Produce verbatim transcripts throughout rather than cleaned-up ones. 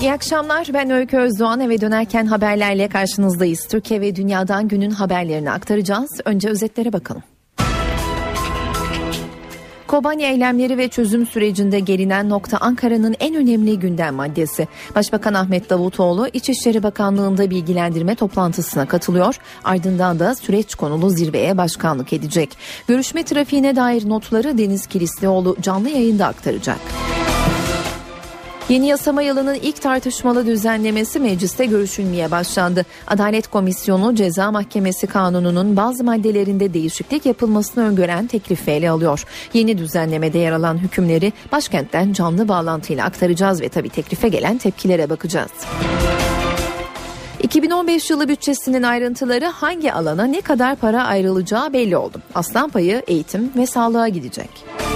İyi akşamlar, ben Öykü Özdoğan. Eve dönerken haberlerle karşınızdayız. Türkiye ve dünyadan günün haberlerini aktaracağız. Önce özetlere bakalım. Kobani eylemleri ve çözüm sürecinde gelinen nokta Ankara'nın en önemli gündem maddesi. Başbakan Ahmet Davutoğlu İçişleri Bakanlığı'nda bilgilendirme toplantısına katılıyor. Ardından da süreç konulu zirveye başkanlık edecek. Görüşme trafiğine dair notları Deniz Kilislioğlu canlı yayında aktaracak. Yeni yasama yılının ilk tartışmalı düzenlemesi mecliste görüşülmeye başlandı. Adalet Komisyonu Ceza Mahkemesi Kanunu'nun bazı maddelerinde değişiklik yapılmasını öngören teklifi ele alıyor. Yeni düzenlemede yer alan hükümleri başkentten canlı bağlantıyla aktaracağız ve tabii teklife gelen tepkilere bakacağız. iki bin on beş yılı bütçesinin ayrıntıları, hangi alana ne kadar para ayrılacağı belli oldu. Aslan payı eğitim ve sağlığa gidecek.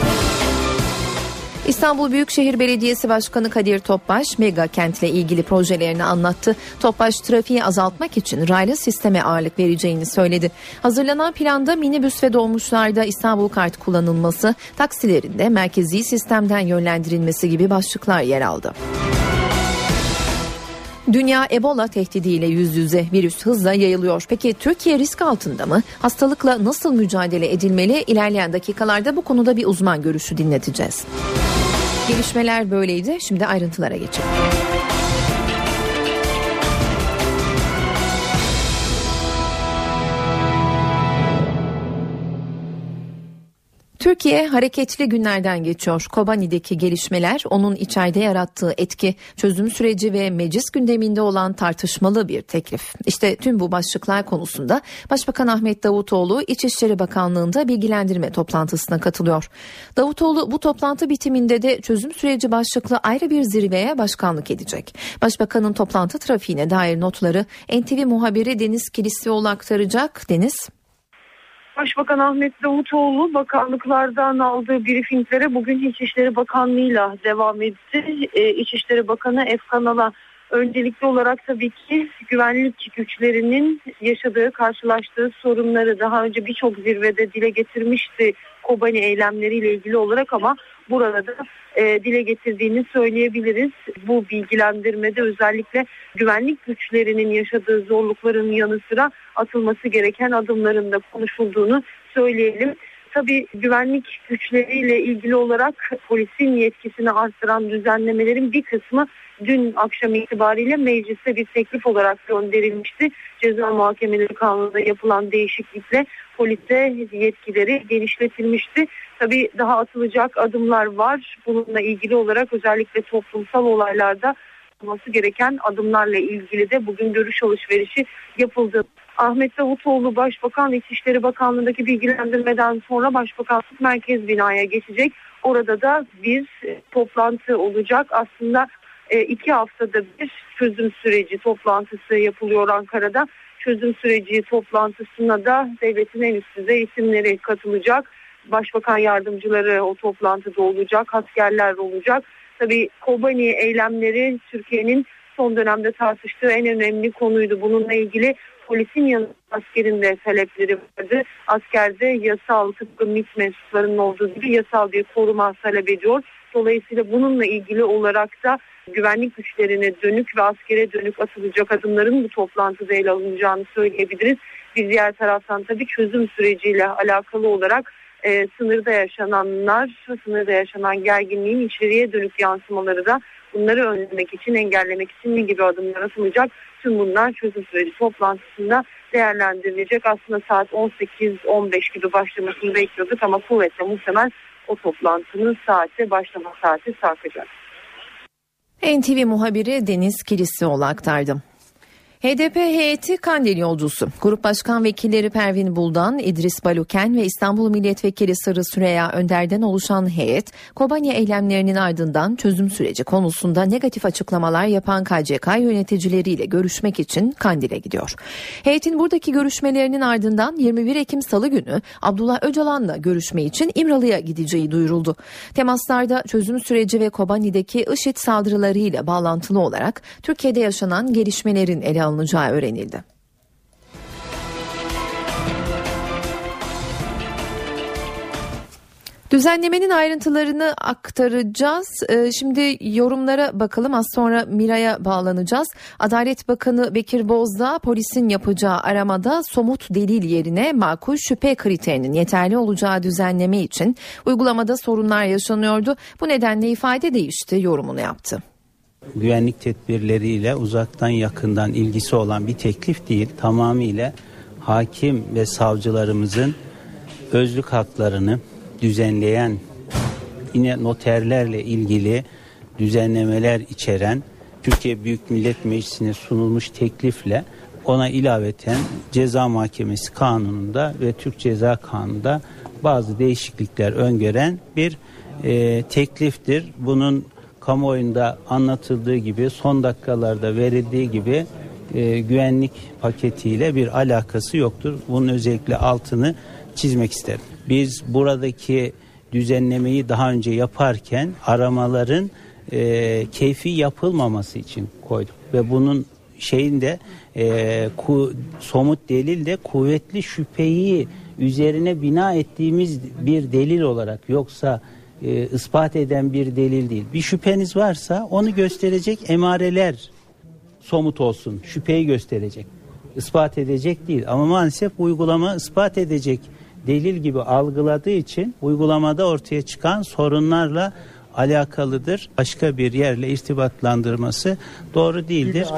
İstanbul Büyükşehir Belediyesi Başkanı Kadir Topbaş, mega kentle ilgili projelerini anlattı. Topbaş, trafiği azaltmak için raylı sisteme ağırlık vereceğini söyledi. Hazırlanan planda minibüs ve dolmuşlarda İstanbul Kart kullanılması, taksilerin de merkezi sistemden yönlendirilmesi gibi başlıklar yer aldı. Dünya Ebola tehdidiyle yüz yüze, virüs hızla yayılıyor. Peki Türkiye risk altında mı? Hastalıkla nasıl mücadele edilmeli? İlerleyen dakikalarda bu konuda bir uzman görüşü dinleteceğiz. Gelişmeler böyleydi. Şimdi ayrıntılara geçelim. Türkiye hareketli günlerden geçiyor. Kobani'deki gelişmeler, onun içeride yarattığı etki, çözüm süreci ve meclis gündeminde olan tartışmalı bir teklif. İşte tüm bu başlıklar konusunda Başbakan Ahmet Davutoğlu İçişleri Bakanlığı'nda bilgilendirme toplantısına katılıyor. Davutoğlu bu toplantı bitiminde de çözüm süreci başlıklı ayrı bir zirveye başkanlık edecek. Başbakanın toplantı trafiğine dair notları N T V muhabiri Deniz Kilislioğlu aktaracak. Deniz. Başbakan Ahmet Davutoğlu bakanlıklardan aldığı briefinglere bugün İçişleri Bakanlığı'yla devam etti. Ee, İçişleri Bakanı Efkan Ala öncelikli olarak tabii ki güvenlik güçlerinin yaşadığı, karşılaştığı sorunları daha önce birçok zirvede dile getirmişti Kobani eylemleriyle ilgili olarak, ama burada da e, dile getirdiğini söyleyebiliriz. Bu bilgilendirmede özellikle güvenlik güçlerinin yaşadığı zorlukların yanı sıra atılması gereken adımların da konuşulduğunu söyleyelim. Tabii güvenlik güçleriyle ilgili olarak polisin yetkisini arttıran düzenlemelerin bir kısmı dün akşam itibariyle meclise bir teklif olarak gönderilmişti. Ceza Muhakemeleri Kanunu'nda yapılan değişiklikle polise yetkileri genişletilmişti. Tabii daha atılacak adımlar var. Bununla ilgili olarak özellikle toplumsal olaylarda olması gereken adımlarla ilgili de bugün görüş alışverişi yapıldı. Ahmet Davutoğlu Başbakan İçişleri Bakanlığı'ndaki bilgilendirmeden sonra Başbakanlık Merkez Bina'ya geçecek. Orada da bir toplantı olacak. Aslında iki haftada bir çözüm süreci toplantısı yapılıyor Ankara'da. Çözüm süreci toplantısına da devletin en üst düzey isimleri katılacak. Başbakan yardımcıları o toplantıda olacak, askerler olacak. Tabii Kobani eylemleri Türkiye'nin son dönemde tartıştığı en önemli konuydu. Bununla ilgili polisin yanında askerin de talepleri vardı. Askerde yasal, tıpkı M İ T mensuplarının olduğu gibi yasal bir koruma talep ediyor. Dolayısıyla bununla ilgili olarak da güvenlik güçlerine dönük ve askere dönük atılacak adımların bu toplantıda ele alınacağını söyleyebiliriz. Bir diğer taraftan tabii çözüm süreciyle alakalı olarak e, sınırda yaşananlar, sınırda yaşanan gerginliğin içeriye dönük yansımaları da, bunları önlemek için, engellemek için ne gibi adımlar atılacak? Tüm bunlar çözüm süreci toplantısında değerlendirilecek. Aslında saat on sekiz on beş gibi başlamasını bekliyorduk ama kuvvetle muhtemel o toplantının saati, başlama saati sarkacak. N T V muhabiri Deniz Kilislioğlu aktardı. H D P heyeti Kandil yolcusu. Grup Başkan Vekilleri Pervin Buldan, İdris Baluken ve İstanbul Milletvekili Sarı Süreyya Önder'den oluşan heyet, Kobani eylemlerinin ardından çözüm süreci konusunda negatif açıklamalar yapan K C K yöneticileriyle görüşmek için Kandil'e gidiyor. Heyetin buradaki görüşmelerinin ardından yirmi bir Ekim Salı günü Abdullah Öcalan'la görüşme için İmralı'ya gideceği duyuruldu. Temaslarda çözüm süreci ve Kobani'deki IŞİD saldırılarıyla bağlantılı olarak Türkiye'de yaşanan gelişmelerin ele alınacağı öğrenildi. Düzenlemenin ayrıntılarını aktaracağız. Şimdi yorumlara bakalım. Az sonra Miray'a bağlanacağız. Adalet Bakanı Bekir Bozdağ polisin yapacağı aramada somut delil yerine makul şüphe kriterinin yeterli olacağı düzenleme için uygulamada sorunlar yaşanıyordu. Bu nedenle ifade değişti yorumunu yaptı. Güvenlik tedbirleriyle uzaktan yakından ilgisi olan bir teklif değil, tamamıyla hakim ve savcılarımızın özlük haklarını düzenleyen, yine noterlerle ilgili düzenlemeler içeren Türkiye Büyük Millet Meclisi'ne sunulmuş teklifle ona ilaveten Ceza Mahkemesi Kanunu'nda ve Türk Ceza Kanunu'nda bazı değişiklikler öngören bir e, tekliftir. Bunun kamuoyunda anlatıldığı gibi, son dakikalarda verildiği gibi e, güvenlik paketiyle bir alakası yoktur. Bunun özellikle altını çizmek isterim. Biz buradaki düzenlemeyi daha önce yaparken aramaların e, keyfi yapılmaması için koyduk ve bunun şeyinde e, ku, somut delil de kuvvetli şüpheyi üzerine bina ettiğimiz bir delil olarak, yoksa e, ispat eden bir delil değil. Bir şüpheniz varsa onu gösterecek emareler somut olsun, şüpheyi gösterecek, ispat edecek değil. Ama maalesef uygulama ispat edecek delil gibi algıladığı için uygulamada ortaya çıkan sorunlarla alakalıdır. Başka bir yerle irtibatlandırması doğru değildir.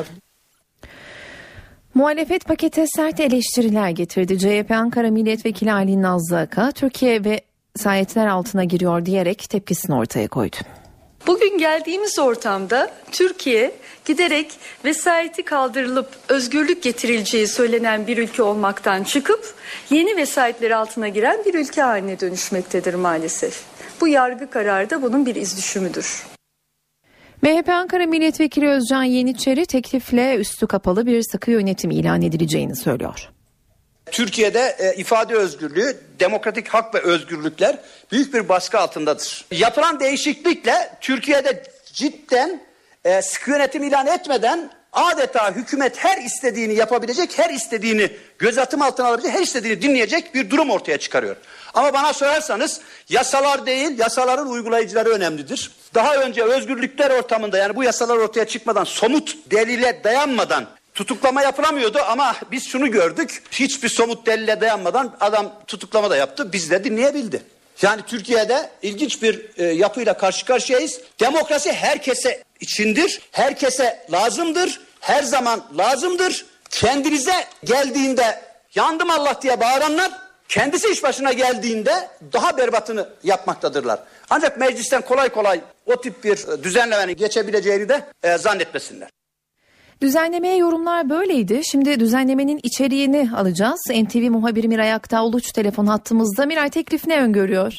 Muhalefet pakete sert eleştiriler getirdi. C H P Ankara Milletvekili Ali Nazlı Aka, Türkiye ve vesayetler altına giriyor diyerek tepkisini ortaya koydu. Bugün geldiğimiz ortamda Türkiye giderek vesayeti kaldırılıp özgürlük getirileceği söylenen bir ülke olmaktan çıkıp yeni vesayetler altına giren bir ülke haline dönüşmektedir maalesef. Bu yargı kararı da bunun bir izdüşümüdür. M H P Ankara Milletvekili Özcan Yeniçeri teklifle üstü kapalı bir sıkı yönetim ilan edileceğini söylüyor. Türkiye'de e, ifade özgürlüğü, demokratik hak ve özgürlükler büyük bir baskı altındadır. Yapılan değişiklikle Türkiye'de cidden e, sıkı yönetim ilan etmeden adeta hükümet her istediğini yapabilecek, her istediğini gözetim altına alabilecek, her istediğini dinleyecek bir durum ortaya çıkarıyor. Ama bana sorarsanız yasalar değil, yasaların uygulayıcıları önemlidir. Daha önce özgürlükler ortamında, yani bu yasalar ortaya çıkmadan, somut delile dayanmadan tutuklama yapılamıyordu ama biz şunu gördük. Hiçbir somut delile dayanmadan adam tutuklama da yaptı. Biz de dinleyebildi. Yani Türkiye'de ilginç bir e, yapıyla karşı karşıyayız. Demokrasi herkese içindir. Herkese lazımdır. Her zaman lazımdır. Kendinize geldiğinde yandım Allah diye bağıranlar, kendisi iş başına geldiğinde daha berbatını yapmaktadırlar. Ancak meclisten kolay kolay o tip bir düzenlemenin geçebileceğini de e, zannetmesinler. Düzenlemeye yorumlar böyleydi. Şimdi düzenlemenin içeriğini alacağız. N T V muhabiri Miray Aktağ Uluç telefon hattımızda. Miray, teklif ne öngörüyor?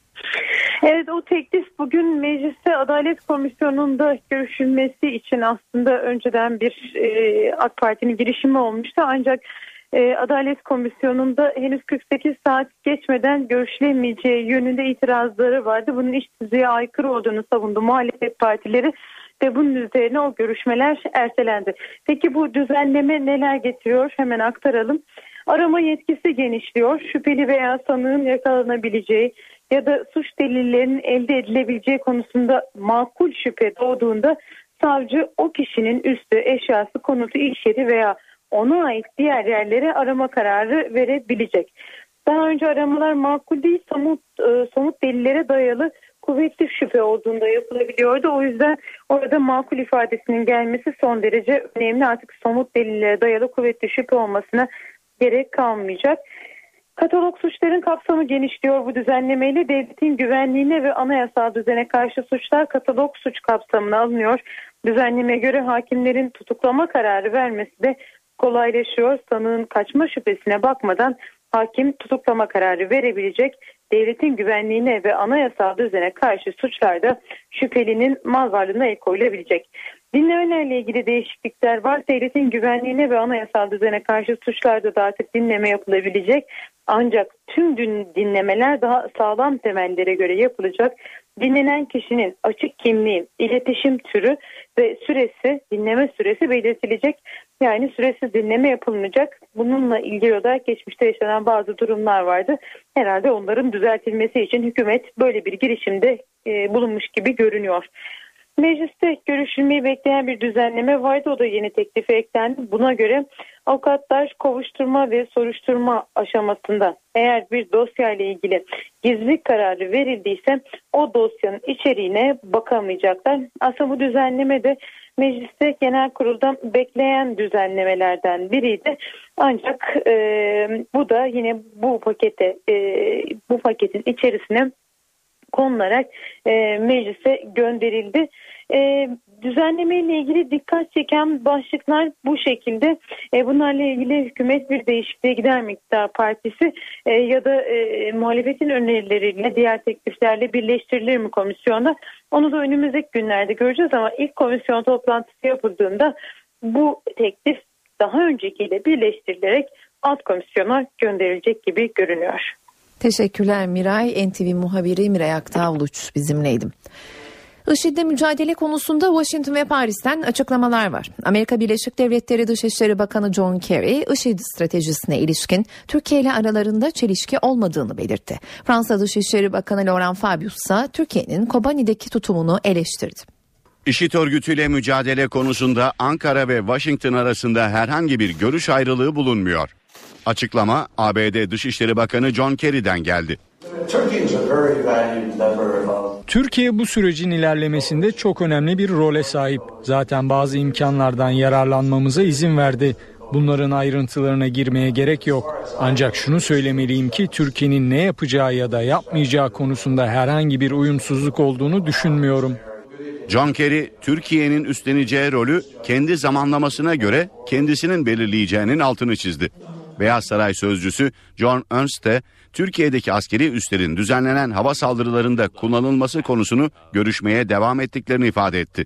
Evet, o teklif bugün Mecliste Adalet Komisyonu'nda görüşülmesi için aslında önceden bir e, AK Parti'nin girişimi olmuştu. Ancak e, Adalet Komisyonu'nda henüz kırk sekiz saat geçmeden görüşülemeyeceği yönünde itirazları vardı. Bunun iç tüzüğe aykırı olduğunu savundu muhalefet partileri. Ve bunun üzerine o görüşmeler ertelendi. Peki bu düzenleme neler getiriyor? Hemen aktaralım. Arama yetkisi genişliyor. Şüpheli veya sanığın yakalanabileceği ya da suç delillerinin elde edilebileceği konusunda makul şüphe doğduğunda savcı o kişinin üstü, eşyası, konutu, iş yeri veya ona ait diğer yerlere arama kararı verebilecek. Daha önce aramalar makul değil, somut, e, somut delillere dayalı kuvvetli şüphe olduğunda yapılabiliyordu. O yüzden orada makul ifadesinin gelmesi son derece önemli. Artık somut delillere dayalı kuvvetli şüphe olmasına gerek kalmayacak. Katalog suçların kapsamı genişliyor bu düzenlemeyle. Devletin güvenliğine ve anayasal düzene karşı suçlar katalog suç kapsamına alınıyor. Düzenlemeye göre hakimlerin tutuklama kararı vermesi de kolaylaşıyor. Sanığın kaçma şüphesine bakmadan hakim tutuklama kararı verebilecek. Devletin güvenliğine ve anayasal düzene karşı suçlarda şüphelinin mal varlığına el koyulabilecek. Dinlemelerle ilgili değişiklikler var. Devletin güvenliğine ve anayasal düzene karşı suçlarda da artık dinleme yapılabilecek. Ancak tüm dinlemeler daha sağlam temellere göre yapılacak. Dinlenen kişinin açık kimliği, iletişim türü ve süresi, dinleme süresi belirtilecek. Yani süresiz dinleme yapılmayacak. Bununla ilgili olarak geçmişte yaşanan bazı durumlar vardı. Herhalde onların düzeltilmesi için hükümet böyle bir girişimde e, bulunmuş gibi görünüyor. Mecliste görüşülmeyi bekleyen bir düzenleme vardı. O da yeni teklife eklendi. Buna göre avukatlar kovuşturma ve soruşturma aşamasında eğer bir dosya ile ilgili gizlilik kararı verildiyse o dosyanın içeriğine bakamayacaklar. Aslında bu düzenleme de mecliste genel kuruldan bekleyen düzenlemelerden biriydi. Ancak e, bu da yine bu pakete e, bu paketin içerisine konularak e, meclise gönderildi. E, düzenlemeyle ilgili dikkat çeken başlıklar bu şekilde. E, bunlarla ilgili hükümet bir değişikliğe gider mi İktidar Partisi e, ya da e, muhalefetin önerileriyle diğer tekliflerle birleştirilir mi komisyonda? Onu da önümüzdeki günlerde göreceğiz ama ilk komisyon toplantısı yapıldığında bu teklif daha öncekiyle birleştirilerek alt komisyona gönderilecek gibi görünüyor. Teşekkürler Miray. N T V muhabiri Miray Aktağ-Uluç bizimleydi. IŞİD'le mücadele konusunda Washington ve Paris'ten açıklamalar var. Amerika Birleşik Devletleri Dışişleri Bakanı John Kerry, IŞİD stratejisine ilişkin Türkiye ile aralarında çelişki olmadığını belirtti. Fransa Dışişleri Bakanı Laurent Fabius ise Türkiye'nin Kobani'deki tutumunu eleştirdi. IŞİD örgütüyle mücadele konusunda Ankara ve Washington arasında herhangi bir görüş ayrılığı bulunmuyor. Açıklama A B D Dışişleri Bakanı John Kerry'den geldi. Türkiye bu sürecin ilerlemesinde çok önemli bir role sahip. Zaten bazı imkanlardan yararlanmamıza izin verdi. Bunların ayrıntılarına girmeye gerek yok. Ancak şunu söylemeliyim ki Türkiye'nin ne yapacağı ya da yapmayacağı konusunda herhangi bir uyumsuzluk olduğunu düşünmüyorum. John Kerry, Türkiye'nin üstleneceği rolü kendi zamanlamasına göre kendisinin belirleyeceğinin altını çizdi. Beyaz Saray sözcüsü John Ernst de Türkiye'deki askeri üslerin düzenlenen hava saldırılarında kullanılması konusunu görüşmeye devam ettiklerini ifade etti.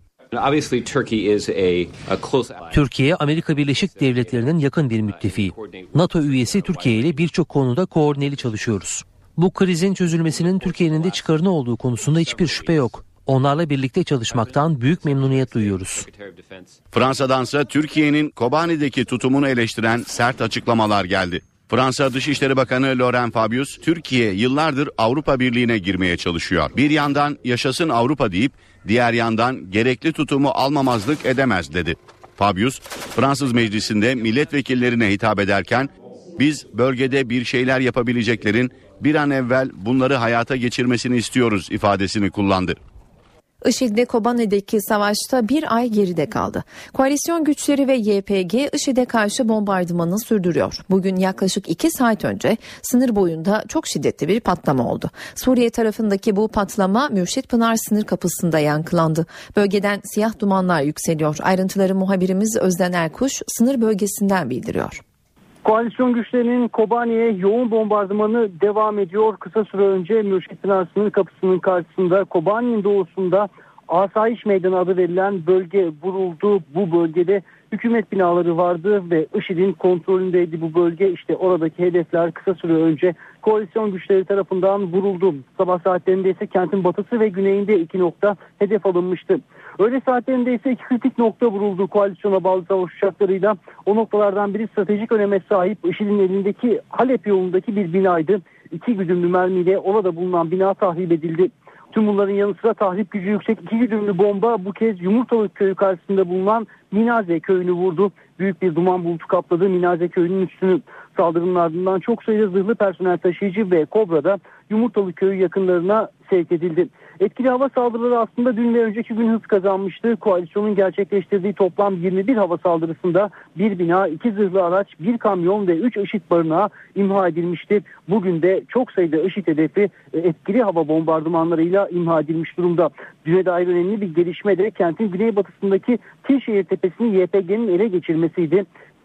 Türkiye, Amerika Birleşik Devletleri'nin yakın bir müttefiği. NATO üyesi Türkiye ile birçok konuda koordineli çalışıyoruz. Bu krizin çözülmesinin Türkiye'nin de çıkarını olduğu konusunda hiçbir şüphe yok. Onlarla birlikte çalışmaktan büyük memnuniyet duyuyoruz. Fransa'dansa Türkiye'nin Kobani'deki tutumunu eleştiren sert açıklamalar geldi. Fransa Dışişleri Bakanı Laurent Fabius, Türkiye yıllardır Avrupa Birliği'ne girmeye çalışıyor. Bir yandan yaşasın Avrupa deyip diğer yandan gerekli tutumu almamazlık edemez dedi. Fabius, Fransız Meclisi'nde milletvekillerine hitap ederken biz bölgede bir şeyler yapabileceklerin bir an evvel bunları hayata geçirmesini istiyoruz ifadesini kullandı. IŞİD'le Kobani'deki savaşta bir ay geride kaldı. Koalisyon güçleri ve Y P G IŞİD'e karşı bombardımanı sürdürüyor. Bugün yaklaşık iki saat önce sınır boyunda çok şiddetli bir patlama oldu. Suriye tarafındaki bu patlama Mürşit Pınar sınır kapısında yankılandı. Bölgeden siyah dumanlar yükseliyor. Ayrıntıları muhabirimiz Özden Erkuş sınır bölgesinden bildiriyor. Koalisyon güçlerinin Kobani'ye yoğun bombardımanı devam ediyor. Kısa süre önce Mürşit Pınar sınır kapısının karşısında Kobani'nin doğusunda Asayiş Meydanı adı verilen bölge vuruldu. Bu bölgede hükümet binaları vardı ve IŞİD'in kontrolündeydi bu bölge. İşte oradaki hedefler kısa süre önce koalisyon güçleri tarafından vuruldu. Sabah saatlerinde ise kentin batısı ve güneyinde iki nokta hedef alınmıştı. Öğle saatlerinde ise iki kritik nokta vuruldu koalisyona bağlı savaş uçaklarıyla. O noktalardan biri stratejik öneme sahip IŞİD'in elindeki Halep yolundaki bir binaydı. İki güdümlü mermiyle orada bulunan bina tahrip edildi. Tüm bunların yanı sıra tahrip gücü yüksek iki güdümlü bomba bu kez Yumurtalık köyü karşısında bulunan Minaze köyünü vurdu. Büyük bir duman bulutu kapladı Minaze köyünün üstünü. Saldırının ardından çok sayıda zırhlı personel taşıyıcı ve Kobra da Yumurtalık köyü yakınlarına sevk edildi. Etkili hava saldırıları aslında dün ve önceki gün hız kazanmıştı. Koalisyonun gerçekleştirdiği toplam yirmi bir hava saldırısında bir bina, iki zırhlı araç, bir kamyon ve üç IŞİD barınağı imha edilmişti. Bugün de çok sayıda IŞİD hedefi etkili hava bombardımanlarıyla imha edilmiş durumda. Düne dair önemli bir gelişme de kentin güneybatısındaki Tilşehir Tepesi'ni Y P G'nin ele geçirmesiydi.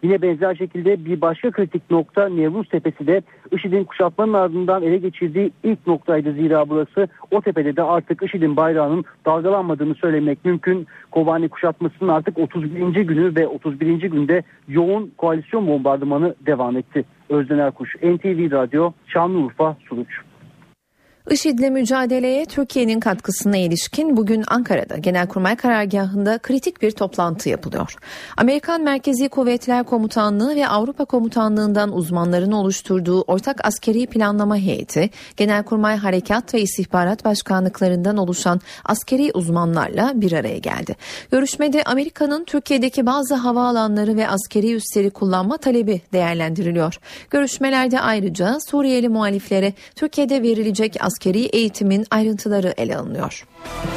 Yine benzer şekilde bir başka kritik nokta Nevruz Tepesi de IŞİD'in kuşatmanın ardından ele geçirdiği ilk noktaydı. Zira burası, o tepede de artık IŞİD'in bayrağının dalgalanmadığını söylemek mümkün. Kobani kuşatmasının artık otuz birinci günü ve otuz birinci günde yoğun koalisyon bombardımanı devam etti. Özden Erkuş, N T V Radyo, Şanlıurfa, Suruç. IŞİD'le mücadeleye Türkiye'nin katkısına ilişkin bugün Ankara'da Genelkurmay Karargahı'nda kritik bir toplantı yapılıyor. Amerikan Merkezi Kuvvetler Komutanlığı ve Avrupa Komutanlığı'ndan uzmanların oluşturduğu ortak askeri planlama heyeti, Genelkurmay Harekat ve İstihbarat Başkanlıklarından oluşan askeri uzmanlarla bir araya geldi. Görüşmede Amerika'nın Türkiye'deki bazı havaalanları ve askeri üsleri kullanma talebi değerlendiriliyor. Görüşmelerde ayrıca Suriyeli muhaliflere Türkiye'de verilecek askeri eğitimin ayrıntıları ele alınıyor.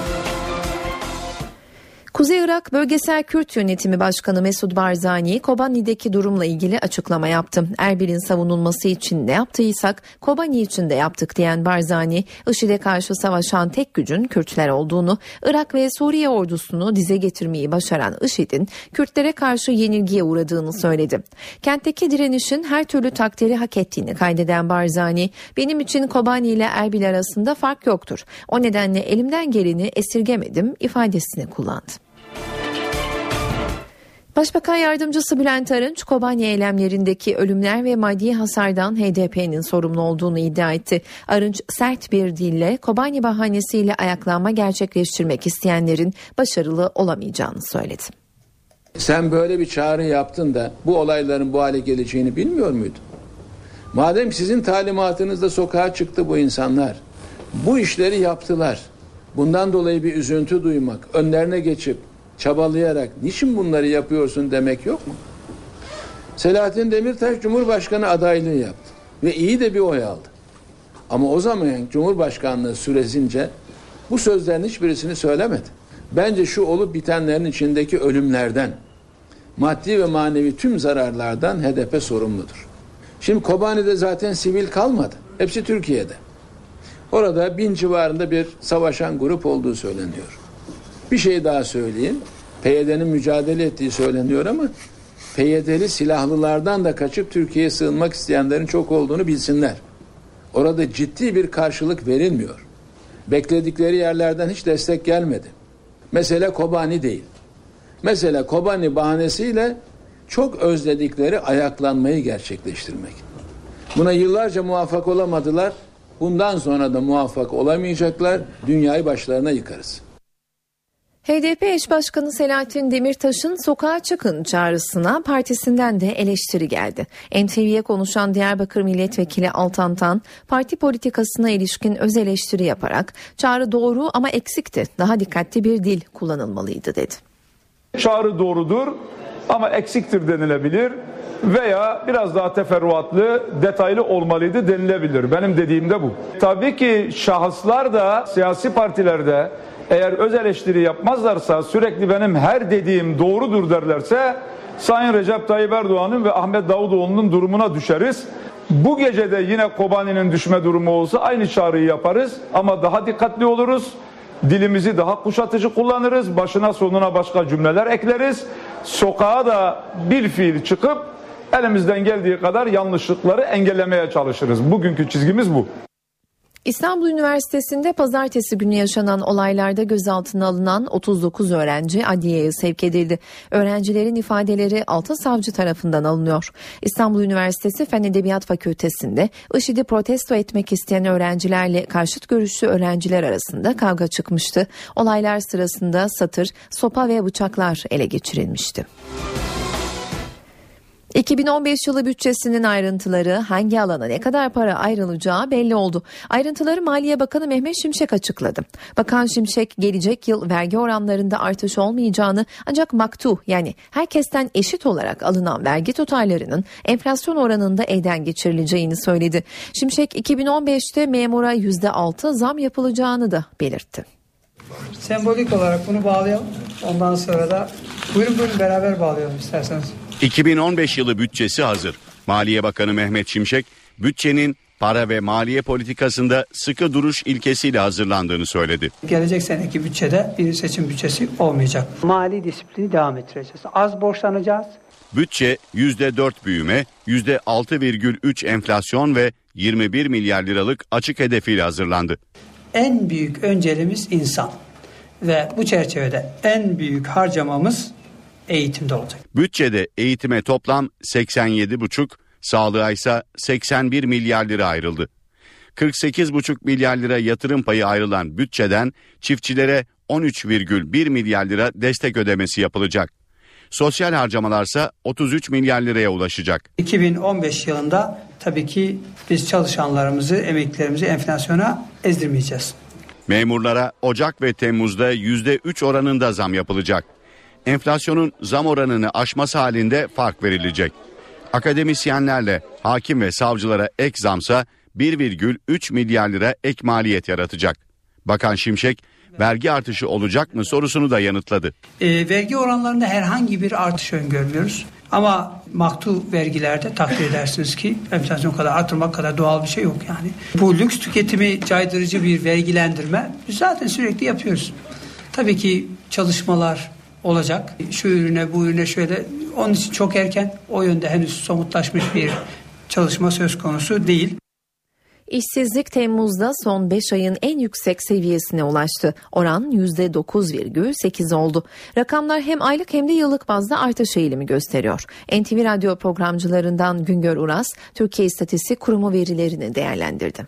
Kuzey Irak Bölgesel Kürt Yönetimi Başkanı Mesud Barzani, Kobani'deki durumla ilgili açıklama yaptı. Erbil'in savunulması için ne yaptıysak Kobani için de yaptık diyen Barzani, IŞİD'e karşı savaşan tek gücün Kürtler olduğunu, Irak ve Suriye ordusunu dize getirmeyi başaran IŞİD'in Kürtlere karşı yenilgiye uğradığını söyledi. Kentteki direnişin her türlü takdiri hak ettiğini kaydeden Barzani, benim için Kobani ile Erbil arasında fark yoktur. O nedenle elimden geleni esirgemedim ifadesini kullandı. Başbakan Yardımcısı Bülent Arınç, Kobani eylemlerindeki ölümler ve maddi hasardan H D P'nin sorumlu olduğunu iddia etti. Arınç sert bir dille Kobani bahanesiyle ayaklanma gerçekleştirmek isteyenlerin başarılı olamayacağını söyledi. Sen böyle bir çağrı yaptın da bu olayların bu hale geleceğini bilmiyor muydun? Madem sizin talimatınızda sokağa çıktı bu insanlar, bu işleri yaptılar. Bundan dolayı bir üzüntü duymak, önlerine geçip çabalayarak niçin bunları yapıyorsun demek yok mu? Selahattin Demirtaş Cumhurbaşkanı adaylığı yaptı ve iyi de bir oy aldı. Ama o zaman Cumhurbaşkanlığı süresince bu sözlerin hiçbirisini söylemedi. Bence şu olup bitenlerin içindeki ölümlerden, maddi ve manevi tüm zararlardan H D P sorumludur. Şimdi Kobani'de zaten sivil kalmadı. Hepsi Türkiye'de. Orada bin civarında bir savaşan grup olduğu söyleniyor. Bir şey daha söyleyeyim. P Y D'nin mücadele ettiği söyleniyor ama P Y D'li silahlılardan da kaçıp Türkiye'ye sığınmak isteyenlerin çok olduğunu bilsinler. Orada ciddi bir karşılık verilmiyor. Bekledikleri yerlerden hiç destek gelmedi. Mesele Kobani değil. Mesele Kobani bahanesiyle çok özledikleri ayaklanmayı gerçekleştirmek. Buna yıllarca muvaffak olamadılar. Bundan sonra da muvaffak olamayacaklar. Dünyayı başlarına yıkarız. H D P eş başkanı Selahattin Demirtaş'ın sokağa çıkın çağrısına partisinden de eleştiri geldi. N T V'ye konuşan Diyarbakır Milletvekili Altan Tan, parti politikasına ilişkin öz eleştiri yaparak çağrı doğru ama eksikti, daha dikkatli bir dil kullanılmalıydı dedi. Çağrı doğrudur ama eksiktir denilebilir veya biraz daha teferruatlı, detaylı olmalıydı denilebilir. Benim dediğim de bu. Tabii ki şahıslar da siyasi partilerde eğer öz eleştiri yapmazlarsa, sürekli benim her dediğim doğrudur derlerse Sayın Recep Tayyip Erdoğan'ın ve Ahmet Davutoğlu'nun durumuna düşeriz. Bu gece de yine Kobani'nin düşme durumu olsa aynı çağrıyı yaparız ama daha dikkatli oluruz. Dilimizi daha kuşatıcı kullanırız. Başına sonuna başka cümleler ekleriz. Sokağa da bir fiil çıkıp elimizden geldiği kadar yanlışlıkları engellemeye çalışırız. Bugünkü çizgimiz bu. İstanbul Üniversitesi'nde pazartesi günü yaşanan olaylarda gözaltına alınan otuz dokuz öğrenci adliyeye sevk edildi. Öğrencilerin ifadeleri altı savcı tarafından alınıyor. İstanbul Üniversitesi Fen Edebiyat Fakültesi'nde IŞİD'i protesto etmek isteyen öğrencilerle karşıt görüşlü öğrenciler arasında kavga çıkmıştı. Olaylar sırasında satır, sopa ve bıçaklar ele geçirilmişti. iki bin on beş yılı bütçesinin ayrıntıları, hangi alana ne kadar para ayrılacağı belli oldu. Ayrıntıları Maliye Bakanı Mehmet Şimşek açıkladı. Bakan Şimşek gelecek yıl vergi oranlarında artış olmayacağını ancak maktuh yani herkesten eşit olarak alınan vergi tutarlarının enflasyon oranında elden geçirileceğini söyledi. Şimşek iki bin on beşte memura yüzde altı zam yapılacağını da belirtti. Sembolik olarak bunu bağlayalım. Ondan sonra da buyurun buyurun beraber bağlayalım isterseniz. iki bin on beş yılı bütçesi hazır. Maliye Bakanı Mehmet Şimşek, bütçenin para ve maliye politikasında sıkı duruş ilkesiyle hazırlandığını söyledi. Gelecek seneki bütçede bir seçim bütçesi olmayacak. Mali disiplini devam ettireceğiz. Az borçlanacağız, Bütçe yüzde dört büyüme, yüzde altı virgül üç enflasyon ve yirmi bir milyar liralık açık hedefiyle hazırlandı. En büyük önceliğimiz insan ve bu çerçevede en büyük harcamamız eğitimde olacak. Bütçede eğitime toplam seksen yedi buçuk, sağlığa ise seksen bir milyar lira ayrıldı. kırk sekiz buçuk milyar lira yatırım payı ayrılan bütçeden çiftçilere on üç virgül bir milyar lira destek ödemesi yapılacak. Sosyal harcamalarsa otuz üç milyar liraya ulaşacak. iki bin on beş yılında tabii ki biz çalışanlarımızı, emeklilerimizi enflasyona ezdirmeyeceğiz. Memurlara Ocak ve Temmuz'da yüzde üç oranında zam yapılacak. Enflasyonun zam oranını aşması halinde fark verilecek. Akademisyenlerle hakim ve savcılara ek zamsa bir virgül üç milyar lira ek maliyet yaratacak. Bakan Şimşek, vergi artışı olacak mı sorusunu da yanıtladı. E, vergi oranlarında herhangi bir artış öngörmüyoruz. Ama maktu vergilerde takdir edersiniz ki enflasyon kadar artırmak kadar doğal bir şey yok yani. Bu lüks tüketimi caydırıcı bir vergilendirme biz zaten sürekli yapıyoruz. Tabii ki çalışmalar olacak. Şu ürüne bu ürüne şöyle, onun için çok erken, o yönde henüz somutlaşmış bir çalışma söz konusu değil. İşsizlik Temmuz'da son beş ayın en yüksek seviyesine ulaştı. Oran yüzde dokuz virgül sekiz oldu. Rakamlar hem aylık hem de yıllık bazda artış eğilimi gösteriyor. N T V Radyo programcılarından Güngör Uras, Türkiye İstatistik Kurumu verilerini değerlendirdi.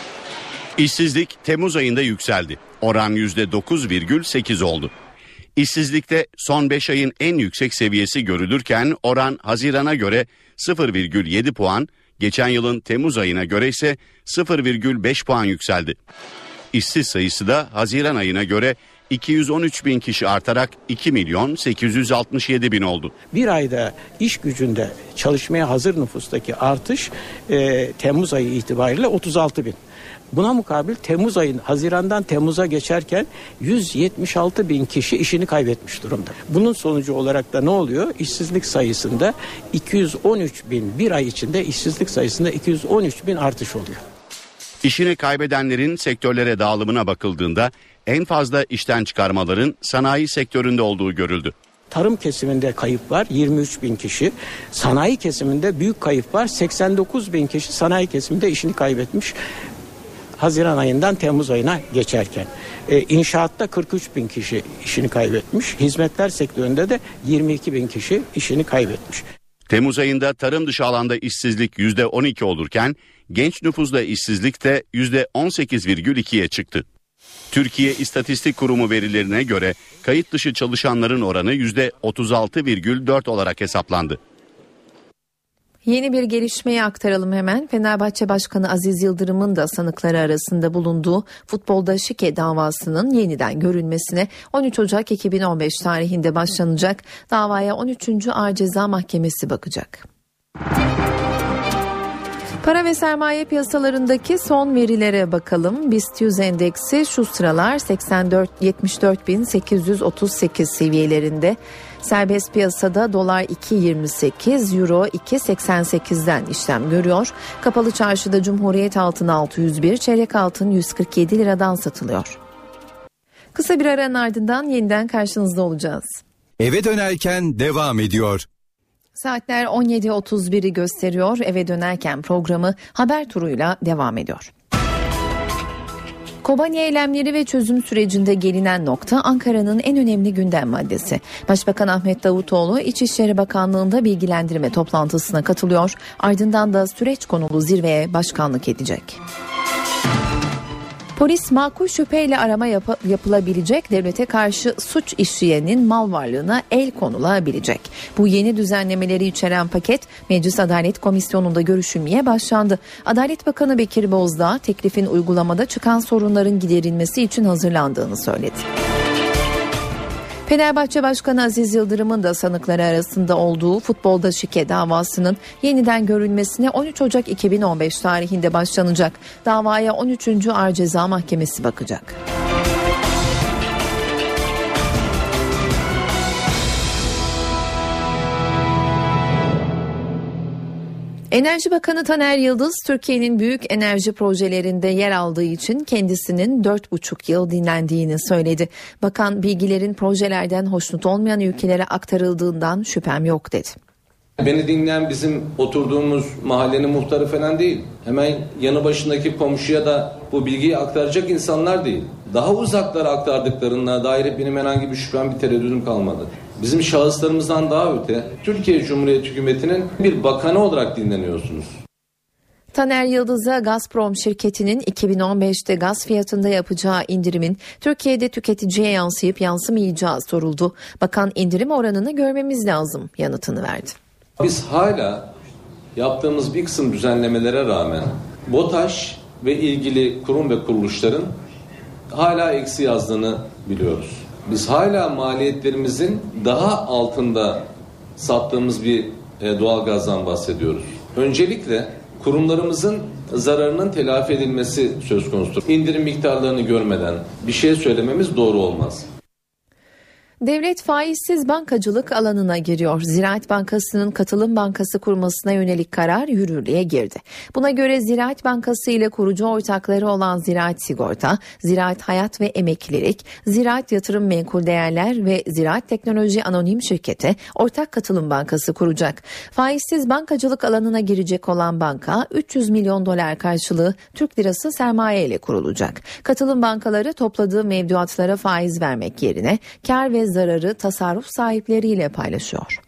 İşsizlik Temmuz ayında yükseldi. Oran yüzde dokuz virgül sekiz oldu. İşsizlikte son beş ayın en yüksek seviyesi görülürken oran Haziran'a göre sıfır virgül yedi puan, geçen yılın Temmuz ayına göre ise sıfır virgül beş puan yükseldi. İşsiz sayısı da Haziran ayına göre iki yüz on üç bin kişi artarak iki milyon sekiz yüz altmış yedi bin oldu. Bir ayda iş gücünde çalışmaya hazır nüfustaki artış e, Temmuz ayı itibariyle otuz altı bin. Buna mukabil Temmuz ayın Haziran'dan Temmuz'a geçerken yüz yetmiş altı bin kişi işini kaybetmiş durumda. Bunun sonucu olarak da ne oluyor? İşsizlik sayısında iki yüz on üç bin, bir ay içinde işsizlik sayısında iki yüz on üç bin artış oluyor. İşini kaybedenlerin sektörlere dağılımına bakıldığında en fazla işten çıkarmaların sanayi sektöründe olduğu görüldü. Tarım kesiminde kayıp var yirmi üç bin kişi. Sanayi kesiminde büyük kayıp var. seksen dokuz bin kişi sanayi kesiminde işini kaybetmiş. Haziran ayından Temmuz ayına geçerken. Ee, inşaatta kırk üç bin kişi işini kaybetmiş. Hizmetler sektöründe de yirmi iki bin kişi işini kaybetmiş. Temmuz ayında tarım dışı alanda işsizlik yüzde on iki olurken genç nüfusla işsizlik de yüzde on sekiz virgül ikiye çıktı. Türkiye İstatistik Kurumu verilerine göre kayıt dışı çalışanların oranı yüzde otuz altı virgül dört olarak hesaplandı. Yeni bir gelişmeyi aktaralım hemen. Fenerbahçe Başkanı Aziz Yıldırım'ın da sanıkları arasında bulunduğu futbolda şike davasının yeniden görülmesine on üç Ocak iki bin on beş tarihinde başlanacak. Davaya on üçüncü Ağır Ceza Mahkemesi bakacak. Para ve sermaye piyasalarındaki son verilere bakalım. BIST yüz endeksi şu sıralar seksen dört yetmiş dört bin sekiz yüz otuz sekiz seviyelerinde. Serbest piyasada dolar iki yirmi sekiz, euro iki seksen sekizden işlem görüyor. Kapalı çarşıda Cumhuriyet altını altı yüz bir, çeyrek altın yüz kırk yedi liradan satılıyor. Kısa bir aranın ardından yeniden karşınızda olacağız. Eve dönerken devam ediyor. Saatler on yedi otuz biri gösteriyor. Eve dönerken programı haber turuyla devam ediyor. Kobani eylemleri ve çözüm sürecinde gelinen nokta Ankara'nın en önemli gündem maddesi. Başbakan Ahmet Davutoğlu İçişleri Bakanlığı'nda bilgilendirme toplantısına katılıyor. Ardından da süreç konulu zirveye başkanlık edecek. Polis makul şüpheyle arama yap- yapılabilecek, devlete karşı suç işleyenin mal varlığına el konulabilecek. Bu yeni düzenlemeleri içeren paket Meclis Adalet Komisyonu'nda görüşülmeye başlandı. Adalet Bakanı Bekir Bozdağ teklifin uygulamada çıkan sorunların giderilmesi için hazırlandığını söyledi. Fenerbahçe Başkanı Aziz Yıldırım'ın da sanıkları arasında olduğu futbolda şike davasının yeniden görülmesine on üç Ocak iki bin on beş tarihinde başlanacak. Davaya on üçüncü Ağır Ceza Mahkemesi bakacak. Enerji Bakanı Taner Yıldız, Türkiye'nin büyük enerji projelerinde yer aldığı için kendisinin dört buçuk yıl dinlendiğini söyledi. Bakan, bilgilerin projelerden hoşnut olmayan ülkelere aktarıldığından şüphem yok dedi. Beni dinleyen bizim oturduğumuz mahallenin muhtarı falan değil. Hemen yanı başındaki komşuya da bu bilgiyi aktaracak insanlar değil. Daha uzaklara aktardıklarına dair benim herhangi bir şüphem, bir tereddüdüm kalmadı. Bizim şahıslarımızdan daha öte Türkiye Cumhuriyeti Hükümeti'nin bir bakanı olarak dinleniyorsunuz. Taner Yıldız'a Gazprom şirketinin iki bin on beşte gaz fiyatında yapacağı indirimin Türkiye'de tüketiciye yansıyıp yansımayacağı soruldu. Bakan indirim oranını görmemiz lazım yanıtını verdi. Biz hala yaptığımız bir kısım düzenlemelere rağmen BOTAŞ ve ilgili kurum ve kuruluşların hala eksi yazdığını biliyoruz. Biz hala maliyetlerimizin daha altında sattığımız bir doğalgazdan bahsediyoruz. Öncelikle kurumlarımızın zararının telafi edilmesi söz konusudur. İndirim miktarlarını görmeden bir şey söylememiz doğru olmaz. Devlet faizsiz bankacılık alanına giriyor. Ziraat Bankası'nın Katılım Bankası kurmasına yönelik karar yürürlüğe girdi. Buna göre Ziraat Bankası ile kurucu ortakları olan Ziraat Sigorta, Ziraat Hayat ve Emeklilik, Ziraat Yatırım Menkul Değerler ve Ziraat Teknoloji Anonim Şirketi ortak Katılım Bankası kuracak. Faizsiz bankacılık alanına girecek olan banka üç yüz milyon dolar karşılığı Türk lirası sermaye ile kurulacak. Katılım bankaları topladığı mevduatlara faiz vermek yerine kar ve zararı tasarruf sahipleriyle paylaşıyor.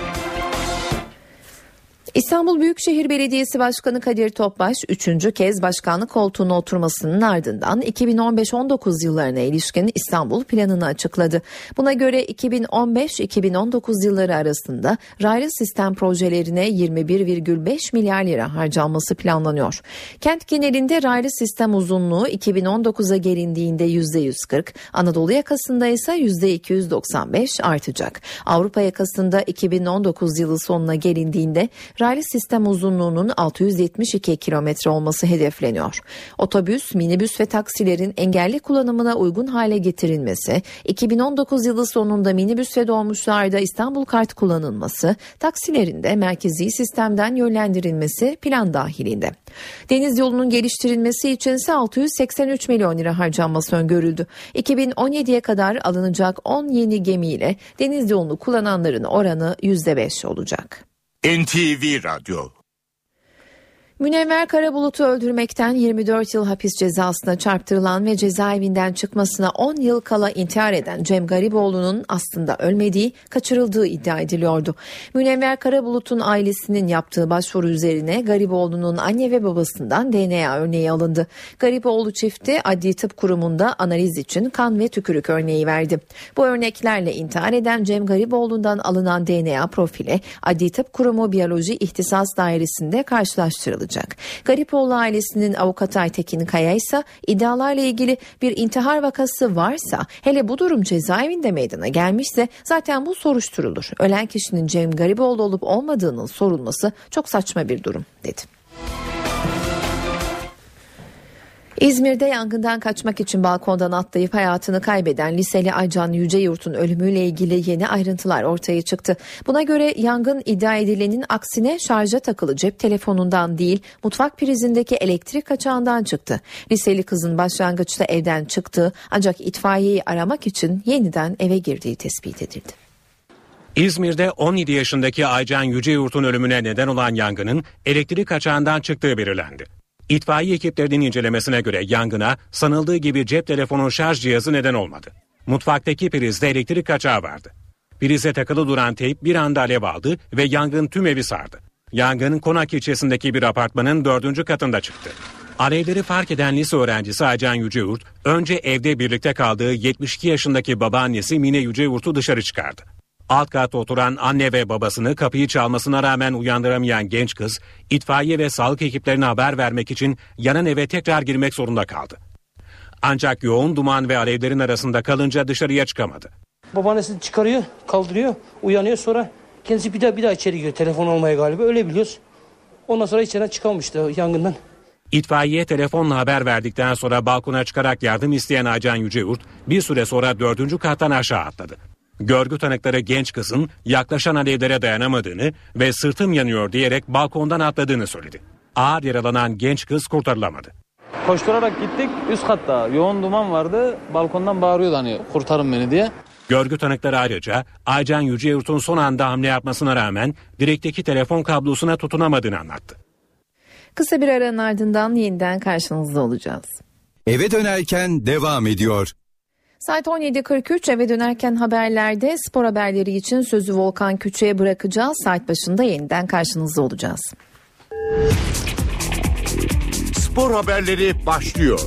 İstanbul Büyükşehir Belediyesi Başkanı Kadir Topbaş üçüncü kez başkanlık koltuğuna oturmasının ardından iki bin on beş on dokuz yıllarına ilişkin İstanbul planını açıkladı. Buna göre iki bin on beş iki bin on dokuz yılları arasında raylı sistem projelerine yirmi bir virgül beş milyar lira harcanması planlanıyor. Kent genelinde raylı sistem uzunluğu iki bin on dokuza gelindiğinde yüzde yüz kırk, Anadolu yakasında ise yüzde iki yüz doksan beş artacak. Avrupa yakasında iki bin on dokuz yılı sonuna gelindiğinde raylı sistem uzunluğunun altı yüz yetmiş iki kilometre olması hedefleniyor. Otobüs, minibüs ve taksilerin engelli kullanımına uygun hale getirilmesi, iki bin on dokuz yılı sonunda minibüs ve dolmuşlarda İstanbul Kart kullanılması, taksilerin de merkezi sistemden yönlendirilmesi plan dahilinde. Deniz yolunun geliştirilmesi için ise altı yüz seksen üç milyon lira harcanması öngörüldü. iki bin on yediye kadar alınacak on yeni gemiyle deniz yolunu kullananların oranı yüzde beş olacak. N T V Radyo. Münevver Karabulut'u öldürmekten yirmi dört yıl hapis cezasına çarptırılan ve cezaevinden çıkmasına on yıl kala intihar eden Cem Garipoğlu'nun aslında ölmediği, kaçırıldığı iddia ediliyordu. Münevver Karabulut'un ailesinin yaptığı başvuru üzerine Garipoğlu'nun anne ve babasından D N A örneği alındı. Garipoğlu çifti Adli Tıp Kurumu'nda analiz için kan ve tükürük örneği verdi. Bu örneklerle intihar eden Cem Garipoğlu'ndan alınan D N A profili Adli Tıp Kurumu Biyoloji İhtisas Dairesi'nde karşılaştırılacak. Garipoğlu ailesinin avukatı Aytekin Kaya ise iddialarla ilgili bir intihar vakası varsa, hele bu durum cezaevinde meydana gelmişse zaten bu soruşturulur. Ölen kişinin Cem Garipoğlu olup olmadığının sorulması çok saçma bir durum dedi. İzmir'de yangından kaçmak için balkondan atlayıp hayatını kaybeden liseli Aycan Yüceyurt'un ölümüyle ilgili yeni ayrıntılar ortaya çıktı. Buna göre yangın iddia edilenin aksine şarja takılı cep telefonundan değil, mutfak prizindeki elektrik kaçağından çıktı. Liseli kızın başlangıçta evden çıktığı ancak itfaiyeyi aramak için yeniden eve girdiği tespit edildi. İzmir'de on yedi yaşındaki Aycan Yüceyurt'un ölümüne neden olan yangının elektrik kaçağından çıktığı belirlendi. İtfaiye ekiplerinin incelemesine göre yangına sanıldığı gibi cep telefonu şarj cihazı neden olmadı. Mutfaktaki prizde elektrik kaçağı vardı. Prize takılı duran teyp bir anda alev aldı ve yangın tüm evi sardı. Yangın Konak ilçesindeki bir apartmanın dördüncü katında çıktı. Alevleri fark eden lise öğrencisi Aycan Yüceyurt, önce evde birlikte kaldığı yetmiş iki yaşındaki babaannesi Mine Yüceyurt'u dışarı çıkardı. Alt katta oturan anne ve babasını kapıyı çalmasına rağmen uyandıramayan genç kız, itfaiye ve sağlık ekiplerine haber vermek için yanan eve tekrar girmek zorunda kaldı. Ancak yoğun duman ve alevlerin arasında kalınca dışarıya çıkamadı. Babaannesini çıkarıyor, kaldırıyor, uyanıyor, sonra kendisi bir daha bir daha içeri giriyor telefon almaya galiba, öyle biliyoruz. Ondan sonra içeriden çıkamamıştı yangından. İtfaiye telefonla haber verdikten sonra balkona çıkarak yardım isteyen Aycan Yüceyurt bir süre sonra dördüncü kattan aşağı atladı. Görgü tanıkları genç kızın yaklaşan alevlere dayanamadığını ve sırtım yanıyor diyerek balkondan atladığını söyledi. Ağır yaralanan genç kız kurtarılamadı. Koşturarak gittik, üst katta yoğun duman vardı, balkondan bağırıyordu hani kurtarın beni diye. Görgü tanıkları ayrıca Aycan Yüceyurt'un son anda hamle yapmasına rağmen direkteki telefon kablosuna tutunamadığını anlattı. Kısa bir aranın ardından yeniden karşınızda olacağız. Eve dönerken devam ediyor. Saat on yedi kırk üç, eve dönerken haberlerde spor haberleri için sözü Volkan Küçük'e bırakacağız. Saat başında yeniden karşınızda olacağız. Spor haberleri başlıyor.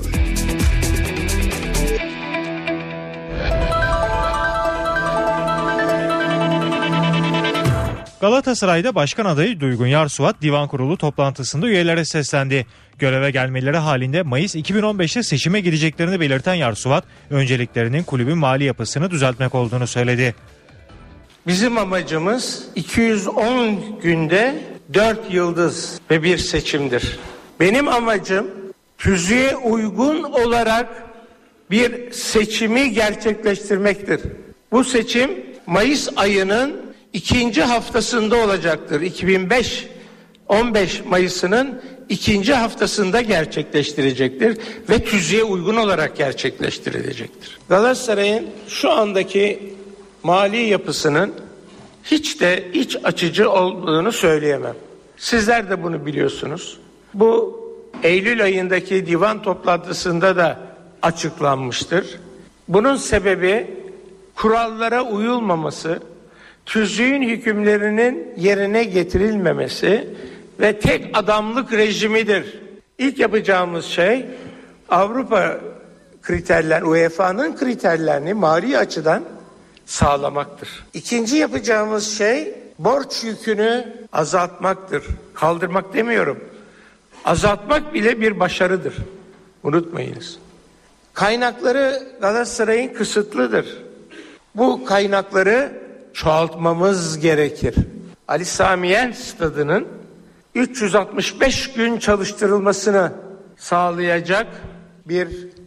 Galatasaray'da başkan adayı Duygun Yarsuvat divan kurulu toplantısında üyelere seslendi. Göreve gelmeleri halinde Mayıs iki bin on beşte seçime gideceklerini belirten Yarsuvat, önceliklerinin kulübün mali yapısını düzeltmek olduğunu söyledi. Bizim amacımız iki yüz on günde dört yıldız ve bir seçimdir. Benim amacım tüzüğe uygun olarak bir seçimi gerçekleştirmektir. Bu seçim Mayıs ayının ikinci haftasında olacaktır. iki bin beş on beş Mayıs'ının ikinci haftasında gerçekleştirecektir ve tüzüğe uygun olarak gerçekleştirilecektir. Galatasaray'ın şu andaki mali yapısının hiç de iç açıcı olduğunu söyleyemem. Sizler de bunu biliyorsunuz. Bu Eylül ayındaki divan toplantısında da açıklanmıştır. Bunun sebebi kurallara uyulmaması, tüzüğün hükümlerinin yerine getirilmemesi ve tek adamlık rejimidir. İlk yapacağımız şey Avrupa kriterler, U E F A'nın kriterlerini mali açıdan sağlamaktır. İkinci yapacağımız şey borç yükünü azaltmaktır. Kaldırmak demiyorum. Azaltmak bile bir başarıdır. Unutmayınız. Kaynakları Galatasaray'ın kısıtlıdır. Bu kaynakları çoğaltmamız gerekir. Ali Sami Yen Stadı'nın üç yüz altmış beş gün çalıştırılmasını sağlayacak bir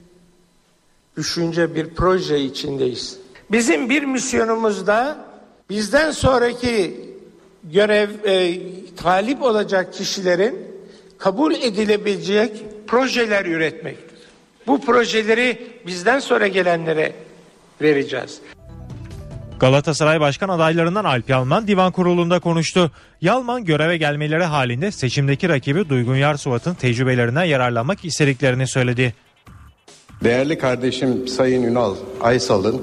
düşünce, bir proje içindeyiz. Bizim bir misyonumuzda bizden sonraki görev e, talip olacak kişilerin kabul edilebilecek projeler üretmektir. Bu projeleri bizden sonra gelenlere vereceğiz. Galatasaray Başkan adaylarından Alp Yalman divan kurulunda konuştu. Yalman göreve gelmeleri halinde seçimdeki rakibi Duygun Yarsuvat'ın tecrübelerinden yararlanmak istediklerini söyledi. Değerli kardeşim Sayın Ünal Aysal'ın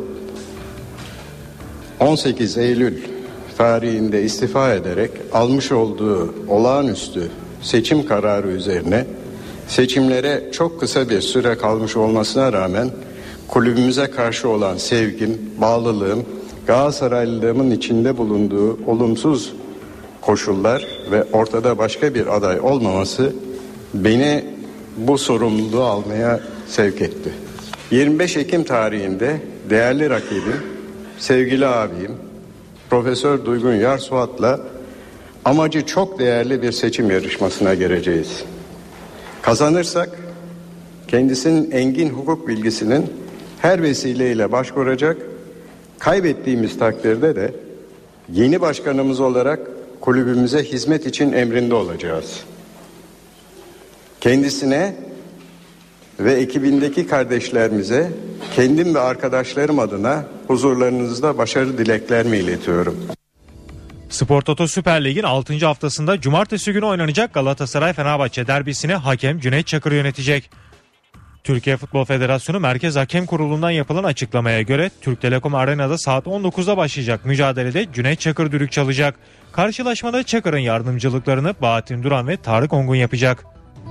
on sekiz Eylül tarihinde istifa ederek almış olduğu olağanüstü seçim kararı üzerine seçimlere çok kısa bir süre kalmış olmasına rağmen kulübümüze karşı olan sevgim, bağlılığım, Galatasaraylılığımın içinde bulunduğu olumsuz koşullar ve ortada başka bir aday olmaması beni bu sorumluluğu almaya sevk etti. yirmi beş Ekim tarihinde değerli rakibim, sevgili abim Profesör Duygun Yarsuvat'la amacı çok değerli bir seçim yarışmasına gireceğiz. Kazanırsak kendisinin engin hukuk bilgisinin her vesileyle başvuracak, kaybettiğimiz takdirde de yeni başkanımız olarak kulübümüze hizmet için emrinde olacağız. Kendisine ve ekibindeki kardeşlerimize kendim ve arkadaşlarım adına huzurlarınızda başarı dileklerimi iletiyorum. Spor Toto Süper Lig'in altıncı haftasında cumartesi günü oynanacak Galatasaray-Fenerbahçe derbisini hakem Cüneyt Çakır yönetecek. Türkiye Futbol Federasyonu Merkez Hakem Kurulu'ndan yapılan açıklamaya göre Türk Telekom Arena'da saat on dokuzda başlayacak mücadelede Cüneyt Çakır düdük çalacak. Karşılaşmada Çakır'ın yardımcılıklarını Bahattin Duran ve Tarık Ongun yapacak.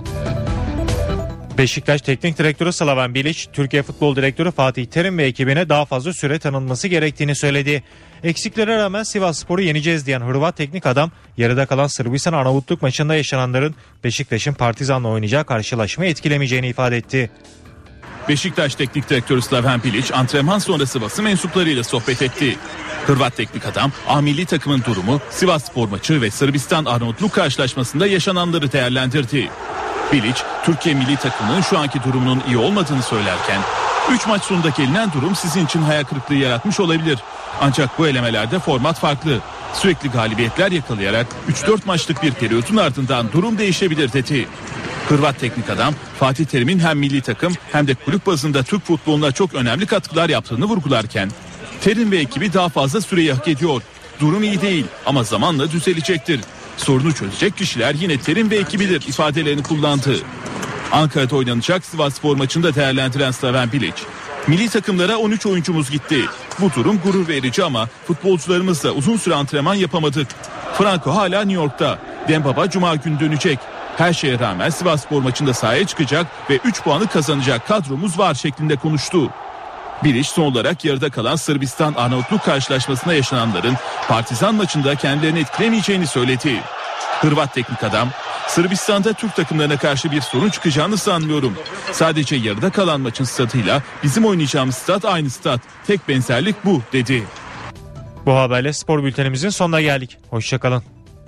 Beşiktaş Teknik Direktörü Slaven Bilic, Türkiye Futbol Direktörü Fatih Terim ve ekibine daha fazla süre tanınması gerektiğini söyledi. Eksiklere rağmen Sivasspor'u yeneceğiz diyen Hırvat teknik adam, yarıda kalan Sırbistan-Arnavutluk maçında yaşananların Beşiktaş'ın Partizan'la oynayacağı karşılaşmayı etkilemeyeceğini ifade etti. Beşiktaş Teknik Direktörü Slaven Bilic antrenman sonrası basın mensuplarıyla sohbet etti. Hırvat teknik adam A milli takımın durumu, Sivasspor maçı ve Sırbistan-Arnavutluk karşılaşmasında yaşananları değerlendirdi. Bilic, Türkiye milli takımının şu anki durumunun iyi olmadığını söylerken, üç maç sonunda gelinen durum sizin için hayal kırıklığı yaratmış olabilir. Ancak bu elemelerde format farklı. Sürekli galibiyetler yakalayarak üç dört maçlık bir periyotun ardından durum değişebilir dedi. Hırvat teknik adam Fatih Terim'in hem milli takım hem de kulüp bazında Türk futboluna çok önemli katkılar yaptığını vurgularken, Terim ve ekibi daha fazla süreyi hak ediyor. Durum iyi değil ama zamanla düzelecektir. Sorunu çözecek kişiler yine Terim ve ekibidir ifadelerini kullandı. Ankara'da oynanacak Sivasspor maçında değerlendiren Slaven Bilic, milli takımlara on üç oyuncumuz gitti. Bu durum gurur verici ama futbolcularımızla uzun süre antrenman yapamadık. Franco hala New York'ta. Dembaba Cuma günü dönecek. Her şeye rağmen Sivasspor maçında sahaya çıkacak ve üç puanı kazanacak kadromuz var şeklinde konuştu. Bilic son olarak yarıda kalan Sırbistan-Arnavutluk karşılaşmasında yaşananların Partizan maçında kendilerini etkilemeyeceğini söyledi. Hırvat teknik adam, Sırbistan'da Türk takımlarına karşı bir sorun çıkacağını sanmıyorum. Sadece yarıda kalan maçın stadıyla bizim oynayacağımız stat aynı stat. Tek benzerlik bu dedi. Bu haberle spor bültenimizin sonuna geldik. Hoşçakalın.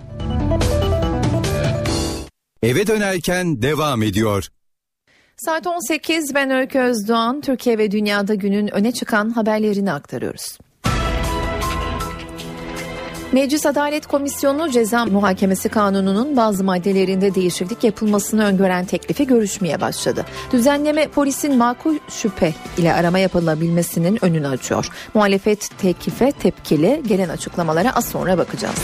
Eve dönerken devam ediyor. Saat on sekiz, ben Öykü Özdoğan. Türkiye ve dünyada günün öne çıkan haberlerini aktarıyoruz. Meclis Adalet Komisyonu Ceza Muhakemesi Kanunu'nun bazı maddelerinde değişiklik yapılmasını öngören teklifi görüşmeye başladı. Düzenleme polisin makul şüphe ile arama yapılabilmesinin önünü açıyor. Muhalefet teklife tepkili, gelen açıklamalara az sonra bakacağız.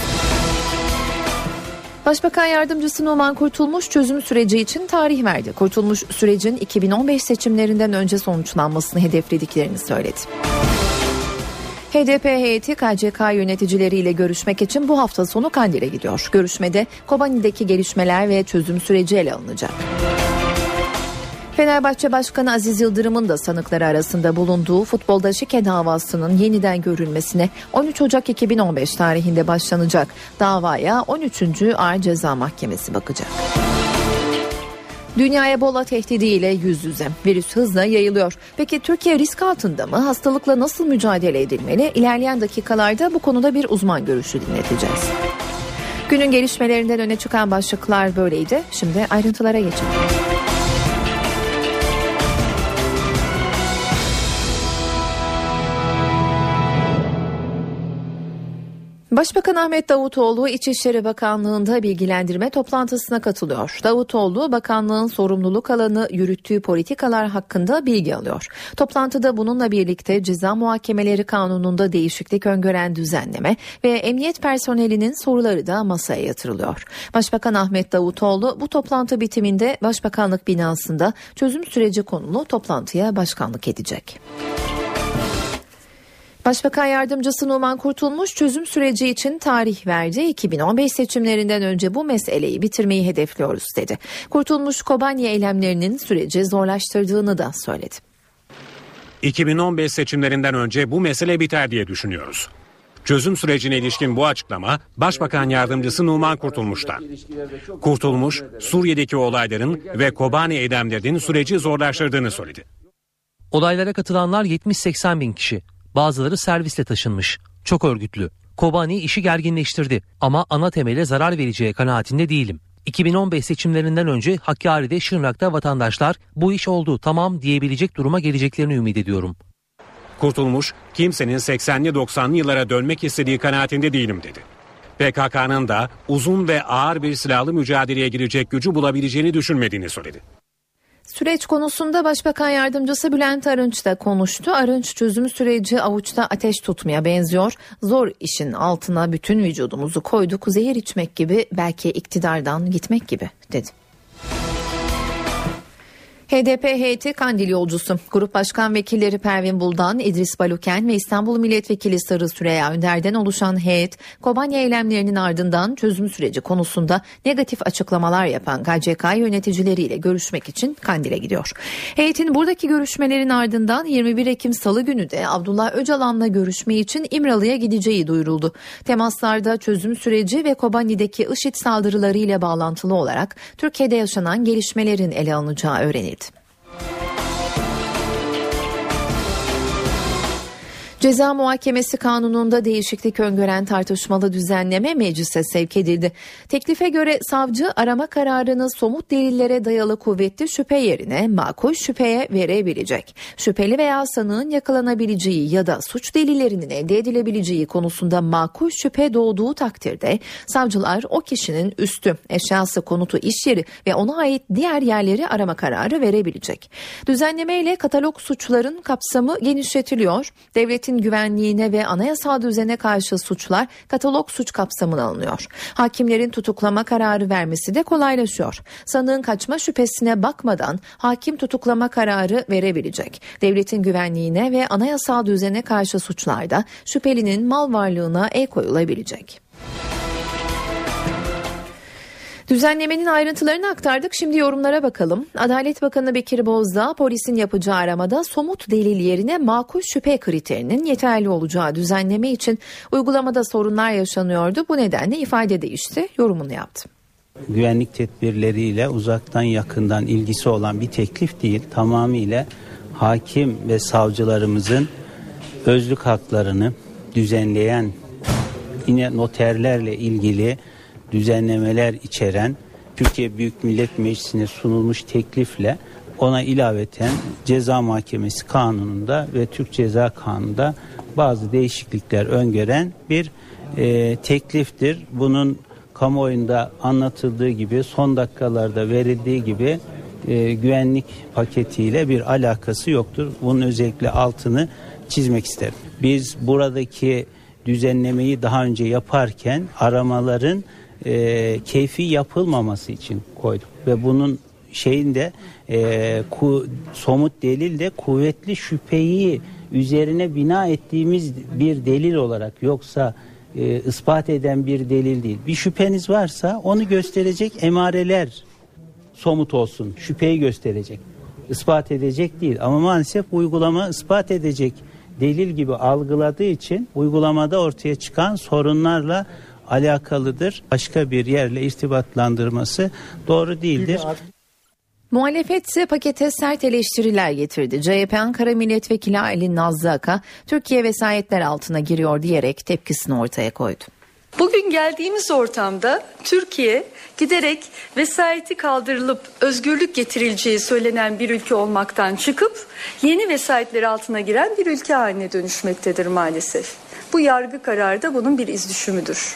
Başbakan Yardımcısı Numan Kurtulmuş çözüm süreci için tarih verdi. Kurtulmuş sürecin iki bin on beş seçimlerinden önce sonuçlanmasını hedeflediklerini söyledi. H D P heyeti K C K yöneticileriyle görüşmek için bu hafta sonu Kandil'e gidiyor. Görüşmede Kobani'deki gelişmeler ve çözüm süreci ele alınacak. Fenerbahçe Başkanı Aziz Yıldırım'ın da sanıkları arasında bulunduğu futbolda şike davasının yeniden görülmesine on üç Ocak iki bin on beş tarihinde başlanacak. Davaya on üçüncü Ağır Ceza Mahkemesi bakacak. Dünya Ebola tehdidiyle yüz yüze. Virüs hızla yayılıyor. Peki Türkiye risk altında mı? Hastalıkla nasıl mücadele edilmeli? İlerleyen dakikalarda bu konuda bir uzman görüşü dinleteceğiz. Günün gelişmelerinden öne çıkan başlıklar böyleydi. Şimdi ayrıntılara geçelim. Başbakan Ahmet Davutoğlu İçişleri Bakanlığı'nda bilgilendirme toplantısına katılıyor. Davutoğlu bakanlığın sorumluluk alanı yürüttüğü politikalar hakkında bilgi alıyor. Toplantıda bununla birlikte Ceza Muhakemeleri Kanunu'nda değişiklik öngören düzenleme ve emniyet personelinin soruları da masaya yatırılıyor. Başbakan Ahmet Davutoğlu bu toplantı bitiminde Başbakanlık binasında çözüm süreci konulu toplantıya başkanlık edecek. Başbakan Yardımcısı Numan Kurtulmuş çözüm süreci için tarih verdi. iki bin on beş seçimlerinden önce bu meseleyi bitirmeyi hedefliyoruz dedi. Kurtulmuş Kobani eylemlerinin süreci zorlaştırdığını da söyledi. iki bin on beş seçimlerinden önce bu mesele biter diye düşünüyoruz. Çözüm sürecine ilişkin bu açıklama Başbakan Yardımcısı Numan Kurtulmuş'tan. Kurtulmuş, Suriye'deki olayların ve Kobani eylemlerinin süreci zorlaştırdığını söyledi. Olaylara katılanlar yetmiş seksen bin kişi. Bazıları servisle taşınmış. Çok örgütlü. Kobani işi gerginleştirdi ama ana temele zarar vereceği kanaatinde değilim. iki bin on beş seçimlerinden önce Hakkari'de, Şırnak'ta vatandaşlar bu iş oldu tamam diyebilecek duruma geleceklerini ümit ediyorum. Kurtulmuş, kimsenin seksenli doksanlı yıllara dönmek istediği kanaatinde değilim dedi. P K K'nın da uzun ve ağır bir silahlı mücadeleye girecek gücü bulabileceğini düşünmediğini söyledi. Süreç konusunda Başbakan Yardımcısı Bülent Arınç da konuştu. Arınç çözüm süreci avuçta ateş tutmaya benziyor. Zor işin altına bütün vücudumuzu koyduk. Zehir içmek gibi, belki iktidardan gitmek gibi dedi. H D P heyeti Kandil yolcusu. Grup Başkan Vekilleri Pervin Buldan, İdris Baluken ve İstanbul Milletvekili Sarı Süreyya Önder'den oluşan heyet, Kobani eylemlerinin ardından çözüm süreci konusunda negatif açıklamalar yapan K C K yöneticileriyle görüşmek için Kandil'e gidiyor. Heyetin buradaki görüşmelerin ardından yirmi bir Ekim Salı günü de Abdullah Öcalan'la görüşme için İmralı'ya gideceği duyuruldu. Temaslarda çözüm süreci ve Kobani'deki IŞİD saldırılarıyla bağlantılı olarak Türkiye'de yaşanan gelişmelerin ele alınacağı öğrenildi. Ceza Muhakemesi Kanunu'nda değişiklik öngören tartışmalı düzenleme meclise sevk edildi. Teklife göre savcı arama kararını somut delillere dayalı kuvvetli şüphe yerine makul şüpheye verebilecek. Şüpheli veya sanığın yakalanabileceği ya da suç delillerinin elde edilebileceği konusunda makul şüphe doğduğu takdirde savcılar o kişinin üstü, eşyası, konutu, iş yeri ve ona ait diğer yerleri arama kararı verebilecek. Düzenlemeyle katalog suçların kapsamı genişletiliyor. Devletin devletin güvenliğine ve anayasal düzene karşı suçlar katalog suç kapsamına alınıyor. Hakimlerin tutuklama kararı vermesi de kolaylaşıyor. Sanığın kaçma şüphesine bakmadan hakim tutuklama kararı verebilecek. Devletin güvenliğine ve anayasal düzene karşı suçlarda şüphelinin mal varlığına el koyulabilecek. Düzenlemenin ayrıntılarını aktardık. Şimdi yorumlara bakalım. Adalet Bakanı Bekir Bozdağ, polisin yapacağı aramada somut delil yerine makul şüphe kriterinin yeterli olacağı düzenleme için uygulamada sorunlar yaşanıyordu. Bu nedenle ifade değişti, yorumunu yaptı. Güvenlik tedbirleriyle uzaktan yakından ilgisi olan bir teklif değil, tamamıyla hakim ve savcılarımızın özlük haklarını düzenleyen, yine noterlerle ilgili düzenlemeler içeren Türkiye Büyük Millet Meclisi'ne sunulmuş teklifle ona ilaveten Ceza Mahkemesi Kanunu'nda ve Türk Ceza Kanunu'nda bazı değişiklikler öngören bir e, tekliftir. Bunun kamuoyunda anlatıldığı gibi, son dakikalarda verildiği gibi e, güvenlik paketiyle bir alakası yoktur. Bunun özellikle altını çizmek isterim. Biz buradaki düzenlemeyi daha önce yaparken aramaların e, keyfi yapılmaması için koyduk ve bunun şeyinde e, ku, somut delil de kuvvetli şüpheyi üzerine bina ettiğimiz bir delil olarak, yoksa e, ispat eden bir delil değil. Bir şüpheniz varsa onu gösterecek emareler somut olsun, şüpheyi gösterecek, ispat edecek değil. Ama maalesef uygulama ispat edecek delil gibi algıladığı için uygulamada ortaya çıkan sorunlarla alakalıdır. Başka bir yerle irtibatlandırması doğru değildir. Muhalefet ise pakete sert eleştiriler getirdi. C H P Ankara Milletvekili Ali Nazlı Aka, Türkiye vesayetler altına giriyor diyerek tepkisini ortaya koydu. Bugün geldiğimiz ortamda Türkiye giderek vesayeti kaldırılıp özgürlük getirileceği söylenen bir ülke olmaktan çıkıp yeni vesayetler altına giren bir ülke haline dönüşmektedir maalesef. Bu yargı kararı da bunun bir izdüşümüdür.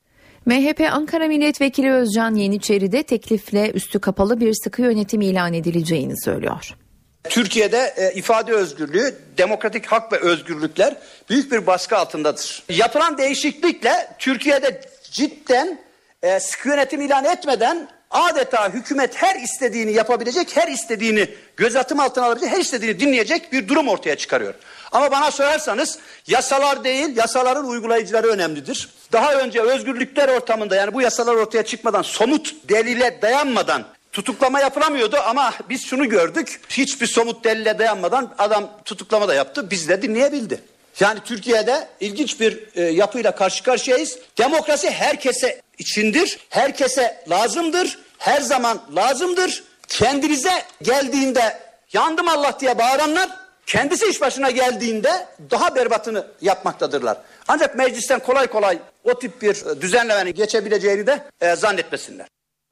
M H P Ankara Milletvekili Özcan Yeniçeri de teklifle üstü kapalı bir sıkı yönetim ilan edileceğini söylüyor. Türkiye'de e, ifade özgürlüğü, demokratik hak ve özgürlükler büyük bir baskı altındadır. Yapılan değişiklikle Türkiye'de cidden e, sıkı yönetim ilan etmeden adeta hükümet her istediğini yapabilecek, her istediğini gözetim altına alabilecek, her istediğini dinleyecek bir durum ortaya çıkarıyor. Ama bana sorarsanız yasalar değil, yasaların uygulayıcıları önemlidir. Daha önce özgürlükler ortamında, yani bu yasalar ortaya çıkmadan, somut delile dayanmadan tutuklama yapılamıyordu ama biz şunu gördük. Hiçbir somut delile dayanmadan adam tutuklama da yaptı. Biz de dinleyebildi. Yani Türkiye'de ilginç bir e, yapıyla karşı karşıyayız. Demokrasi herkese içindir. Herkese lazımdır. Her zaman lazımdır. Kendinize geldiğinde yandım Allah diye bağıranlar, kendisi iş başına geldiğinde daha berbatını yapmaktadırlar. Ancak meclisten kolay kolay o tip bir düzenlemenin geçebileceğini de e, zannetmesinler.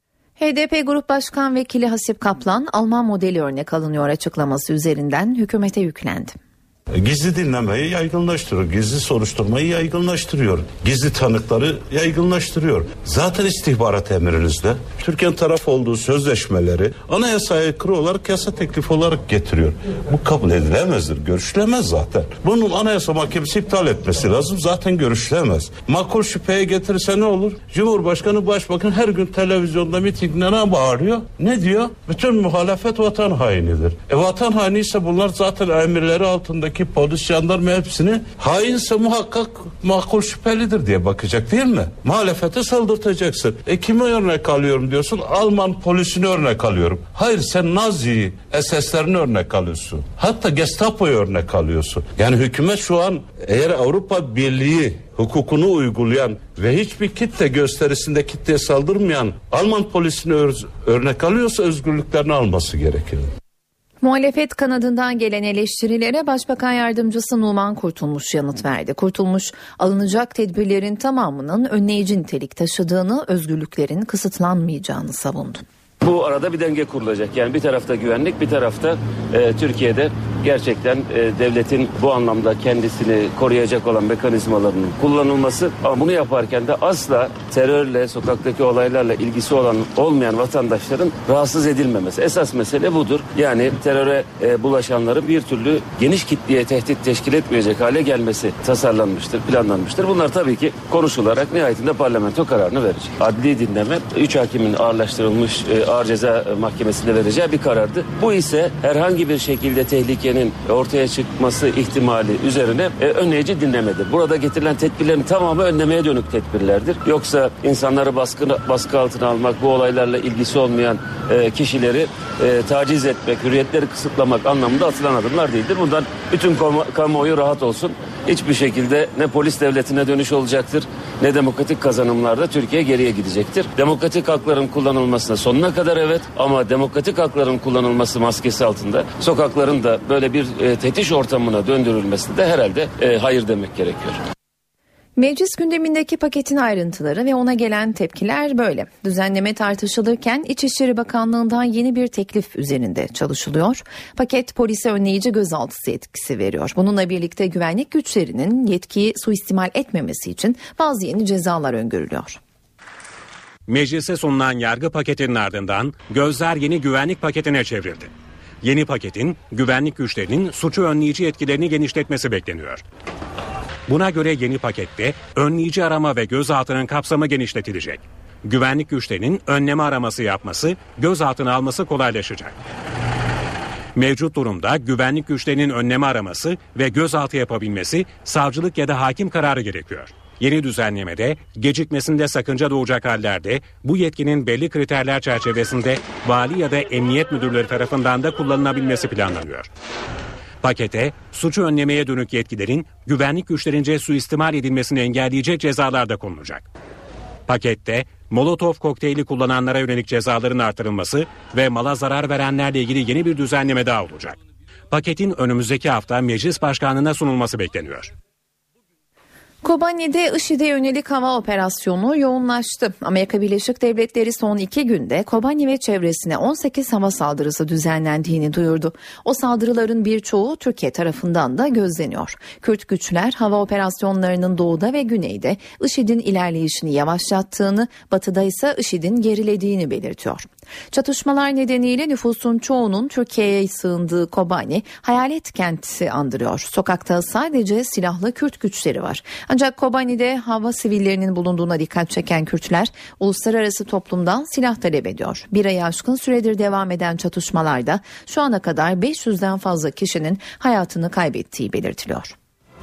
H D P Grup Başkan Vekili Hasip Kaplan, Alman modeli örnek alınıyor açıklaması üzerinden hükümete yüklendi. Gizli dinlemeyi yaygınlaştırıyor, gizli soruşturmayı yaygınlaştırıyor, gizli tanıkları yaygınlaştırıyor. Zaten istihbarat emrinizde Türkiye'nin taraf olduğu sözleşmeleri anayasaya aykırı olarak yasa teklifi olarak getiriyor. Bu kabul edilemezdir, görüşülemez zaten. Bunun Anayasa Mahkemesi iptal etmesi lazım, zaten görüşülemez. Makul şüpheye getirirse ne olur? Cumhurbaşkanı, Başbakan her gün televizyonda, mitingde ne bağırıyor? Ne diyor? Bütün muhalefet vatan hainidir. E vatan haini ise bunlar zaten emirleri altındaki polis, jandarma hepsini hainse muhakkak makul şüphelidir diye bakacak, değil mi? Muhalefete saldırtacaksın. E kimi örnek alıyorum diyorsun? Alman polisini örnek alıyorum. Hayır, sen Nazi S S'lerini örnek alıyorsun. Hatta Gestapo'yu örnek alıyorsun. Yani hükümet şu an eğer Avrupa Birliği hukukunu uygulayan ve hiçbir kitle gösterisinde kitleye saldırmayan Alman polisini ör- örnek alıyorsa özgürlüklerini alması gerekir. Muhalefet kanadından gelen eleştirilere Başbakan Yardımcısı Numan Kurtulmuş yanıt verdi. Kurtulmuş, alınacak tedbirlerin tamamının önleyici nitelik taşıdığını, özgürlüklerin kısıtlanmayacağını savundu. Bu arada bir denge kurulacak. Yani bir tarafta güvenlik, bir tarafta e, Türkiye'de gerçekten e, devletin bu anlamda kendisini koruyacak olan mekanizmalarının kullanılması, ama bunu yaparken de asla terörle, sokaktaki olaylarla ilgisi olan olmayan vatandaşların rahatsız edilmemesi. Esas mesele budur. Yani teröre e, bulaşanların bir türlü geniş kitleye tehdit teşkil etmeyecek hale gelmesi tasarlanmıştır, planlanmıştır. Bunlar tabii ki konuşularak nihayetinde parlamento kararını verecek. Adli dinleme üç hakimin ağırlaştırılmış e, ağır ceza mahkemesinde vereceği bir karardı. Bu ise herhangi bir şekilde tehlikenin ortaya çıkması ihtimali üzerine e, önleyici dinlemedir. Burada getirilen tedbirlerin tamamı önlemeye dönük tedbirlerdir. Yoksa insanları baskı, baskı altına almak, bu olaylarla ilgisi olmayan e, kişileri e, taciz etmek, hürriyetleri kısıtlamak anlamında atılan adımlar değildir. Bundan bütün kamu, kamuoyu rahat olsun. Hiçbir şekilde ne polis devletine dönüş olacaktır, ne demokratik kazanımlarda Türkiye geriye gidecektir. Demokratik hakların kullanılmasına sonuna kadar evet, ama demokratik hakların kullanılması maskesi altında sokakların da böyle bir e, tetiş ortamına döndürülmesinde herhalde e, hayır demek gerekiyor. Meclis gündemindeki paketin ayrıntıları ve ona gelen tepkiler böyle. Düzenleme tartışılırken İçişleri Bakanlığı'ndan yeni bir teklif üzerinde çalışılıyor. Paket polise önleyici gözaltısı yetkisi veriyor. Bununla birlikte güvenlik güçlerinin yetkiyi suistimal etmemesi için bazı yeni cezalar öngörülüyor. Meclise sunulan yargı paketinin ardından gözler yeni güvenlik paketine çevrildi. Yeni paketin güvenlik güçlerinin suçu önleyici yetkilerini genişletmesi bekleniyor. Buna göre yeni pakette önleyici arama ve gözaltının kapsamı genişletilecek. Güvenlik güçlerinin önleme araması yapması, gözaltına alması kolaylaşacak. Mevcut durumda güvenlik güçlerinin önleme araması ve gözaltı yapabilmesi savcılık ya da hakim kararı gerekiyor. Yeni düzenlemede gecikmesinde sakınca doğacak hallerde bu yetkinin belli kriterler çerçevesinde vali ya da emniyet müdürleri tarafından da kullanılabilmesi planlanıyor. Pakete suçu önlemeye dönük yetkilerin güvenlik güçlerince suistimal edilmesini engelleyecek cezalar da konulacak. Pakette Molotov kokteyli kullananlara yönelik cezaların artırılması ve mala zarar verenlerle ilgili yeni bir düzenleme daha olacak. Paketin önümüzdeki hafta Meclis Başkanlığı'na sunulması bekleniyor. Kobani'de IŞİD'e yönelik hava operasyonu yoğunlaştı. Amerika Birleşik Devletleri son iki günde Kobani ve çevresine on sekiz hava saldırısı düzenlendiğini duyurdu. O saldırıların birçoğu Türkiye tarafından da gözleniyor. Kürt güçler hava operasyonlarının doğuda ve güneyde IŞİD'in ilerleyişini yavaşlattığını, batıda ise IŞİD'in gerilediğini belirtiyor. Çatışmalar nedeniyle nüfusun çoğunun Türkiye'ye sığındığı Kobani hayalet kenti andırıyor. Sokakta sadece silahlı Kürt güçleri var. Ancak Kobani'de hava sivillerinin bulunduğuna dikkat çeken Kürtler uluslararası toplumdan silah talep ediyor. Bir ayı aşkın süredir devam eden çatışmalarda şu ana kadar beş yüzden fazla kişinin hayatını kaybettiği belirtiliyor.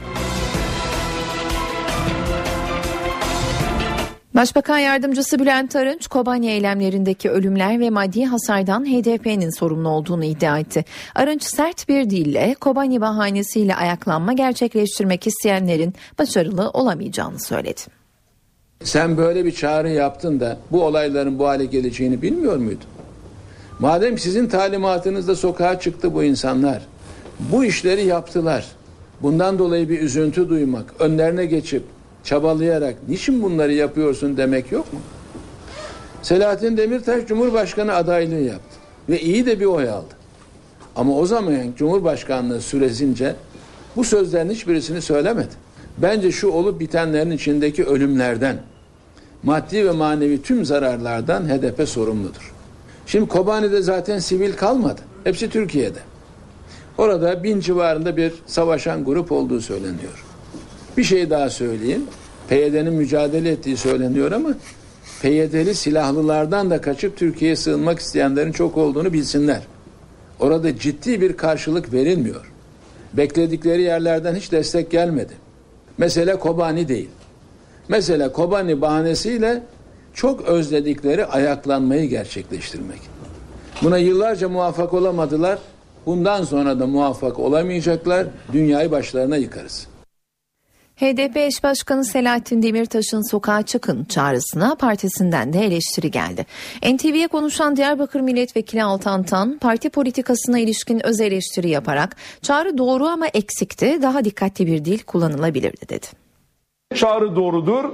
Başbakan Yardımcısı Bülent Arınç, Kobani eylemlerindeki ölümler ve maddi hasardan H D P'nin sorumlu olduğunu iddia etti. Arınç sert bir dille Kobani bahanesiyle ayaklanma gerçekleştirmek isteyenlerin başarılı olamayacağını söyledi. Sen böyle bir çağrı yaptın da bu olayların bu hale geleceğini bilmiyor muydun? Madem sizin talimatınızda sokağa çıktı bu insanlar, bu işleri yaptılar. Bundan dolayı bir üzüntü duymak, önlerine geçip çabalayarak niçin bunları yapıyorsun demek yok mu? Selahattin Demirtaş Cumhurbaşkanı adaylığı yaptı ve iyi de bir oy aldı. Ama o zaman Cumhurbaşkanlığı süresince bu sözlerin hiçbirisini söylemedi. Bence şu olup bitenlerin içindeki ölümlerden, maddi ve manevi tüm zararlardan H D P sorumludur. Şimdi Kobani'de zaten sivil kalmadı. Hepsi Türkiye'de. Orada bin civarında bir savaşan grup olduğu söyleniyor. Bir şey daha söyleyeyim. P Y D'nin mücadele ettiği söyleniyor ama P Y D'li silahlılardan da kaçıp Türkiye'ye sığınmak isteyenlerin çok olduğunu bilsinler. Orada ciddi bir karşılık verilmiyor. Bekledikleri yerlerden hiç destek gelmedi. Mesele Kobani değil. Mesele Kobani bahanesiyle çok özledikleri ayaklanmayı gerçekleştirmek. Buna yıllarca muvaffak olamadılar. Bundan sonra da muvaffak olamayacaklar. Dünyayı başlarına yıkarız. H D P eş başkanı Selahattin Demirtaş'ın sokağa çıkın çağrısına partisinden de eleştiri geldi. N T V'ye konuşan Diyarbakır Milletvekili Altan Tan, parti politikasına ilişkin öz eleştiri yaparak çağrı doğru ama eksikti, daha dikkatli bir dil kullanılabilirdi dedi. Çağrı doğrudur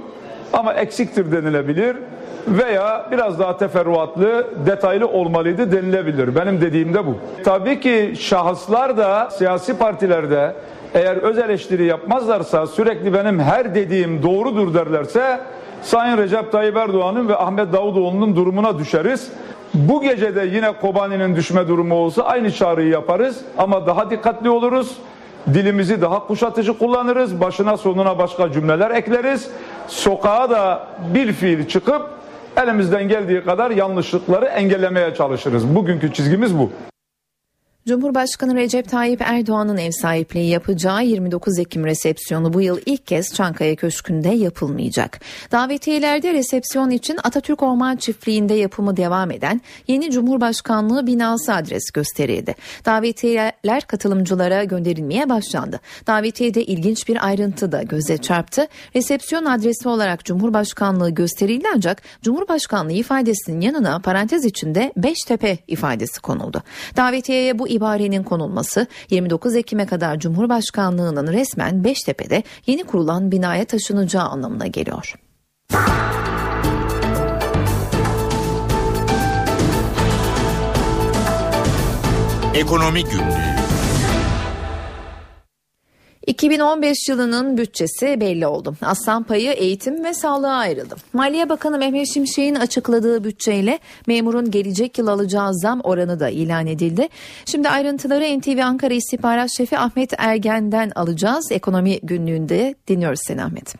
ama eksiktir denilebilir veya biraz daha teferruatlı, detaylı olmalıydı denilebilir. Benim dediğim de bu. Tabii ki şahıslar da siyasi partilerde eğer öz eleştiri yapmazlarsa, sürekli benim her dediğim doğrudur derlerse Sayın Recep Tayyip Erdoğan'ın ve Ahmet Davutoğlu'nun durumuna düşeriz. Bu gece de yine Kobani'nin düşme durumu olsa aynı çağrıyı yaparız ama daha dikkatli oluruz. Dilimizi daha kuşatıcı kullanırız. Başına sonuna başka cümleler ekleriz. Sokağa da bir fiil çıkıp elimizden geldiği kadar yanlışlıkları engellemeye çalışırız. Bugünkü çizgimiz bu. Cumhurbaşkanı Recep Tayyip Erdoğan'ın ev sahipliği yapacağı yirmi dokuz Ekim resepsiyonu bu yıl ilk kez Çankaya Köşkü'nde yapılmayacak. Davetiyelerde resepsiyon için Atatürk Orman Çiftliği'nde yapımı devam eden yeni Cumhurbaşkanlığı binası adres gösterildi. Davetiyeler katılımcılara gönderilmeye başlandı. Davetiyede ilginç bir ayrıntı da göze çarptı. Resepsiyon adresi olarak Cumhurbaşkanlığı gösterildi ancak Cumhurbaşkanlığı ifadesinin yanına parantez içinde Beştepe ifadesi konuldu. Davetiyeye bu ibarenin konulması yirmi dokuz Ekim'e kadar Cumhurbaşkanlığının resmen Beştepe'de yeni kurulan binaya taşınacağı anlamına geliyor. Ekonomi Günlüğü. iki bin on beş yılının bütçesi belli oldu. Aslan payı eğitim ve sağlığa ayrıldı. Maliye Bakanı Mehmet Şimşek'in açıkladığı bütçeyle memurun gelecek yıl alacağı zam oranı da ilan edildi. Şimdi ayrıntıları N T V Ankara İstihbarat Şefi Ahmet Ergen'den alacağız. Ekonomi Günlüğü'nde dinliyoruz seni Ahmet.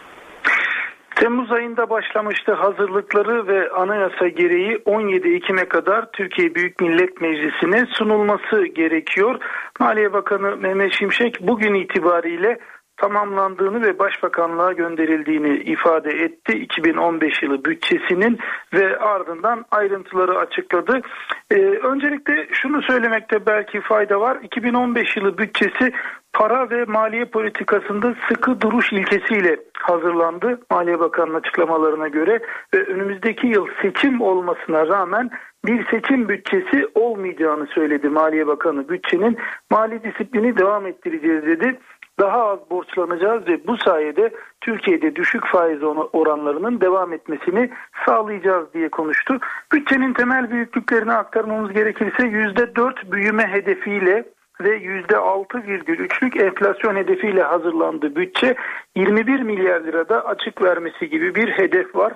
Temmuz ayında başlamıştı hazırlıkları ve anayasa gereği on yedi Ekim'e kadar Türkiye Büyük Millet Meclisi'ne sunulması gerekiyor. Maliye Bakanı Mehmet Şimşek bugün itibariyle tamamlandığını ve Başbakanlığa gönderildiğini ifade etti. iki bin on beş yılı bütçesinin ve ardından ayrıntıları açıkladı. Ee, öncelikle şunu söylemekte belki fayda var. iki bin on beş yılı bütçesi para ve maliye politikasında sıkı duruş ilkesiyle hazırlandı. Maliye Bakanı'nın açıklamalarına göre ve önümüzdeki yıl seçim olmasına rağmen bir seçim bütçesi olmayacağını söyledi Maliye Bakanı. Bütçenin mali disiplini devam ettireceğiz dedi. Daha az borçlanacağız ve bu sayede Türkiye'de düşük faiz oranlarının devam etmesini sağlayacağız diye konuştu. Bütçenin temel büyüklüklerini aktarmamız gerekirse yüzde dört büyüme hedefiyle ve yüzde altı virgül üçlük enflasyon hedefiyle hazırlandı bütçe. yirmi bir milyar lirada açık vermesi gibi bir hedef var.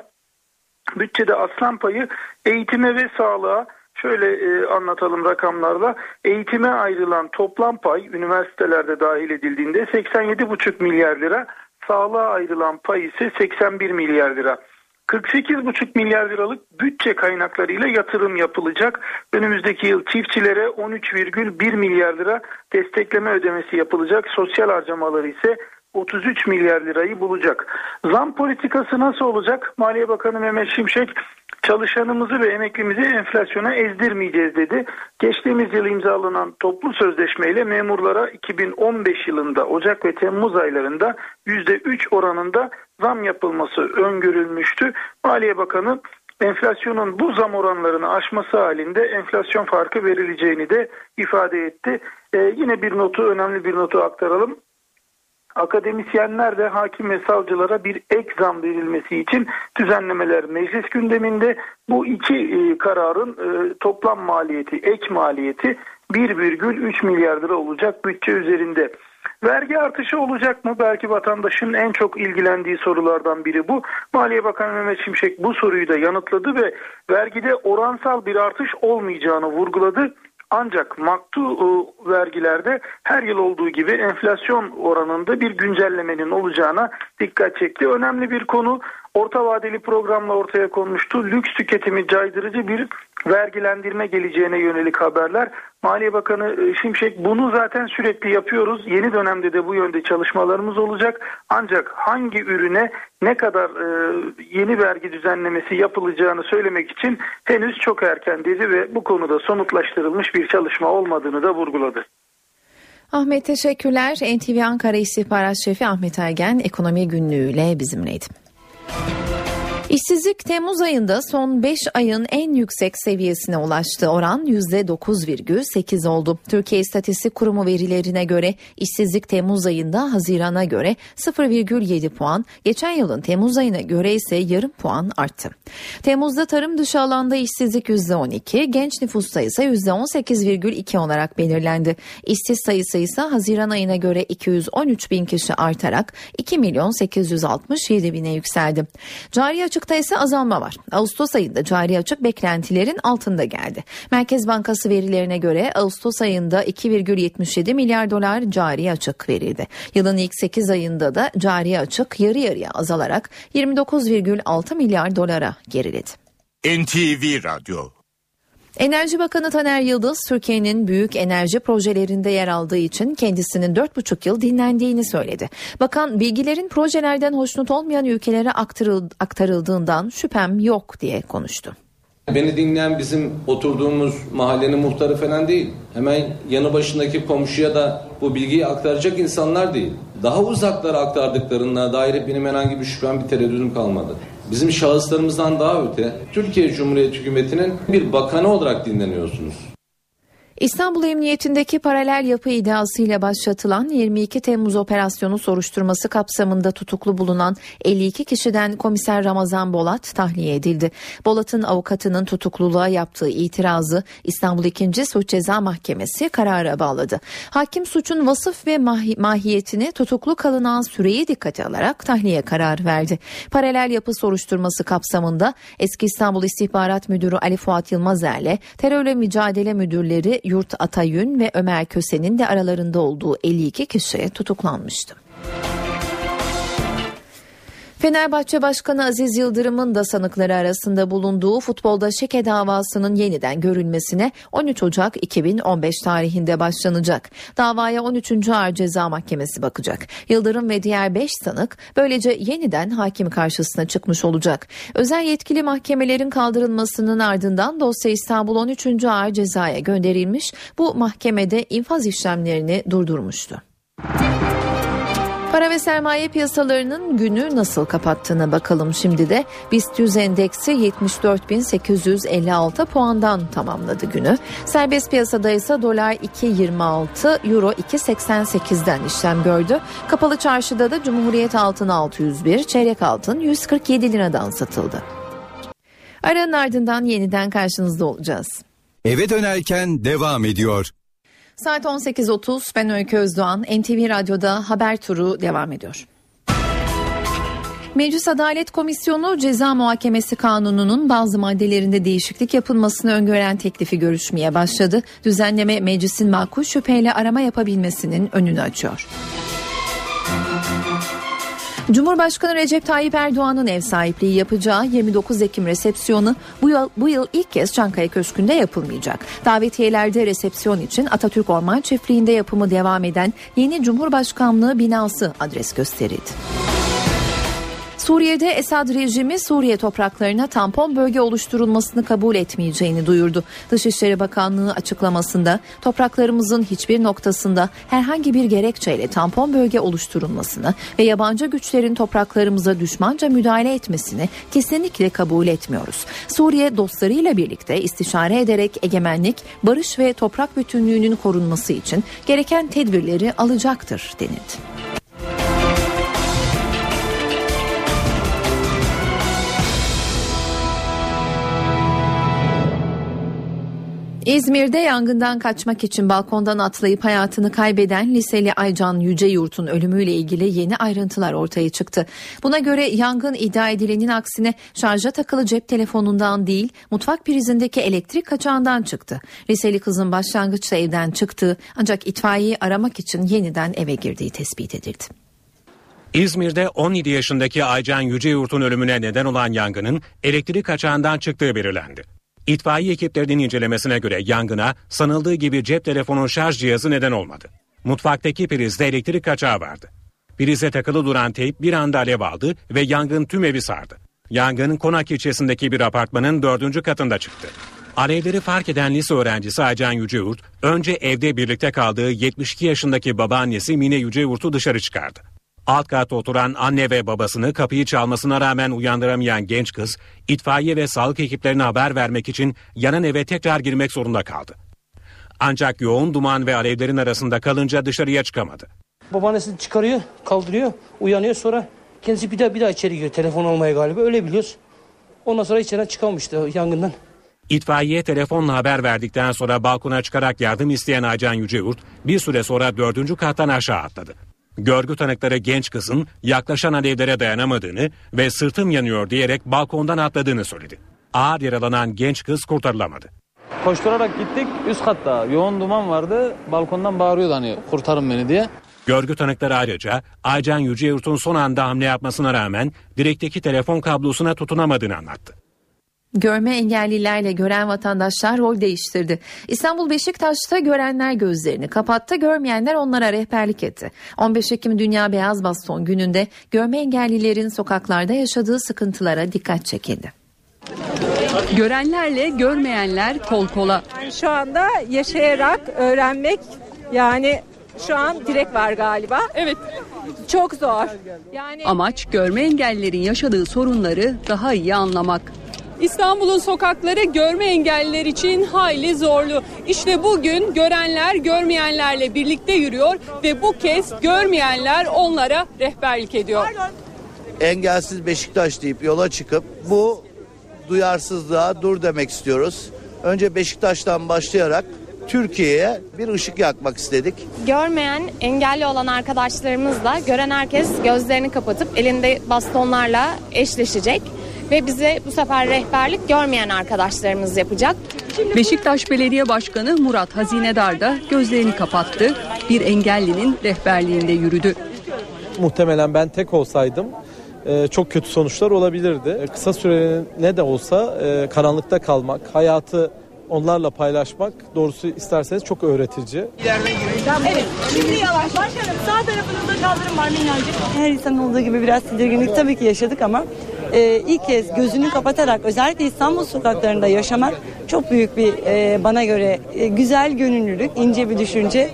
Bütçede aslan payı eğitime ve sağlığa, şöyle e, anlatalım rakamlarla, eğitime ayrılan toplam pay üniversitelerde dahil edildiğinde seksen yedi buçuk milyar lira, sağlığa ayrılan pay ise seksen bir milyar lira. kırk sekiz buçuk milyar liralık bütçe kaynaklarıyla yatırım yapılacak. Önümüzdeki yıl çiftçilere on üç virgül bir milyar lira destekleme ödemesi yapılacak. Sosyal harcamaları ise otuz üç milyar lirayı bulacak. Zam politikası nasıl olacak? Maliye Bakanı Mehmet Şimşek, çalışanımızı ve emeklimizi enflasyona ezdirmeyeceğiz dedi. Geçtiğimiz yıl imzalanan toplu sözleşmeyle memurlara iki bin on beş yılında Ocak ve Temmuz aylarında yüzde üç oranında zam yapılması öngörülmüştü. Maliye Bakanı enflasyonun bu zam oranlarını aşması halinde enflasyon farkı verileceğini de ifade etti. Ee, yine bir notu, önemli bir notu aktaralım. Akademisyenler de hakim ve savcılara bir ek zam verilmesi için düzenlemeler meclis gündeminde. Bu iki e, kararın e, toplam maliyeti, ek maliyeti bir virgül üç milyar lira olacak bütçe üzerinde. Vergi artışı olacak mı? Belki vatandaşın en çok ilgilendiği sorulardan biri bu. Maliye Bakanı Mehmet Şimşek bu soruyu da yanıtladı ve vergide oransal bir artış olmayacağını vurguladı. Ancak maktu vergilerde her yıl olduğu gibi enflasyon oranında bir güncellemenin olacağına dikkat çekti. Önemli bir konu, orta vadeli programla ortaya konmuştu. Lüks tüketimi caydırıcı bir vergilendirme geleceğine yönelik haberler. Maliye Bakanı Şimşek, bunu zaten sürekli yapıyoruz. Yeni dönemde de bu yönde çalışmalarımız olacak. Ancak hangi ürüne ne kadar e, yeni vergi düzenlemesi yapılacağını söylemek için henüz çok erken dedi ve bu konuda somutlaştırılmış bir çalışma olmadığını da vurguladı. Ahmet teşekkürler. N T V Ankara İstihbarat Şefi Ahmet Ergen Ekonomi Günlüğü'yle bizimleydi. İşsizlik Temmuz ayında son beş ayın en yüksek seviyesine ulaştı. Oran yüzde dokuz virgül sekiz oldu. Türkiye İstatistik Kurumu verilerine göre işsizlik Temmuz ayında Haziran'a göre sıfır virgül yedi puan, geçen yılın Temmuz ayına göre ise yarım puan arttı. Temmuz'da tarım dışı alanda işsizlik yüzde on iki, genç nüfusta ise yüzde on sekiz virgül iki olarak belirlendi. İşsiz sayısı ise Haziran ayına göre iki yüz on üç bin kişi artarak iki milyon sekiz yüz altmış yedi bine yükseldi. Cari açıkta ise azalma var. Ağustos ayında cari açık beklentilerin altında geldi. Merkez Bankası verilerine göre Ağustos ayında iki virgül yetmiş yedi milyar dolar cari açık verildi. Yılın ilk sekiz ayında da cari açık yarı yarıya azalarak yirmi dokuz virgül altı milyar dolara geriledi. N T V Radyo. Enerji Bakanı Taner Yıldız, Türkiye'nin büyük enerji projelerinde yer aldığı için kendisinin dört buçuk yıl dinlendiğini söyledi. Bakan, bilgilerin projelerden hoşnut olmayan ülkelere aktarıldığından şüphem yok diye konuştu. Beni dinleyen bizim oturduğumuz mahallenin muhtarı falan değil. Hemen yanı başındaki komşuya da bu bilgiyi aktaracak insanlar değil. Daha uzaklara aktardıklarına dair benim herhangi bir şüphem, bir tereddüdüm kalmadı. Bizim şahıslarımızdan daha öte Türkiye Cumhuriyeti Hükümeti'nin bir bakanı olarak dinleniyorsunuz. İstanbul Emniyetindeki paralel yapı iddiasıyla başlatılan yirmi iki Temmuz operasyonu soruşturması kapsamında tutuklu bulunan elli iki kişiden komiser Ramazan Bolat tahliye edildi. Bolat'ın avukatının tutukluluğa yaptığı itirazı İstanbul ikinci Suç Ceza Mahkemesi karara bağladı. Hakim suçun vasıf ve mahi- mahiyetini, tutuklu kalınan süreyi dikkate alarak tahliye kararı verdi. Paralel yapı soruşturması kapsamında eski İstanbul İstihbarat Müdürü Ali Fuat Yılmazer'le terörle mücadele müdürleri Yurt Atayün ve Ömer Köse'nin de aralarında olduğu elli iki kişi tutuklanmıştı. Fenerbahçe Başkanı Aziz Yıldırım'ın da sanıkları arasında bulunduğu futbolda şike davasının yeniden görülmesine on üç Ocak iki bin on beş tarihinde başlanacak. Davaya on üçüncü Ağır Ceza Mahkemesi bakacak. Yıldırım ve diğer beş sanık böylece yeniden hakim karşısına çıkmış olacak. Özel yetkili mahkemelerin kaldırılmasının ardından dosya İstanbul on üçüncü Ağır Ceza'ya gönderilmiş. Bu mahkemede infaz işlemlerini durdurmuştu. Para ve sermaye piyasalarının günü nasıl kapattığına bakalım şimdi de. BIST yüz endeksi yetmiş dört bin sekiz yüz elli altı puandan tamamladı günü. Serbest piyasada ise dolar iki virgül yirmi altı, euro iki virgül seksen sekizden işlem gördü. Kapalı çarşıda da Cumhuriyet altın altı yüz bir, çeyrek altın yüz kırk yedi liradan satıldı. Aranın ardından yeniden karşınızda olacağız. Eve dönerken devam ediyor. Saat on sekiz otuz, ben Öykü Özdoğan. N T V Radyo'da haber turu devam ediyor. Meclis Adalet Komisyonu Ceza Muhakemesi Kanunu'nun bazı maddelerinde değişiklik yapılmasını öngören teklifi görüşmeye başladı. Düzenleme meclisin makul şüpheyle arama yapabilmesinin önünü açıyor. Cumhurbaşkanı Recep Tayyip Erdoğan'ın ev sahipliği yapacağı yirmi dokuz Ekim resepsiyonu bu yıl, bu yıl ilk kez Çankaya Köşkü'nde yapılmayacak. Davetiyelerde resepsiyon için Atatürk Orman Çiftliği'nde yapımı devam eden yeni Cumhurbaşkanlığı binası adres gösterildi. Suriye'de Esad rejimi Suriye topraklarına tampon bölge oluşturulmasını kabul etmeyeceğini duyurdu. Dışişleri Bakanlığı açıklamasında topraklarımızın hiçbir noktasında herhangi bir gerekçeyle tampon bölge oluşturulmasını ve yabancı güçlerin topraklarımıza düşmanca müdahale etmesini kesinlikle kabul etmiyoruz. Suriye dostlarıyla birlikte istişare ederek egemenlik, barış ve toprak bütünlüğünün korunması için gereken tedbirleri alacaktır denildi. İzmir'de yangından kaçmak için balkondan atlayıp hayatını kaybeden liseli Aycan Yüceyurt'un ölümüyle ilgili yeni ayrıntılar ortaya çıktı. Buna göre yangın iddia edilenin aksine şarja takılı cep telefonundan değil, mutfak prizindeki elektrik kaçağından çıktı. Liseli kızın başlangıçta evden çıktığı ancak itfaiyeyi aramak için yeniden eve girdiği tespit edildi. İzmir'de on yedi yaşındaki Aycan Yüceyurt'un ölümüne neden olan yangının elektrik kaçağından çıktığı belirlendi. İtfaiye ekiplerinin incelemesine göre yangına sanıldığı gibi cep telefonu şarj cihazı neden olmadı. Mutfaktaki prizde elektrik kaçağı vardı. Prize takılı duran teyp bir anda alev aldı ve yangın tüm evi sardı. Yangın Konak ilçesindeki bir apartmanın dördüncü katında çıktı. Alevleri fark eden lise öğrencisi Aycan Yüceyurt, önce evde birlikte kaldığı yetmiş iki yaşındaki babaannesi Mine Yüceyurt'u dışarı çıkardı. Alt katta oturan anne ve babasını kapıyı çalmasına rağmen uyandıramayan genç kız, itfaiye ve sağlık ekiplerine haber vermek için yanan eve tekrar girmek zorunda kaldı. Ancak yoğun duman ve alevlerin arasında kalınca dışarıya çıkamadı. Babaannesini çıkarıyor, kaldırıyor, uyanıyor, sonra kendisi bir daha bir daha içeri giriyor. Telefon almaya galiba, öyle biliyoruz. Ondan sonra içeriden çıkamıştı yangından. İtfaiye telefonla haber verdikten sonra balkona çıkarak yardım isteyen Aycan Yüceyurt bir süre sonra dördüncü kattan aşağı atladı. Görgü tanıkları genç kızın yaklaşan alevlere dayanamadığını ve sırtım yanıyor diyerek balkondan atladığını söyledi. Ağır yaralanan genç kız kurtarılamadı. Koşturarak gittik, üst katta yoğun duman vardı, balkondan bağırıyordu hani kurtarın beni diye. Görgü tanıkları ayrıca Aycan Yüceyurt'un son anda hamle yapmasına rağmen direkteki telefon kablosuna tutunamadığını anlattı. Görme engellilerle gören vatandaşlar rol değiştirdi. İstanbul Beşiktaş'ta görenler gözlerini kapattı, görmeyenler onlara rehberlik etti. on beş Ekim Dünya Beyaz Baston Günü'nde görme engellilerin sokaklarda yaşadığı sıkıntılara dikkat çekildi. Görenlerle görmeyenler kol kola. Yani şu anda yaşayarak öğrenmek, yani şu an direkt var galiba. Evet. Çok zor. Yani amaç görme engellilerin yaşadığı sorunları daha iyi anlamak. İstanbul'un sokakları görme engelliler için hayli zorlu. İşte bugün görenler görmeyenlerle birlikte yürüyor ve bu kez görmeyenler onlara rehberlik ediyor. Engelsiz Beşiktaş deyip yola çıkıp bu duyarsızlığa dur demek istiyoruz. Önce Beşiktaş'tan başlayarak Türkiye'ye bir ışık yakmak istedik. Görmeyen, engelli olan arkadaşlarımızla gören herkes gözlerini kapatıp elinde bastonlarla eşleşecek. Ve bize bu sefer rehberlik görmeyen arkadaşlarımız yapacak. Beşiktaş Belediye Başkanı Murat Hazinedar da gözlerini kapattı. Bir engellinin rehberliğinde yürüdü. Muhtemelen ben tek olsaydım çok kötü sonuçlar olabilirdi. Kısa süre ne de olsa karanlıkta kalmak, hayatı onlarla paylaşmak doğrusu isterseniz çok öğretici. Evet, şimdi yavaş başlayalım. Sağ tarafınızda kaldırım var minnacık. Her insan olduğu gibi biraz tedirginlik tabii ki yaşadık ama e, ilk kez gözünü kapatarak özellikle İstanbul sokaklarında yaşamak çok büyük bir e, bana göre e, güzel gönüllülük, ince bir düşünce.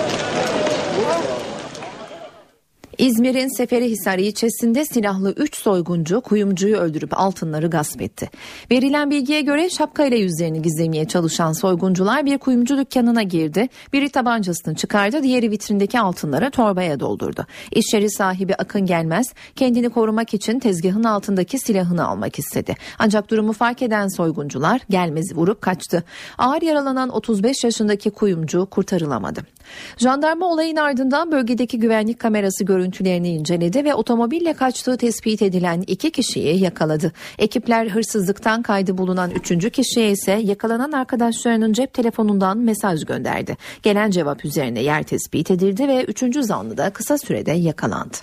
İzmir'in Seferihisar ilçesinde silahlı üç soyguncu kuyumcuyu öldürüp altınları gasp etti. Verilen bilgiye göre şapkayla yüzlerini gizlemeye çalışan soyguncular bir kuyumcu dükkanına girdi. Biri tabancasını çıkardı, diğeri vitrindeki altınları torbaya doldurdu. İş yeri sahibi Akın Gelmez kendini korumak için tezgahın altındaki silahını almak istedi. Ancak durumu fark eden soyguncular Gelmez'i vurup kaçtı. Ağır yaralanan otuz beş yaşındaki kuyumcu kurtarılamadı. Jandarma olayın ardından bölgedeki güvenlik kamerası görüntülerini inceledi ve otomobille kaçtığı tespit edilen iki kişiyi yakaladı. Ekipler hırsızlıktan kaydı bulunan üçüncü kişiye ise yakalanan arkadaşlarının cep telefonundan mesaj gönderdi. Gelen cevap üzerine yer tespit edildi ve üçüncü zanlı da kısa sürede yakalandı.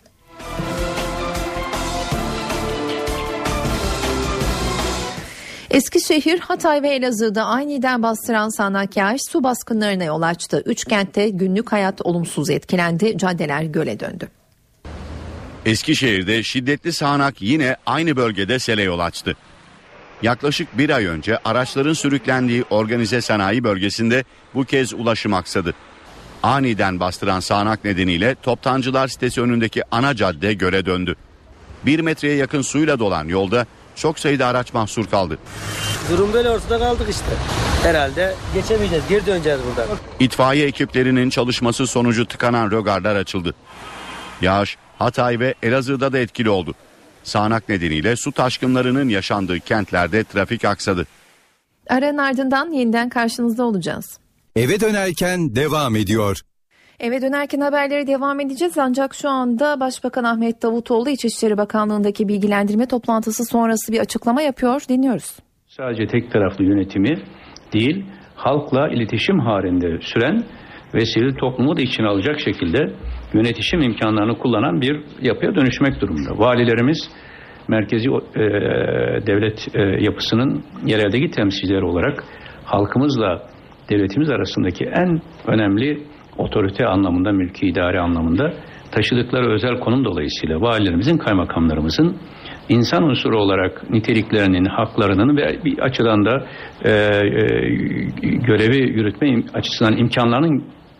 Eskişehir, Hatay ve Elazığ'da aniden bastıran sağanak yağış su baskınlarına yol açtı. Üç kentte günlük hayat olumsuz etkilendi. Caddeler göle döndü. Eskişehir'de şiddetli sağanak yine aynı bölgede sele yol açtı. Yaklaşık bir ay önce araçların sürüklendiği organize sanayi bölgesinde bu kez ulaşım aksadı. Aniden bastıran sağanak nedeniyle Toptancılar sitesi önündeki ana cadde göle döndü. Bir metreye yakın suyla dolan yolda çok sayıda araç mahsur kaldı. Durum böyle, ortada kaldık işte. Herhalde geçemeyeceğiz, geri döneceğiz buradan. İtfaiye ekiplerinin çalışması sonucu tıkanan rögarlar açıldı. Yağış Hatay ve Elazığ'da da etkili oldu. Sağanak nedeniyle su taşkınlarının yaşandığı kentlerde trafik aksadı. Aranın ardından yeniden karşınızda olacağız. Eve dönerken devam ediyor. Eve dönerken haberlere devam edeceğiz, ancak şu anda Başbakan Ahmet Davutoğlu İçişleri Bakanlığı'ndaki bilgilendirme toplantısı sonrası bir açıklama yapıyor. Dinliyoruz. Sadece tek taraflı yönetimi değil, halkla iletişim halinde süren ve sivil toplumu da içine alacak şekilde yönetişim imkanlarını kullanan bir yapıya dönüşmek durumunda. Valilerimiz merkezi e, devlet e, yapısının yereldeki temsilcileri olarak halkımızla devletimiz arasındaki en önemli otorite anlamında, mülki idare anlamında taşıdıkları özel konum dolayısıyla valilerimizin, kaymakamlarımızın insan unsuru olarak niteliklerinin, haklarının ve bir açıdan da e, e, görevi yürütme açısından imkanlarının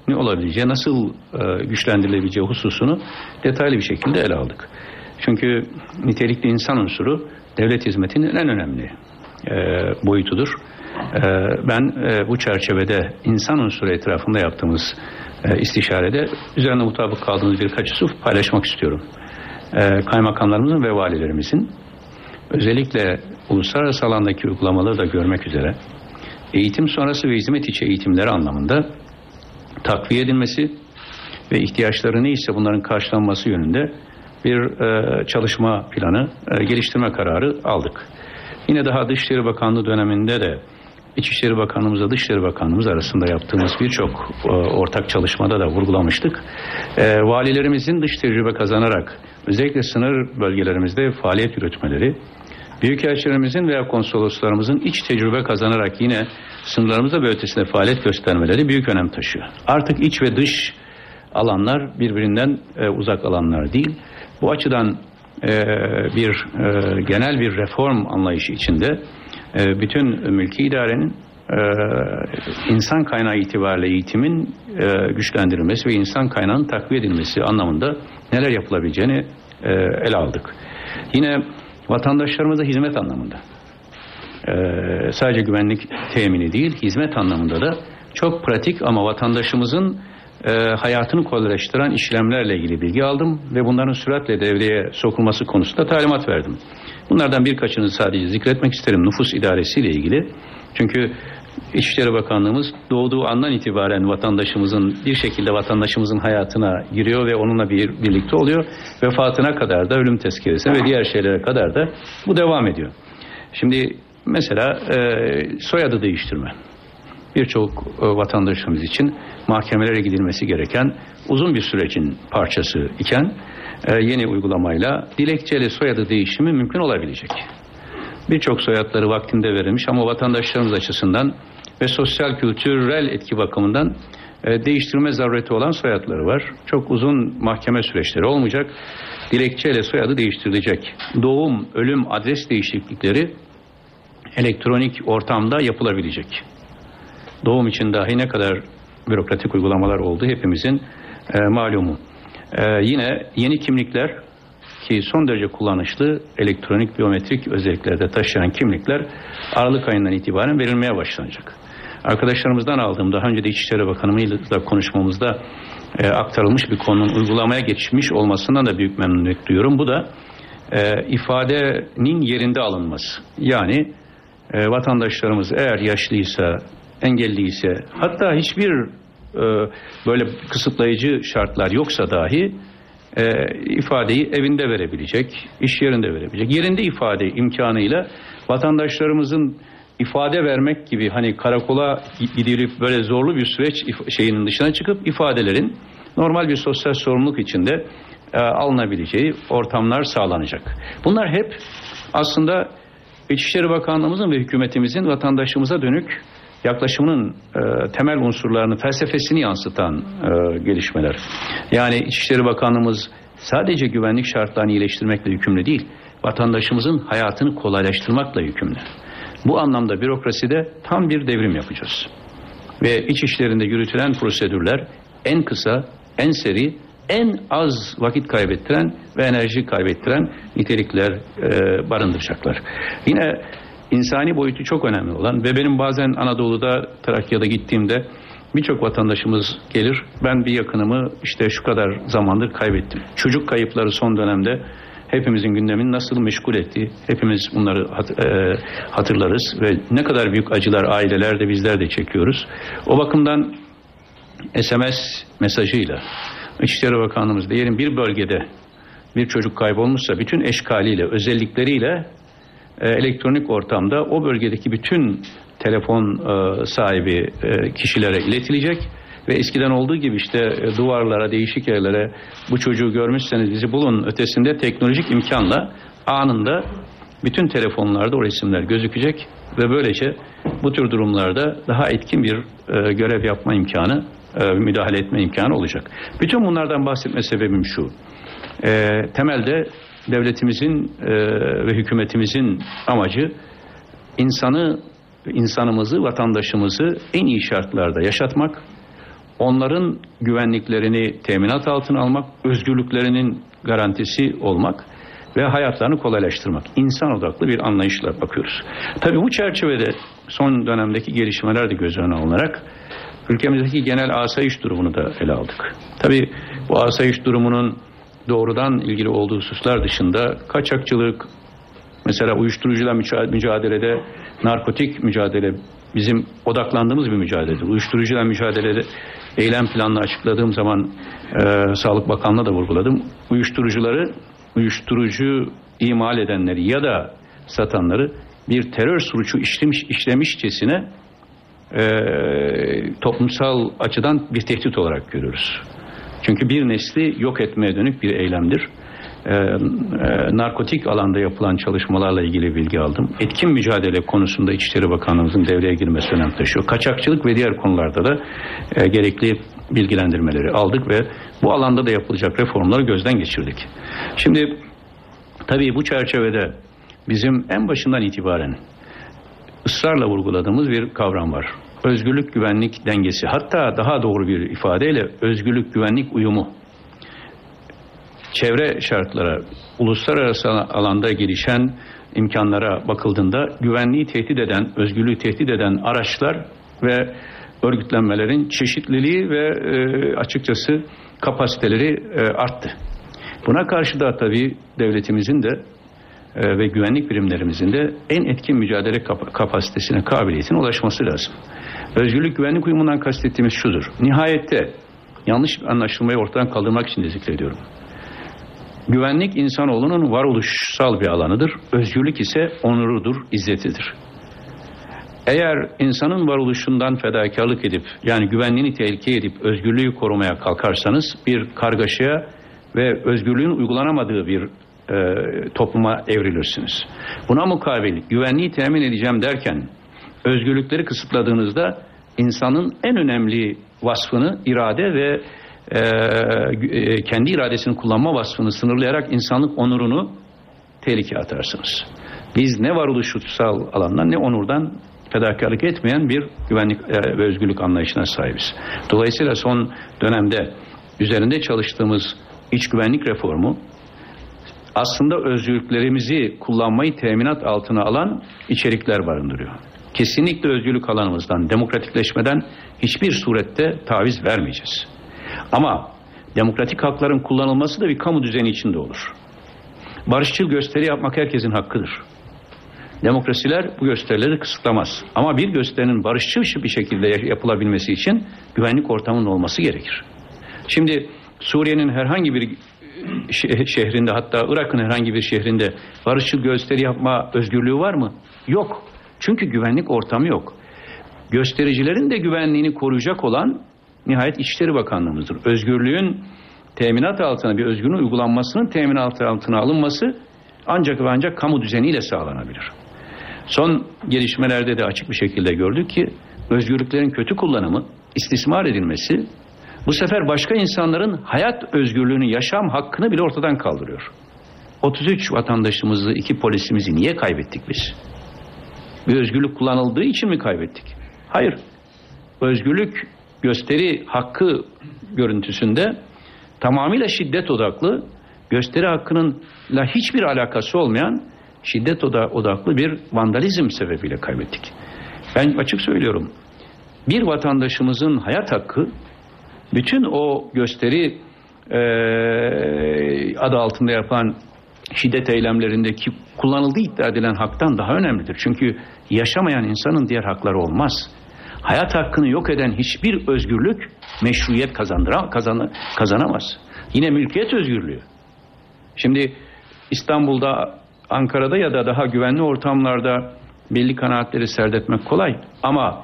ne olabileceği, nasıl e, güçlendirilebileceği hususunu detaylı bir şekilde ele aldık. Çünkü nitelikli insan unsuru devlet hizmetinin en önemli e, boyutudur. E, ben e, bu çerçevede insan unsuru etrafında yaptığımız e, istişarede üzerine mutabık kaldığımız birkaç husus paylaşmak istiyorum. E, kaymakamlarımızın ve valilerimizin özellikle uluslararası alandaki uygulamaları da görmek üzere eğitim sonrası ve hizmet içi eğitimleri anlamında takviye edilmesi ve ihtiyaçları neyse bunların karşılanması yönünde bir e, çalışma planı e, geliştirme kararı aldık. Yine daha Dışişleri Bakanlığı döneminde de İçişleri Bakanlığımızla Dışişleri Bakanlığımız arasında yaptığımız birçok e, ortak çalışmada da vurgulamıştık. E, valilerimizin dış tecrübe kazanarak özellikle sınır bölgelerimizde faaliyet yürütmeleri, büyükelçilerimizin veya konsoloslarımızın iç tecrübe kazanarak yine sınırlarımızda ve ötesinde faaliyet göstermeleri büyük önem taşıyor. Artık iç ve dış alanlar birbirinden e, uzak alanlar değil. Bu açıdan e, bir e, genel bir reform anlayışı içinde e, bütün mülki idarenin e, insan kaynağı itibariyle eğitimin e, güçlendirilmesi ve insan kaynağının takviye edilmesi anlamında neler yapılabileceğini e, ele aldık. Yine vatandaşlarımıza hizmet anlamında e, sadece güvenlik temini değil, hizmet anlamında da çok pratik ama vatandaşımızın e, hayatını kolaylaştıran işlemlerle ilgili bilgi aldım ve bunların süratle devreye sokulması konusunda talimat verdim. Bunlardan birkaçını sadece zikretmek isterim. Nüfus idaresiyle ilgili. Çünkü İçişleri Bakanlığımız doğduğu andan itibaren vatandaşımızın bir şekilde vatandaşımızın hayatına giriyor ve onunla bir, birlikte oluyor. Vefatına kadar da ölüm tezkeresine ve diğer şeylere kadar da bu devam ediyor. Şimdi mesela e, soyadı değiştirme. Birçok e, vatandaşımız için mahkemelere gidilmesi gereken uzun bir sürecin parçası iken e, yeni uygulamayla dilekçeli soyadı değişimi mümkün olabilecek. Birçok soyadları vaktinde verilmiş ama vatandaşlarımız açısından ve sosyal kültürel etki bakımından e, değiştirme zarureti olan soyadları var. Çok uzun mahkeme süreçleri olmayacak. Dilekçeyle soyadı değiştirilecek. Doğum, ölüm, adres değişiklikleri elektronik ortamda yapılabilecek. Doğum için dahi ne kadar bürokratik uygulamalar oldu hepimizin e, malumu. E, yine yeni kimlikler ki son derece kullanışlı elektronik biyometrik özelliklerde taşıyan kimlikler Aralık ayından itibaren verilmeye başlanacak. Arkadaşlarımızdan aldığım daha önce de İçişleri Bakanımızla konuşmamızda e, aktarılmış bir konunun uygulamaya geçmiş olmasından da büyük memnuniyet duyuyorum. Bu da e, ifadenin yerinde alınması. Yani e, vatandaşlarımız eğer yaşlıysa, engelliyse, hatta hiçbir e, böyle kısıtlayıcı şartlar yoksa dahi e, ifadeyi evinde verebilecek, iş yerinde verebilecek. Yerinde ifade imkanıyla vatandaşlarımızın ifade vermek gibi hani karakola gidilip böyle zorlu bir süreç şeyinin dışına çıkıp ifadelerin normal bir sosyal sorumluluk içinde e, alınabileceği ortamlar sağlanacak. Bunlar hep aslında İçişleri Bakanlığımızın ve hükümetimizin vatandaşımıza dönük yaklaşımının e, temel unsurlarını, felsefesini yansıtan e, gelişmeler. Yani İçişleri Bakanlığımız sadece güvenlik şartlarını iyileştirmekle yükümlü değil, vatandaşımızın hayatını kolaylaştırmakla yükümlü. Bu anlamda bürokraside tam bir devrim yapacağız. Ve iç işlerinde yürütülen prosedürler en kısa, en seri, en az vakit kaybettiren ve enerji kaybettiren nitelikler e, barındıracaklar. Yine insani boyutu çok önemli olan ve benim bazen Anadolu'da, Trakya'da gittiğimde birçok vatandaşımız gelir. Ben bir yakınımı işte şu kadar zamandır kaybettim. Çocuk kayıpları son dönemde hepimizin gündemini nasıl meşgul ettiği, hepimiz bunları hatırlarız ve ne kadar büyük acılar aileler de bizler de çekiyoruz. O bakımdan S M S mesajıyla İçişleri Bakanlığımız diyelim bir bölgede bir çocuk kaybolmuşsa bütün eşkaliyle, özellikleriyle e, elektronik ortamda o bölgedeki bütün telefon e, sahibi e, kişilere iletilecek ve eskiden olduğu gibi işte e, duvarlara, değişik yerlere bu çocuğu görmüşseniz bizi bulun ötesinde teknolojik imkanla anında bütün telefonlarda o resimler gözükecek ve böylece bu tür durumlarda daha etkin bir e, görev yapma imkanı, e, müdahale etme imkanı olacak. Bütün bunlardan bahsetme sebebim şu. E, temelde devletimizin e, ve hükümetimizin amacı insanı, insanımızı, vatandaşımızı en iyi şartlarda yaşatmak, onların güvenliklerini teminat altına almak, özgürlüklerinin garantisi olmak ve hayatlarını kolaylaştırmak. İnsan odaklı bir anlayışla bakıyoruz. Tabii bu çerçevede son dönemdeki gelişmeler de göz önüne alınarak ülkemizdeki genel asayiş durumunu da ele aldık. Tabii bu asayiş durumunun doğrudan ilgili olduğu hususlar dışında kaçakçılık, mesela uyuşturucuyla mücadelede, narkotik mücadele bizim odaklandığımız bir mücadeledir. Uyuşturucuyla mücadelede eylem planını açıkladığım zaman e, Sağlık Bakanlığı'na da vurguladım. Uyuşturucuları, uyuşturucu imal edenleri ya da satanları bir terör suçu işlemiş, işlemişçesine e, toplumsal açıdan bir tehdit olarak görüyoruz. Çünkü bir nesli yok etmeye dönük bir eylemdir. Ee, e, narkotik alanda yapılan çalışmalarla ilgili bilgi aldım. Etkin mücadele konusunda İçişleri Bakanlığımızın devreye girmesi önem taşıyor. Kaçakçılık ve diğer konularda da e, gerekli bilgilendirmeleri aldık ve bu alanda da yapılacak reformları gözden geçirdik. Şimdi tabii bu çerçevede bizim en başından itibaren ısrarla vurguladığımız bir kavram var. Özgürlük güvenlik dengesi, hatta daha doğru bir ifadeyle özgürlük güvenlik uyumu. Çevre şartlara, uluslararası alanda gelişen imkanlara bakıldığında güvenliği tehdit eden, özgürlüğü tehdit eden araçlar ve örgütlenmelerin çeşitliliği ve e, açıkçası kapasiteleri e, arttı. Buna karşı da tabii devletimizin de e, ve güvenlik birimlerimizin de en etkin mücadele kap- kapasitesine, kabiliyetine ulaşması lazım. Özgürlük güvenlik uyumundan kastettiğimiz şudur. Nihayette yanlış anlaşılmayı ortadan kaldırmak için de zikrediyorum. Güvenlik insanoğlunun varoluşsal bir alanıdır. Özgürlük ise onurudur, izzetidir. Eğer insanın varoluşundan fedakarlık edip, yani güvenliğini tehlikeye edip özgürlüğü korumaya kalkarsanız bir kargaşaya ve özgürlüğün uygulanamadığı bir e, topluma evrilirsiniz. Buna mukabil güvenliği temin edeceğim derken özgürlükleri kısıtladığınızda insanın en önemli vasfını, irade ve e, kendi iradesini kullanma vasfını sınırlayarak insanlık onurunu tehlikeye atarsınız. Biz ne varoluşsal alandan ne onurdan fedakarlık etmeyen bir güvenlik e, ve özgürlük anlayışına sahibiz. Dolayısıyla son dönemde üzerinde çalıştığımız iç güvenlik reformu aslında özgürlüklerimizi kullanmayı teminat altına alan içerikler barındırıyor. Kesinlikle özgürlük alanımızdan, demokratikleşmeden hiçbir surette taviz vermeyeceğiz. Ama demokratik hakların kullanılması da bir kamu düzeni içinde olur. Barışçıl gösteri yapmak herkesin hakkıdır. Demokrasiler bu gösterileri kısıtlamaz. Ama bir gösterinin barışçıl bir şekilde yapılabilmesi için güvenlik ortamının olması gerekir. Şimdi Suriye'nin herhangi bir şehrinde, hatta Irak'ın herhangi bir şehrinde barışçıl gösteri yapma özgürlüğü var mı? Yok. Çünkü güvenlik ortamı yok. Göstericilerin de güvenliğini koruyacak olan nihayet İçişleri Bakanlığımızdır. Özgürlüğün teminat altına, bir özgürlüğün uygulanmasının teminat altına alınması ancak ve ancak kamu düzeniyle sağlanabilir. Son gelişmelerde de açık bir şekilde gördük ki özgürlüklerin kötü kullanımı, istismar edilmesi bu sefer başka insanların hayat özgürlüğünü, yaşam hakkını bile ortadan kaldırıyor. otuz üç vatandaşımızı, iki polisimizi niye kaybettik biz? Bir özgürlük kullanıldığı için mi kaybettik? Hayır. Özgürlük gösteri hakkı görüntüsünde tamamıyla şiddet odaklı, gösteri hakkınınla hiçbir alakası olmayan şiddet odaklı bir vandalizm sebebiyle kaybettik. Ben açık söylüyorum. Bir vatandaşımızın hayat hakkı bütün o gösteri e, adı altında yapılan şiddet eylemlerindeki kullanıldığı iddia edilen haktan daha önemlidir. Çünkü yaşamayan insanın diğer hakları olmaz. Hayat hakkını yok eden hiçbir özgürlük meşruiyet kazandıra, kazan, kazanamaz. Yine mülkiyet özgürlüğü. Şimdi İstanbul'da, Ankara'da ya da daha güvenli ortamlarda belli kanaatleri serdetmek kolay. Ama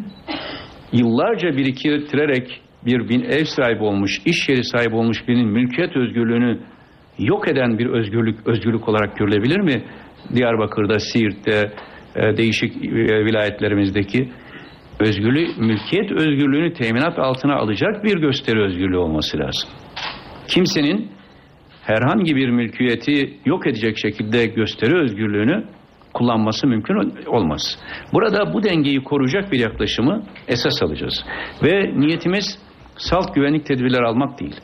yıllarca biriktirerek bir bin ev sahibi olmuş, iş yeri sahibi olmuş birinin mülkiyet özgürlüğünü yok eden bir özgürlük özgürlük olarak görülebilir mi? Diyarbakır'da, Siirt'te, e, değişik e, vilayetlerimizdeki özgürlüğü, mülkiyet özgürlüğünü teminat altına alacak bir gösteri özgürlüğü olması lazım. Kimsenin herhangi bir mülkiyeti yok edecek şekilde gösteri özgürlüğünü kullanması mümkün olmaz. Burada bu dengeyi koruyacak bir yaklaşımı esas alacağız. Ve niyetimiz salt güvenlik tedbirleri almak değil.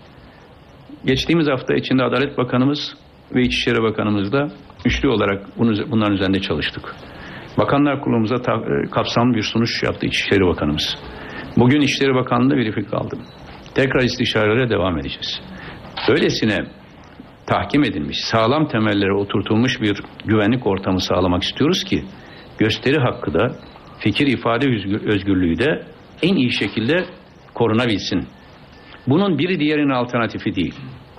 Geçtiğimiz hafta içinde Adalet Bakanımız ve İçişleri Bakanımız da üçlü olarak bunu, bunların üzerinde çalıştık. Bakanlar Kurulumuza ta, kapsamlı bir sunuş yaptı İçişleri Bakanımız. Bugün İçişleri Bakanlığı'nda briefing aldım. Tekrar istişarelere devam edeceğiz. Öylesine tahkim edilmiş, sağlam temellere oturtulmuş bir güvenlik ortamı sağlamak istiyoruz ki gösteri hakkı da, fikir ifade özgürlüğü de en iyi şekilde korunabilsin. Bunun biri diğerinin alternatifi değil.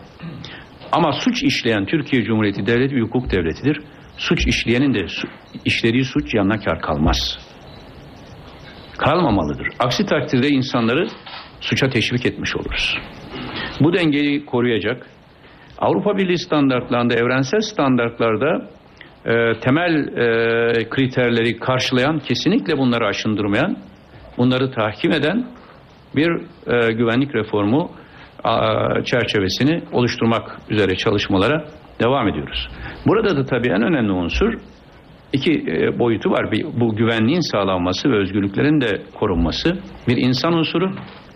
Ama suç işleyen Türkiye Cumhuriyeti Devleti bir hukuk devletidir. Suç işleyenin de işlediği suç yanına kâr kalmaz. Kalmamalıdır. Aksi takdirde insanları suça teşvik etmiş oluruz. Bu dengeyi koruyacak, Avrupa Birliği standartlarında, evrensel standartlarda e, temel e, kriterleri karşılayan, kesinlikle bunları aşındırmayan, bunları tahkim eden bir e, güvenlik reformu a, çerçevesini oluşturmak üzere çalışmalara devam ediyoruz. Burada da tabii en önemli unsur iki e, boyutu var. Bir, bu güvenliğin sağlanması ve özgürlüklerin de korunması. Bir insan unsuru.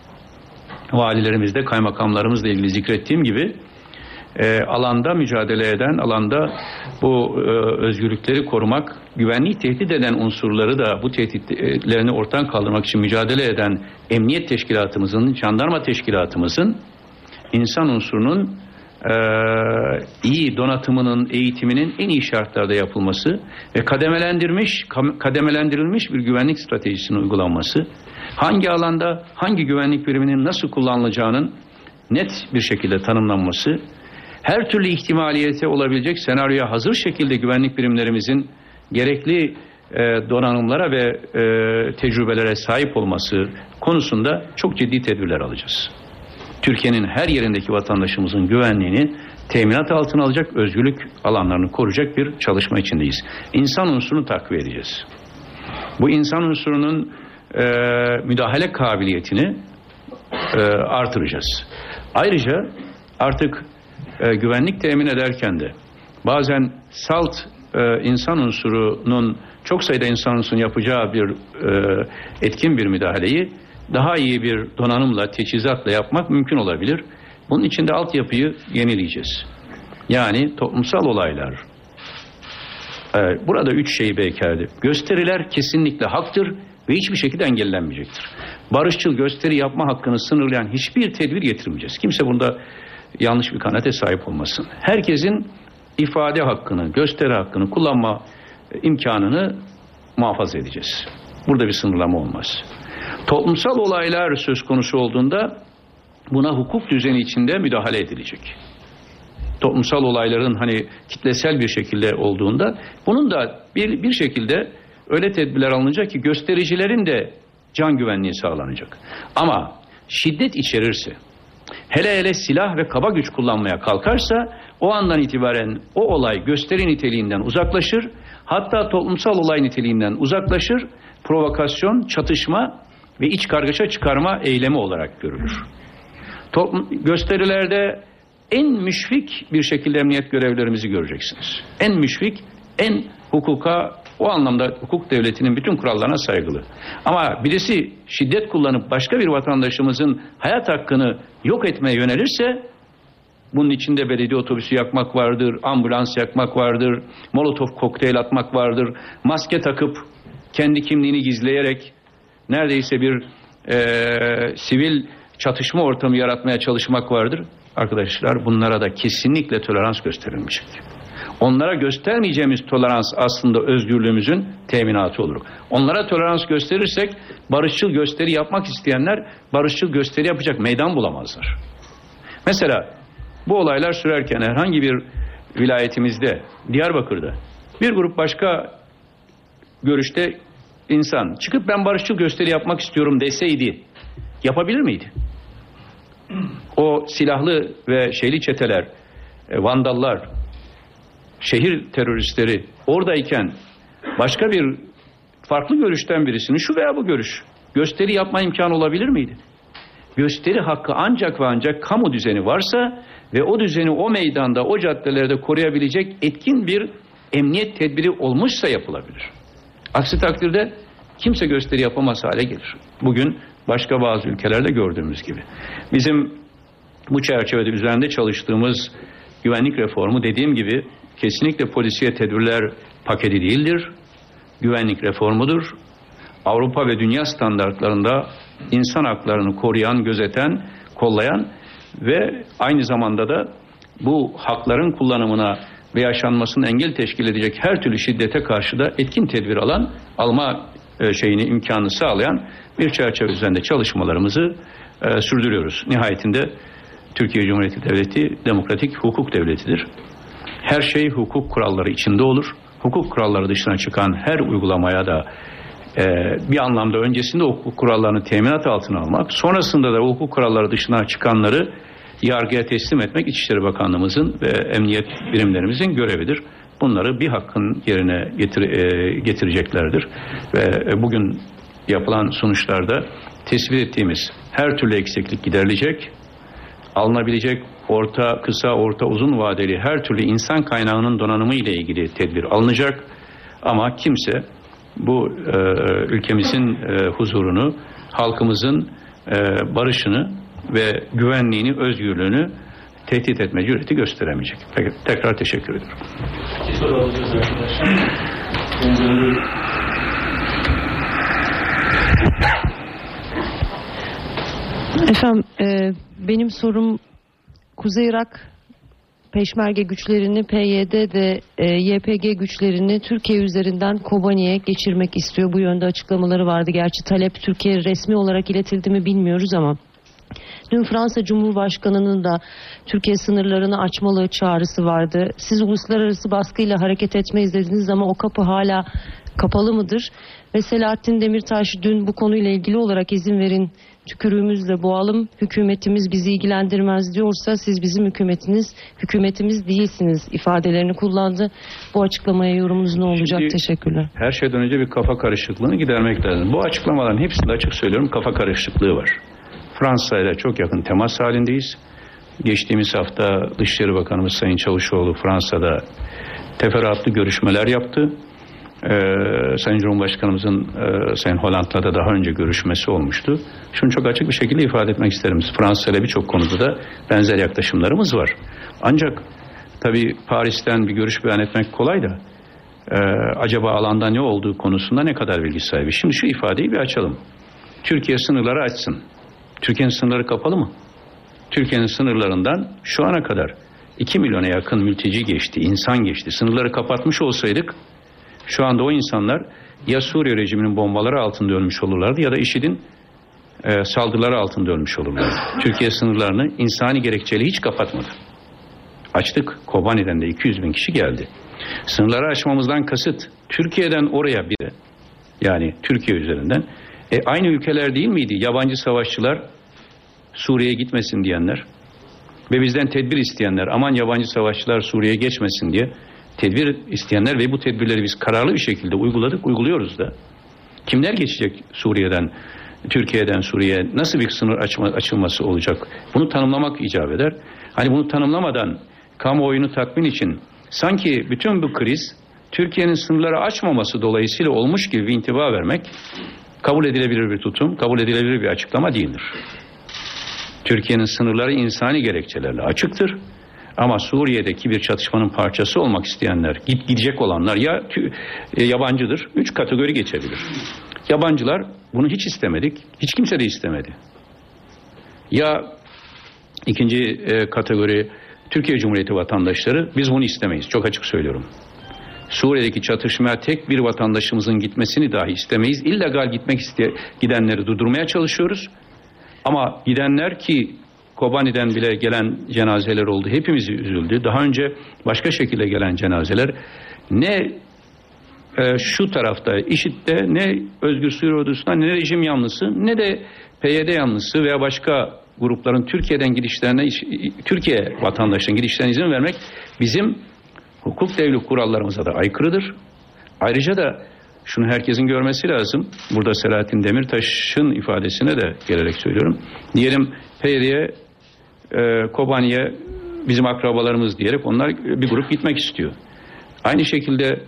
Valilerimizde, kaymakamlarımızla ilgili zikrettiğim gibi e, alanda mücadele eden, alanda bu e, özgürlükleri korumak, güvenliği tehdit eden unsurları da bu tehditlerini ortadan kaldırmak için mücadele eden emniyet teşkilatımızın, jandarma teşkilatımızın insan unsurunun e, iyi donatımının, eğitiminin en iyi şartlarda yapılması ve kademelendirilmiş, kademelendirilmiş bir güvenlik stratejisinin uygulanması, hangi alanda hangi güvenlik biriminin nasıl kullanılacağının net bir şekilde tanımlanması, her türlü ihtimaliyete olabilecek senaryoya hazır şekilde güvenlik birimlerimizin gerekli e, donanımlara ve e, tecrübelere sahip olması konusunda çok ciddi tedbirler alacağız. Türkiye'nin her yerindeki vatandaşımızın güvenliğini teminat altına alacak, özgürlük alanlarını koruyacak bir çalışma içindeyiz. İnsan unsurunu takviye edeceğiz. Bu insan unsurunun e, müdahale kabiliyetini e, artıracağız. Ayrıca artık e, güvenlik temin ederken de bazen salt e, insan unsurunun, çok sayıda insan unsurunun yapacağı bir e, etkin bir müdahaleyi daha iyi bir donanımla, teçhizatla yapmak mümkün olabilir. Bunun için de altyapıyı yenileyeceğiz. Yani toplumsal olaylar. Ee, burada üç şey bekerdi. Gösteriler kesinlikle haktır ve hiçbir şekilde engellenmeyecektir. Barışçıl gösteri yapma hakkını sınırlayan hiçbir tedbir getirmeyeceğiz. Kimse bunda yanlış bir kanaate sahip olmasın. Herkesin ifade hakkını, gösteri hakkını kullanma imkanını muhafaza edeceğiz. Burada bir sınırlama olmaz. Toplumsal olaylar söz konusu olduğunda buna hukuk düzeni içinde müdahale edilecek. Toplumsal olayların hani kitlesel bir şekilde olduğunda bunun da bir, bir şekilde öyle tedbirler alınacak ki göstericilerin de can güvenliği sağlanacak. Ama şiddet içerirse, hele hele silah ve kaba güç kullanmaya kalkarsa o andan itibaren o olay gösteri niteliğinden uzaklaşır, hatta toplumsal olay niteliğinden uzaklaşır, provokasyon, çatışma ve iç kargaşa çıkarma eylemi olarak görülür. Toplum, gösterilerde en müşfik bir şekilde emniyet görevlerimizi göreceksiniz. En müşfik, en hukuka, o anlamda hukuk devletinin bütün kurallarına saygılı. Ama birisi şiddet kullanıp başka bir vatandaşımızın hayat hakkını yok etmeye yönelirse, bunun içinde belediye otobüsü yakmak vardır, ambulans yakmak vardır, molotof kokteyl atmak vardır, maske takıp kendi kimliğini gizleyerek neredeyse bir e, sivil çatışma ortamı yaratmaya çalışmak vardır. Arkadaşlar, bunlara da kesinlikle tolerans gösterilmeyecek. Onlara göstermeyeceğimiz tolerans aslında özgürlüğümüzün teminatı olur. Onlara tolerans gösterirsek barışçıl gösteri yapmak isteyenler barışçıl gösteri yapacak meydan bulamazlar. Mesela bu olaylar sürerken herhangi bir vilayetimizde, Diyarbakır'da bir grup başka görüşte insan çıkıp ben barışçıl gösteri yapmak istiyorum deseydi yapabilir miydi? O silahlı ve şeyli çeteler, vandallar, şehir teröristleri oradayken başka bir farklı görüşten birisinin şu veya bu görüş gösteri yapma imkanı olabilir miydi? Gösteri hakkı ancak ve ancak kamu düzeni varsa ve o düzeni o meydanda, o caddelerde koruyabilecek etkin bir emniyet tedbiri olmuşsa yapılabilir. Aksi takdirde kimse gösteri yapamaz hale gelir. Bugün Başka bazı ülkelerde gördüğümüz gibi. Bizim bu çerçevede üzerinde çalıştığımız güvenlik reformu dediğim gibi kesinlikle polisiye tedbirler paketi değildir. Güvenlik reformudur. Avrupa ve dünya standartlarında insan haklarını koruyan, gözeten, kollayan ve aynı zamanda da bu hakların kullanımına ve yaşanmasını engel teşkil edecek her türlü şiddete karşı da etkin tedbir alan, alma şeyini, imkanı sağlayan bir çerçeve üzerinde çalışmalarımızı e, sürdürüyoruz. Nihayetinde Türkiye Cumhuriyeti Devleti demokratik hukuk devletidir. Her şey hukuk kuralları içinde olur. Hukuk kuralları dışına çıkan her uygulamaya da e, bir anlamda öncesinde hukuk kurallarını teminat altına almak, sonrasında da hukuk kuralları dışına çıkanları yargıya teslim etmek İçişleri Bakanlığımızın ve emniyet birimlerimizin görevidir. Bunları bir hakkın yerine getir, e, getireceklerdir. Ve e, bugün yapılan sonuçlarda tespit ettiğimiz her türlü eksiklik giderilecek, alınabilecek orta, kısa, orta, uzun vadeli her türlü insan kaynağının donanımı ile ilgili tedbir alınacak. Ama kimse bu e, ülkemizin e, huzurunu, halkımızın e, barışını ve güvenliğini, özgürlüğünü tehdit etme cüreti gösteremeyecek. Peki, tekrar teşekkür ederim. Efendim, e, benim sorum Kuzey Irak Peşmerge güçlerini, P Y D de e, Y P G güçlerini Türkiye üzerinden Kobani'ye geçirmek istiyor. Bu yönde açıklamaları vardı. Gerçi talep Türkiye resmi olarak iletildi mi bilmiyoruz ama dün Fransa Cumhurbaşkanı'nın da Türkiye sınırlarını açmalı çağrısı vardı. Siz uluslararası baskıyla hareket etmeyiz dediniz ama o kapı hala kapalı mıdır? Ve Selahattin Demirtaş dün bu konuyla ilgili olarak izin verin, tükürüğümüzle boğalım, hükümetimiz bizi ilgilendirmez diyorsa siz bizim hükümetiniz, hükümetimiz değilsiniz ifadelerini kullandı. Bu açıklamaya yorumunuz ne olacak? Şimdi, teşekkürler. Her şeyden önce bir kafa karışıklığını gidermek lazım. Bu açıklamaların hepsinde açık söylüyorum kafa karışıklığı var. Fransa ile çok yakın temas halindeyiz. Geçtiğimiz hafta Dışişleri Bakanımız Sayın Çavuşoğlu Fransa'da teferruatlı görüşmeler yaptı. Ee, Sayın Cumhurbaşkanımızın e, Sayın Hollanda'da da daha önce görüşmesi olmuştu. Şunu çok açık bir şekilde ifade etmek isterim. Fransa ile birçok konuda da benzer yaklaşımlarımız var. Ancak tabii Paris'ten bir görüş beyan etmek kolay da e, acaba alanda ne olduğu konusunda ne kadar bilgi sahibi? Şimdi şu ifadeyi bir açalım. Türkiye sınırları açsın. Türkiye'nin sınırları kapalı mı? Türkiye'nin sınırlarından şu ana kadar iki milyona yakın mülteci geçti, insan geçti. Sınırları kapatmış olsaydık şu anda o insanlar ya Suriye rejiminin bombaları altında ölmüş olurlardı ya da IŞİD'in e, saldırıları altında ölmüş olurlardı. Türkiye sınırlarını insani gerekçeli hiç kapatmadı. Açtık. Kobani'den de iki yüz bin kişi geldi. Sınırları açmamızdan kasıt Türkiye'den oraya bir de, yani Türkiye üzerinden e, aynı ülkeler değil miydi? Yabancı savaşçılar Suriye'ye gitmesin diyenler ve bizden tedbir isteyenler, aman yabancı savaşçılar Suriye'ye geçmesin diye tedbir isteyenler ve bu tedbirleri biz kararlı bir şekilde uyguladık, uyguluyoruz da. Kimler geçecek Suriye'den, Türkiye'den Suriye'ye? Nasıl bir sınır açma, açılması olacak? Bunu tanımlamak icap eder. Hani bunu tanımlamadan kamuoyunu tatmin için sanki bütün bu kriz Türkiye'nin sınırları açmaması dolayısıyla olmuş gibi bir intiba vermek kabul edilebilir bir tutum, kabul edilebilir bir açıklama değildir. Türkiye'nin sınırları insani gerekçelerle açıktır. Ama Suriye'deki bir çatışmanın parçası olmak isteyenler, git gidecek olanlar ya e, yabancıdır. Üç kategori geçebilir. Yabancılar bunu hiç istemedik. Hiç kimse de istemedi. Ya ikinci e, kategori Türkiye Cumhuriyeti vatandaşları, biz bunu istemeyiz. Çok açık söylüyorum. Suriye'deki çatışmaya tek bir vatandaşımızın gitmesini dahi istemeyiz. İllegal gitmek isteye gidenleri durdurmaya çalışıyoruz. Ama gidenler ki Kobani'den bile gelen cenazeler oldu. Hepimiz üzüldü. Daha önce başka şekilde gelen cenazeler ne e, şu tarafta IŞİD'de, ne Özgür Suriye Ordusu'nda, ne rejim yanlısı, ne de P Y D yanlısı veya başka grupların Türkiye'den gidişlerine, Türkiye vatandaşlarının gidişlerine izin vermek bizim hukuk devlet kurallarımıza da aykırıdır. Ayrıca da şunu herkesin görmesi lazım. Burada Selahattin Demirtaş'ın ifadesine de gelerek söylüyorum. Diyelim P Y D'ye, e, Kobani'ye bizim akrabalarımız diyerek onlar bir grup gitmek istiyor. Aynı şekilde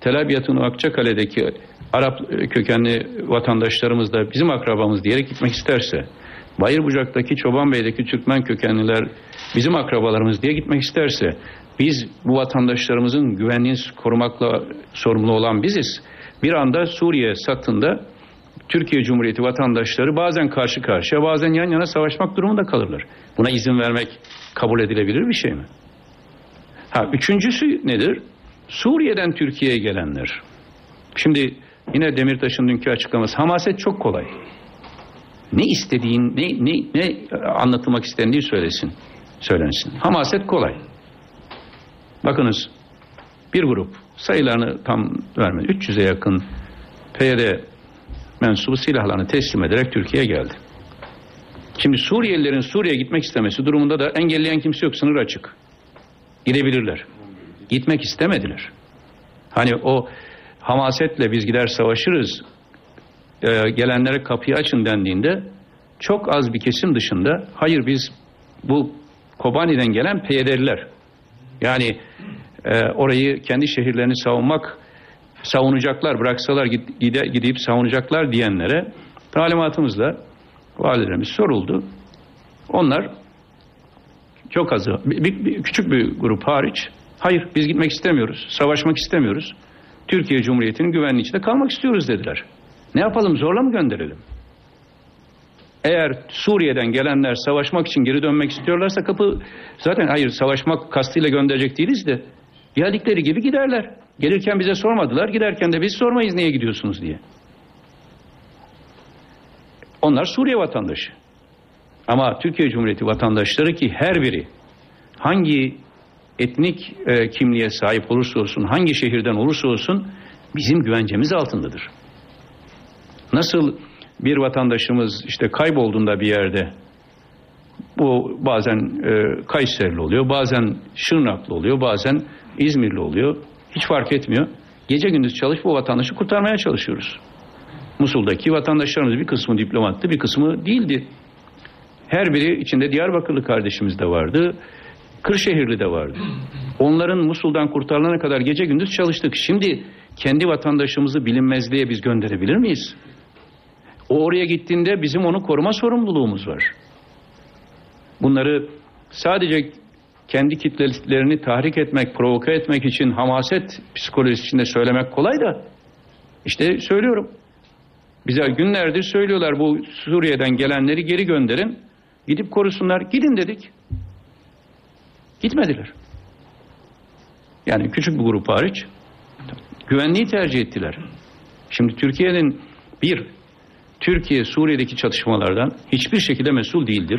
Tel Abyad'ın Akçakale'deki Arap kökenli vatandaşlarımız da bizim akrabamız diyerek gitmek isterse, Bayırbucak'taki Çobanbey'deki Türkmen kökenliler bizim akrabalarımız diye gitmek isterse, biz bu vatandaşlarımızın güvenliğini korumakla sorumlu olan biziz. Bir anda Suriye sattığında Türkiye Cumhuriyeti vatandaşları bazen karşı karşıya, bazen yan yana savaşmak durumunda kalırlar. Buna izin vermek kabul edilebilir bir şey mi? Ha, üçüncüsü nedir? Suriye'den Türkiye'ye gelenler. Şimdi yine Demirtaş'ın dünkü açıklaması, hamaset çok kolay. Ne istediğin, ne, ne, ne anlatılmak istendiği söylesin, söylensin. Hamaset kolay. Bakınız, bir grup, sayılarını tam vermedi, üç yüze yakın P Y D mensubu silahlarını teslim ederek Türkiye'ye geldi. Şimdi Suriyelilerin Suriye'ye gitmek istemesi durumunda da engelleyen kimse yok, sınır açık. Gidebilirler. Gitmek istemediler. Hani o hamasetle biz gider savaşırız, e, gelenlere kapıyı açın dendiğinde çok az bir kesim dışında hayır biz bu Kobani'den gelen P Y D'liler, yani e, orayı kendi şehirlerini savunmak savunacaklar, bıraksalar gide, gidip savunacaklar diyenlere talimatımızla valilerimiz soruldu. Onlar çok azı, bir, bir, bir, küçük bir grup hariç, hayır biz gitmek istemiyoruz, savaşmak istemiyoruz, Türkiye Cumhuriyeti'nin güvenliği içinde kalmak istiyoruz dediler. Ne yapalım, zorla mı gönderelim? Eğer Suriye'den gelenler savaşmak için geri dönmek istiyorlarsa kapı zaten, hayır savaşmak kastıyla gönderecek değiliz de geldikleri gibi giderler. Gelirken bize sormadılar, giderken de biz sormayız niye gidiyorsunuz diye. Onlar Suriye vatandaşı. Ama Türkiye Cumhuriyeti vatandaşları ki her biri hangi etnik e, kimliğe sahip olursa olsun, hangi şehirden olursa olsun bizim güvencemiz altındadır. Nasıl bir vatandaşımız işte kaybolduğunda bir yerde, bu bazen e, Kayserili oluyor, bazen Şırnaklı oluyor, bazen İzmirli oluyor. Hiç fark etmiyor. Gece gündüz çalışıp bu vatandaşı kurtarmaya çalışıyoruz. Musul'daki vatandaşlarımız bir kısmı diplomattı, bir kısmı değildi. Her biri içinde Diyarbakırlı kardeşimiz de vardı, Kırşehirli de vardı. Onların Musul'dan kurtarılana kadar gece gündüz çalıştık. Şimdi kendi vatandaşımızı bilinmezliğe biz gönderebilir miyiz? O oraya gittiğinde bizim onu koruma sorumluluğumuz var. Bunları sadece kendi kitlelerini tahrik etmek, provoke etmek için hamaset psikolojisi içinde söylemek kolay da işte söylüyorum. Bize günlerdir söylüyorlar bu Suriye'den gelenleri geri gönderin, gidip korusunlar. Gidin dedik. Gitmediler. Yani küçük bir grup hariç güvenliği tercih ettiler. Şimdi Türkiye'nin bir, Türkiye Suriye'deki çatışmalardan hiçbir şekilde mesul değildir.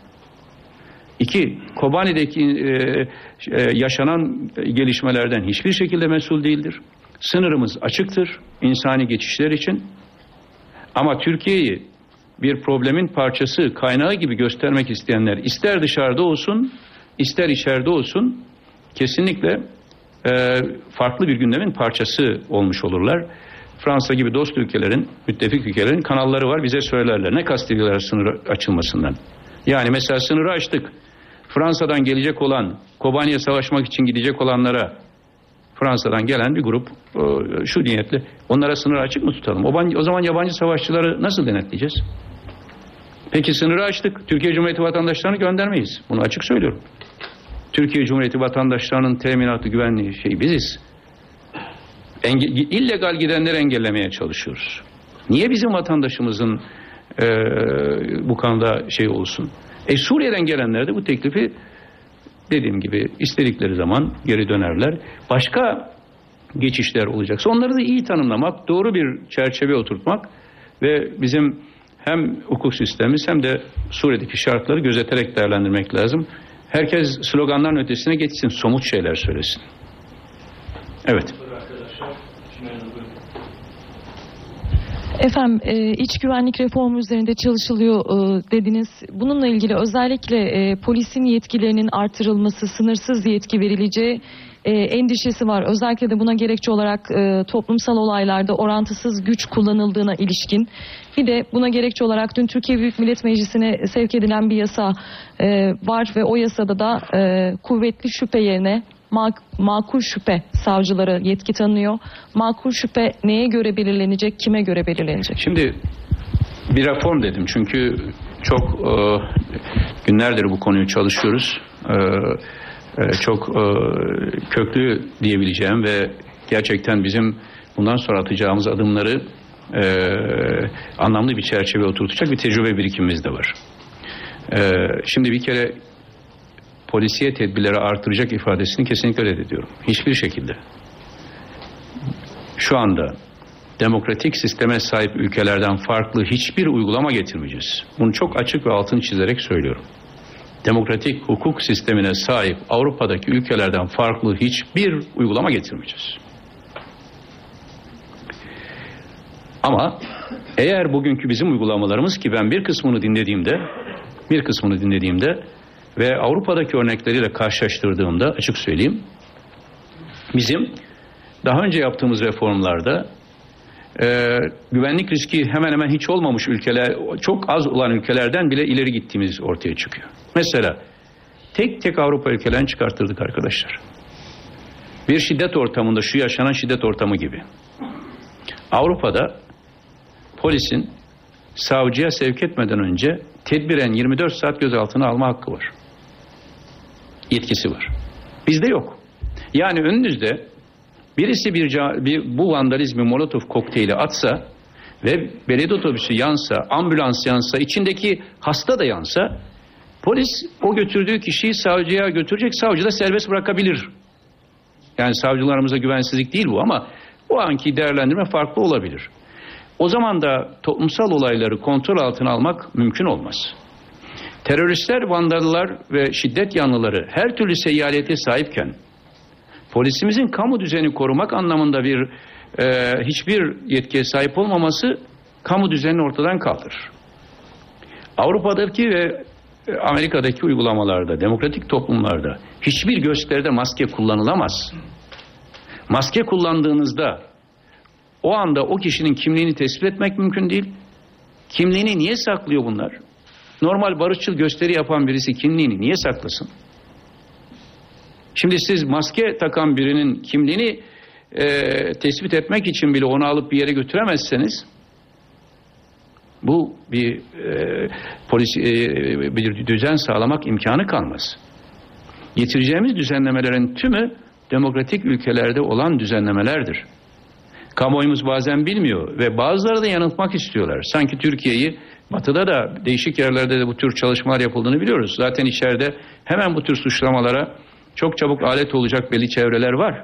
İki, Kobani'deki e, e, yaşanan gelişmelerden hiçbir şekilde mesul değildir. Sınırımız açıktır insani geçişler için. Ama Türkiye'yi bir problemin parçası, kaynağı gibi göstermek isteyenler ister dışarıda olsun, ister içeride olsun kesinlikle e, farklı bir gündemin parçası olmuş olurlar. Fransa gibi dost ülkelerin, müttefik ülkelerin kanalları var, bize söylerler. Ne kastediyorlar sınır açılmasından? Yani mesela sınırı açtık. Fransa'dan gelecek olan, Kobani'ye savaşmak için gidecek olanlara Fransa'dan gelen bir grup şu niyetle, onlara sınırı açık mı tutalım? O, o zaman yabancı savaşçıları nasıl denetleyeceğiz? Peki sınırı açtık. Türkiye Cumhuriyeti vatandaşlarını göndermeyiz. Bunu açık söylüyorum. Türkiye Cumhuriyeti vatandaşlarının teminatı, güvenliği şey biziz. Enge, illegal gidenleri engellemeye çalışıyoruz. Niye bizim vatandaşımızın e, bu konuda şey olsun? E Suriye'den gelenler de bu teklifi dediğim gibi istedikleri zaman geri dönerler. Başka geçişler olacaksa onları da iyi tanımlamak, doğru bir çerçeve oturtmak ve bizim hem hukuk sistemimiz hem de Suriye'deki şartları gözeterek değerlendirmek lazım. Herkes sloganların ötesine geçsin, somut şeyler söylesin. Evet. Efendim e, iç güvenlik reformu üzerinde çalışılıyor e, dediniz. Bununla ilgili özellikle e, polisin yetkilerinin artırılması, sınırsız yetki verileceği e, endişesi var. Özellikle de buna gerekçe olarak e, toplumsal olaylarda orantısız güç kullanıldığına ilişkin. Bir de buna gerekçe olarak dün Türkiye Büyük Millet Meclisi'ne sevk edilen bir yasa e, var ve o yasada da e, kuvvetli şüphe yerine mak- makul şüphe savcılara yetki tanıyor. Makul şüphe neye göre belirlenecek, kime göre belirlenecek? Şimdi bir reform dedim çünkü çok e, günlerdir bu konuyu çalışıyoruz. E, e, çok e, köklü diyebileceğim ve gerçekten bizim bundan sonra atacağımız adımları e, anlamlı bir çerçeveye oturtacak bir tecrübe birikimimiz de var. E, şimdi bir kere polisiye tedbirleri artıracak ifadesini kesinlikle reddediyorum. Hiçbir şekilde. Şu anda demokratik sisteme sahip ülkelerden farklı hiçbir uygulama getirmeyeceğiz. Bunu çok açık ve altını çizerek söylüyorum. Demokratik hukuk sistemine sahip Avrupa'daki ülkelerden farklı hiçbir uygulama getirmeyeceğiz. Ama eğer bugünkü bizim uygulamalarımız, ki ben bir kısmını dinlediğimde bir kısmını dinlediğimde ve Avrupa'daki örnekleriyle karşılaştırdığımda açık söyleyeyim, bizim daha önce yaptığımız reformlarda e, güvenlik riski hemen hemen hiç olmamış ülkeler, çok az olan ülkelerden bile ileri gittiğimiz ortaya çıkıyor. Mesela tek tek Avrupa ülkelerini çıkarttırdık arkadaşlar. Bir şiddet ortamında, şu yaşanan şiddet ortamı gibi. Avrupa'da polisin savcıya sevk etmeden önce tedbiren yirmi dört saat gözaltına alma hakkı var. Yetkisi var. Bizde yok. Yani önünüzde birisi bir, bir bu vandalizmi Molotov kokteyli atsa ve belediye otobüsü yansa, ambulans yansa, içindeki hasta da yansa, polis o götürdüğü kişiyi savcıya götürecek, savcı da serbest bırakabilir. Yani savcılarımıza güvensizlik değil bu ama o anki değerlendirme farklı olabilir. O zaman da toplumsal olayları kontrol altına almak mümkün olmaz. Teröristler, vandallar ve şiddet yanlıları her türlü seyyaliyete sahipken polisimizin kamu düzeni korumak anlamında bir e, hiçbir yetkiye sahip olmaması kamu düzenini ortadan kaldırır. Avrupa'daki ve Amerika'daki uygulamalarda, demokratik toplumlarda hiçbir gösteride maske kullanılamaz. Maske kullandığınızda o anda o kişinin kimliğini tespit etmek mümkün değil. Kimliğini niye saklıyor bunlar? Normal barışçıl gösteri yapan birisi kimliğini niye saklasın? Şimdi siz maske takan birinin kimliğini e, tespit etmek için bile onu alıp bir yere götüremezseniz, bu bir e, polis e, bir düzen sağlamak imkanı kalmaz. Getireceğimiz düzenlemelerin tümü demokratik ülkelerde olan düzenlemelerdir. Kamuoyumuz bazen bilmiyor ve bazıları da yanıltmak istiyorlar. Sanki Türkiye'yi, Batı'da da değişik yerlerde de bu tür çalışmalar yapıldığını biliyoruz. Zaten içeride hemen bu tür suçlamalara çok çabuk alet olacak belli çevreler var.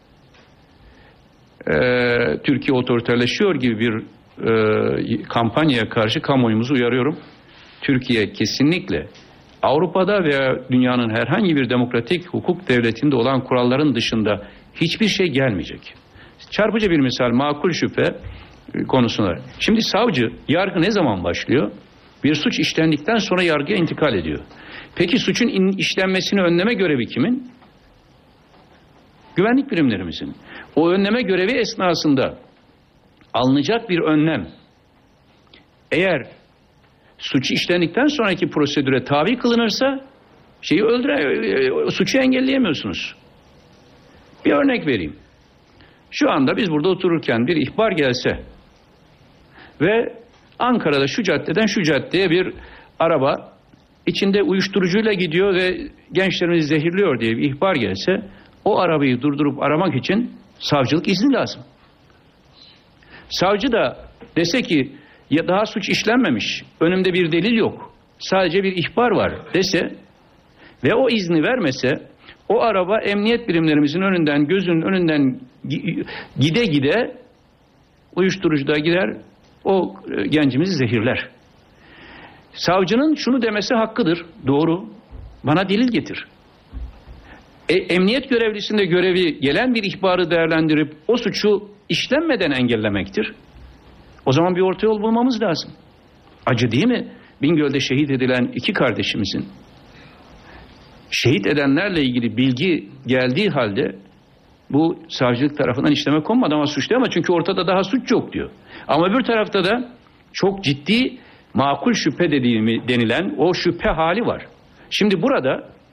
Ee, Türkiye otoriterleşiyor gibi bir e, kampanyaya karşı kamuoyumuzu uyarıyorum. Türkiye kesinlikle Avrupa'da veya dünyanın herhangi bir demokratik hukuk devletinde olan kuralların dışında hiçbir şey gelmeyecek. Çarpıcı bir misal, makul şüphe konusunda. Şimdi savcı, yargı ne zaman başlıyor? Bir suç işlendikten sonra yargıya intikal ediyor. Peki suçun in, işlenmesini önleme görevi kimin? Güvenlik birimlerimizin. O önleme görevi esnasında alınacak bir önlem, eğer suçu işlendikten sonraki prosedüre tabi kılınırsa şeyi öldüre, suçu engelleyemiyorsunuz. Bir örnek vereyim. Şu anda biz burada otururken bir ihbar gelse ve Ankara'da şu caddeden şu caddeye bir araba içinde uyuşturucuyla gidiyor ve gençlerimizi zehirliyor diye bir ihbar gelse, o arabayı durdurup aramak için savcılık izni lazım. Savcı da dese ki ya daha suç işlenmemiş, önümde bir delil yok, sadece bir ihbar var dese ve o izni vermese, o araba emniyet birimlerimizin önünden, gözünün önünden gide gide uyuşturucuda gider, o gencimizi zehirler. Savcının şunu demesi hakkıdır, doğru, bana delil getir. E, emniyet görevlisinde görevi gelen bir ihbarı değerlendirip o suçu işlenmeden engellemektir. O zaman bir orta yol bulmamız lazım. Acı değil mi? Bingöl'de şehit edilen iki kardeşimizin şehit edenlerle ilgili bilgi geldiği halde bu savcılık tarafından işleme konmadı ama suçlu, ama çünkü ortada daha suç yok diyor. Ama öbür tarafta da çok ciddi makul şüphe dediğimi denilen o şüphe hali var. Şimdi burada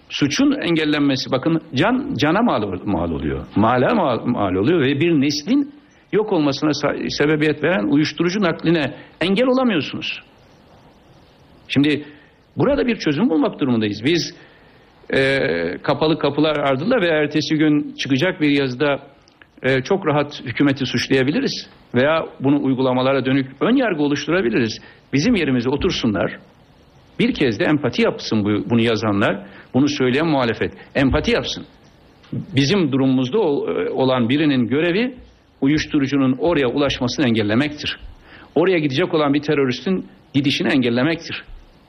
Suçun engellenmesi, bakın can cana mal, mal oluyor. Mala mal, mal oluyor ve bir neslin yok olmasına sebebiyet veren uyuşturucu nakline engel olamıyorsunuz. Şimdi burada bir çözüm bulmak durumundayız. Biz e, kapalı kapılar ardında ve ertesi gün çıkacak bir yazıda e, çok rahat hükümeti suçlayabiliriz. Veya bunu uygulamalara dönük ön yargı oluşturabiliriz. Bizim yerimize otursunlar. Bir kez de empati yapsın bu, bunu yazanlar. Bunu söyleyen muhalefet. Empati yapsın. Bizim durumumuzda olan birinin görevi uyuşturucunun oraya ulaşmasını engellemektir. Oraya gidecek olan bir teröristin gidişini engellemektir.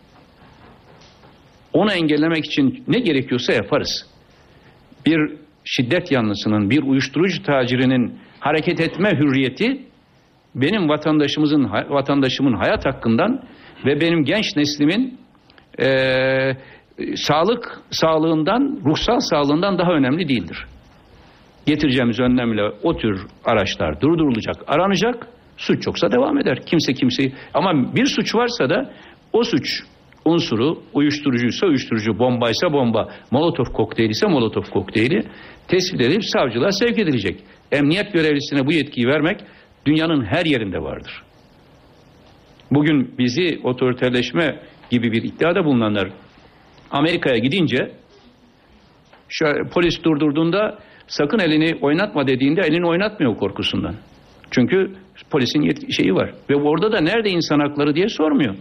Onu engellemek için ne gerekiyorsa yaparız. Bir şiddet yanlısının, bir uyuşturucu tacirinin hareket etme hürriyeti benim vatandaşımızın vatandaşımın hayat hakkından ve benim genç neslimin e, sağlık sağlığından, ruhsal sağlığından daha önemli değildir. Getireceğimiz önlemle o tür araçlar durdurulacak, aranacak. Suç yoksa devam eder. Kimse kimseyi, ama bir suç varsa da o suç unsuru uyuşturucuysa uyuşturucu, bombaysa bomba, molotof kokteyli ise molotof kokteyli tespit edilip savcılığa sevk edilecek. Emniyet görevlisine bu yetkiyi vermek dünyanın her yerinde vardır. Bugün bizi otoriterleşme gibi bir iddiada bulunanlar Amerika'ya gidince şu, polis durdurduğunda sakın elini oynatma dediğinde elini oynatmıyor korkusundan. Çünkü polisin yetki şeyi var. Ve orada da nerede insan hakları diye sormuyor.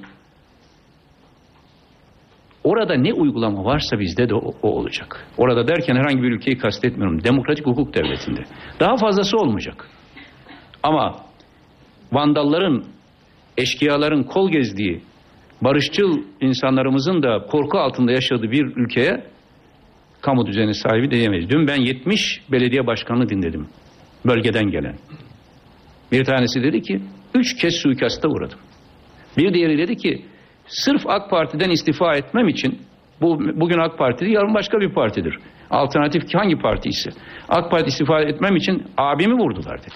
Orada ne uygulama varsa bizde de o, o olacak. Orada derken herhangi bir ülkeyi kastetmiyorum. Demokratik hukuk devletinde. Daha fazlası olmayacak. Ama vandalların, eşkıyaların kol gezdiği, barışçıl insanlarımızın da korku altında yaşadığı bir ülkeye kamu düzeni sahibi diyemeyiz. Dün ben yetmiş belediye başkanını dinledim. Bölgeden gelen. Bir tanesi dedi ki üç kez suikasta uğradım. Bir diğeri dedi ki sırf AK Parti'den istifa etmem için, bu bugün AK Parti'dir, yarın başka bir partidir. Alternatif hangi parti ise. AK Parti istifa etmem için abimi vurdular dedi.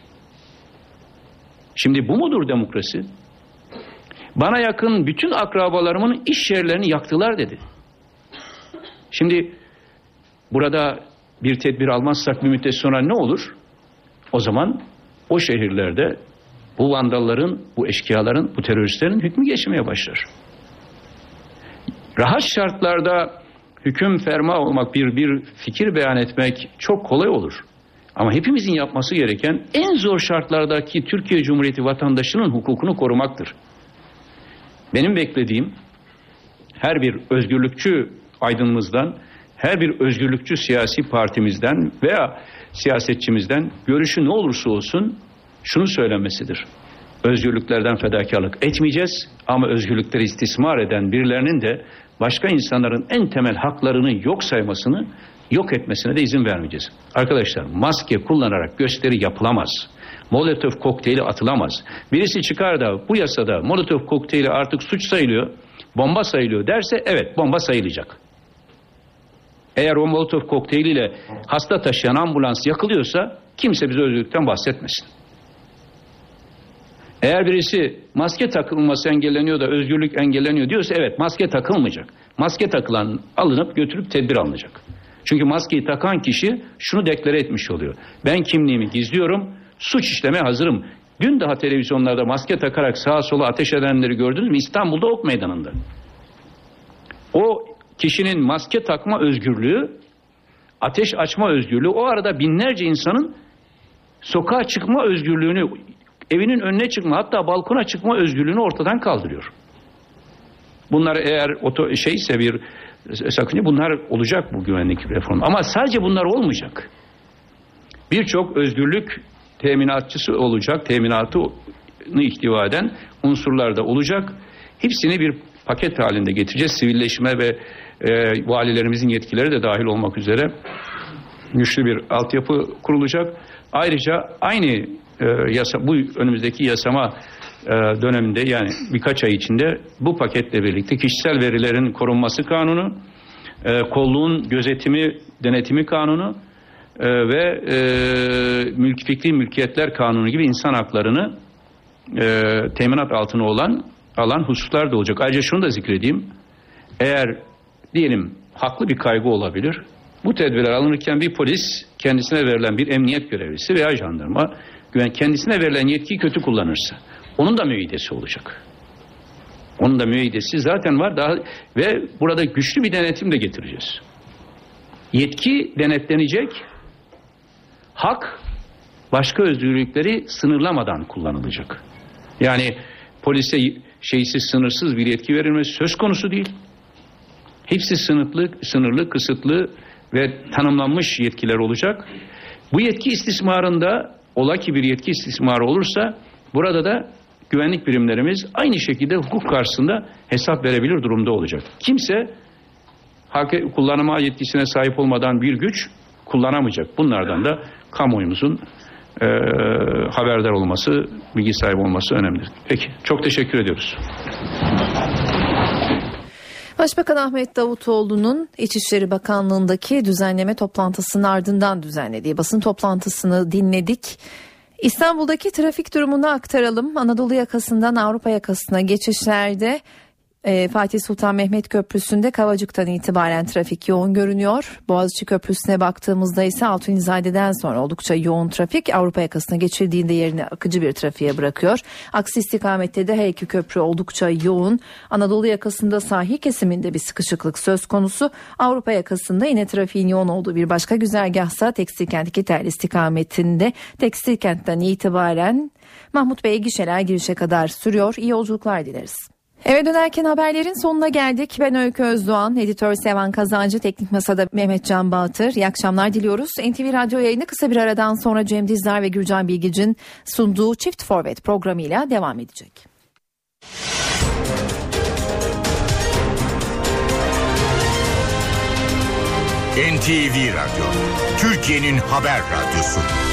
Şimdi bu mudur demokrasi? Bana yakın bütün akrabalarımın iş yerlerini yaktılar dedi. Şimdi burada bir tedbir almazsak bir müddet sonra ne olur? O zaman o şehirlerde bu vandalların, bu eşkıyaların, bu teröristlerin hükmü geçmeye başlar. Rahat şartlarda hüküm ferma olmak, bir bir fikir beyan etmek çok kolay olur. Ama hepimizin yapması gereken en zor şartlardaki Türkiye Cumhuriyeti vatandaşının hukukunu korumaktır. Benim beklediğim her bir özgürlükçü aydınımızdan, her bir özgürlükçü siyasi partimizden veya siyasetçimizden görüşü ne olursa olsun şunu söylemesidir. Özgürlüklerden fedakarlık etmeyeceğiz ama özgürlükleri istismar eden birilerinin de başka insanların en temel haklarını yok saymasını, yok etmesine de izin vermeyeceğiz. Arkadaşlar, maske kullanarak gösteri yapılamaz. Molotof kokteyli atılamaz. Birisi çıkar da bu yasada molotof kokteyli artık suç sayılıyor, bomba sayılıyor derse evet, bomba sayılacak. Eğer o molotof kokteyliyle hasta taşıyan ambulans yakılıyorsa kimse bize özgürlükten bahsetmesin. Eğer birisi maske takılması engelleniyor da özgürlük engelleniyor diyorsa evet, maske takılmayacak. Maske takılan alınıp götürüp tedbir alınacak. Çünkü maskeyi takan kişi şunu deklare etmiş oluyor. Ben kimliğimi gizliyorum, suç işlemeye hazırım. Dün daha televizyonlarda maske takarak sağa sola ateş edenleri gördünüz mü? İstanbul'da Ok Meydanı'nda. O kişinin maske takma özgürlüğü, ateş açma özgürlüğü, o arada binlerce insanın sokağa çıkma özgürlüğünü, evinin önüne çıkma, hatta balkona çıkma özgürlüğünü ortadan kaldırıyor. Bunlar eğer oto, şeyse bir sakınca, bunlar olacak bu güvenlik reformu. Ama sadece bunlar olmayacak. Birçok özgürlük teminatçısı olacak, teminatını ihtiva eden unsurlar da olacak. Hepsini bir paket halinde getireceğiz. Sivilleşme ve e, valilerimizin yetkileri de dahil olmak üzere güçlü bir altyapı kurulacak. Ayrıca aynı e, yasa, bu önümüzdeki yasama e, döneminde, yani birkaç ay içinde bu paketle birlikte kişisel verilerin korunması kanunu, e, kolluğun gözetimi, denetimi kanunu e, ve e, mülk, fikri mülkiyetler kanunu gibi insan haklarını e, teminat altına olan alan hususlar da olacak. Ayrıca şunu da zikredeyim. Eğer diyelim haklı bir kaygı olabilir. Bu tedbirler alınırken bir polis kendisine verilen bir emniyet görevlisi veya jandarma kendisine verilen yetkiyi kötü kullanırsa onun da müeyyidesi olacak. Onun da müeyyidesi zaten var daha ve burada güçlü bir denetim de getireceğiz. Yetki denetlenecek, hak başka özgürlükleri sınırlamadan kullanılacak. Yani polise şeysiz sınırsız bir yetki verilmesi söz konusu değil. Hepsi sınırlı, sınırlı, kısıtlı ve tanımlanmış yetkiler olacak. Bu yetki istismarında ola ki bir yetki istismarı olursa burada da güvenlik birimlerimiz aynı şekilde hukuk karşısında hesap verebilir durumda olacak. Kimse kullanma yetkisine sahip olmadan bir güç kullanamayacak. Bunlardan da kamuoyumuzun e, haberdar olması, bilgi sahibi olması önemlidir. Peki, çok teşekkür ediyoruz. Başbakan Ahmet Davutoğlu'nun İçişleri Bakanlığı'ndaki düzenleme toplantısının ardından düzenlediği basın toplantısını dinledik. İstanbul'daki trafik durumunu aktaralım. Anadolu yakasından Avrupa yakasına geçişlerde e, Fatih Sultan Mehmet Köprüsü'nde Kavacık'tan itibaren trafik yoğun görünüyor. Boğaziçi Köprüsü'ne baktığımızda ise Altunizade'den sonra oldukça yoğun trafik Avrupa yakasına geçildiğinde yerini akıcı bir trafiğe bırakıyor. Aksi istikamette de her iki köprü oldukça yoğun. Anadolu yakasında sahil kesiminde bir sıkışıklık söz konusu. Avrupa yakasında yine trafiğin yoğun olduğu bir başka güzergahsa Tekstilkent iki tel istikametinde Tekstilkent'ten itibaren Mahmut Bey gişeler girişe kadar sürüyor. İyi yolculuklar dileriz. Eve dönerken haberlerin sonuna geldik. Ben Öykü Özdoğan, editör Sevan Kazancı, teknik masada Mehmet Can Bağtır. İyi akşamlar diliyoruz. N T V Radyo yayını kısa bir aradan sonra Cem Dizdar ve Gürcan Bilgic'in sunduğu Çift Forvet programıyla devam edecek. N T V Radyo, Türkiye'nin haber radyosu.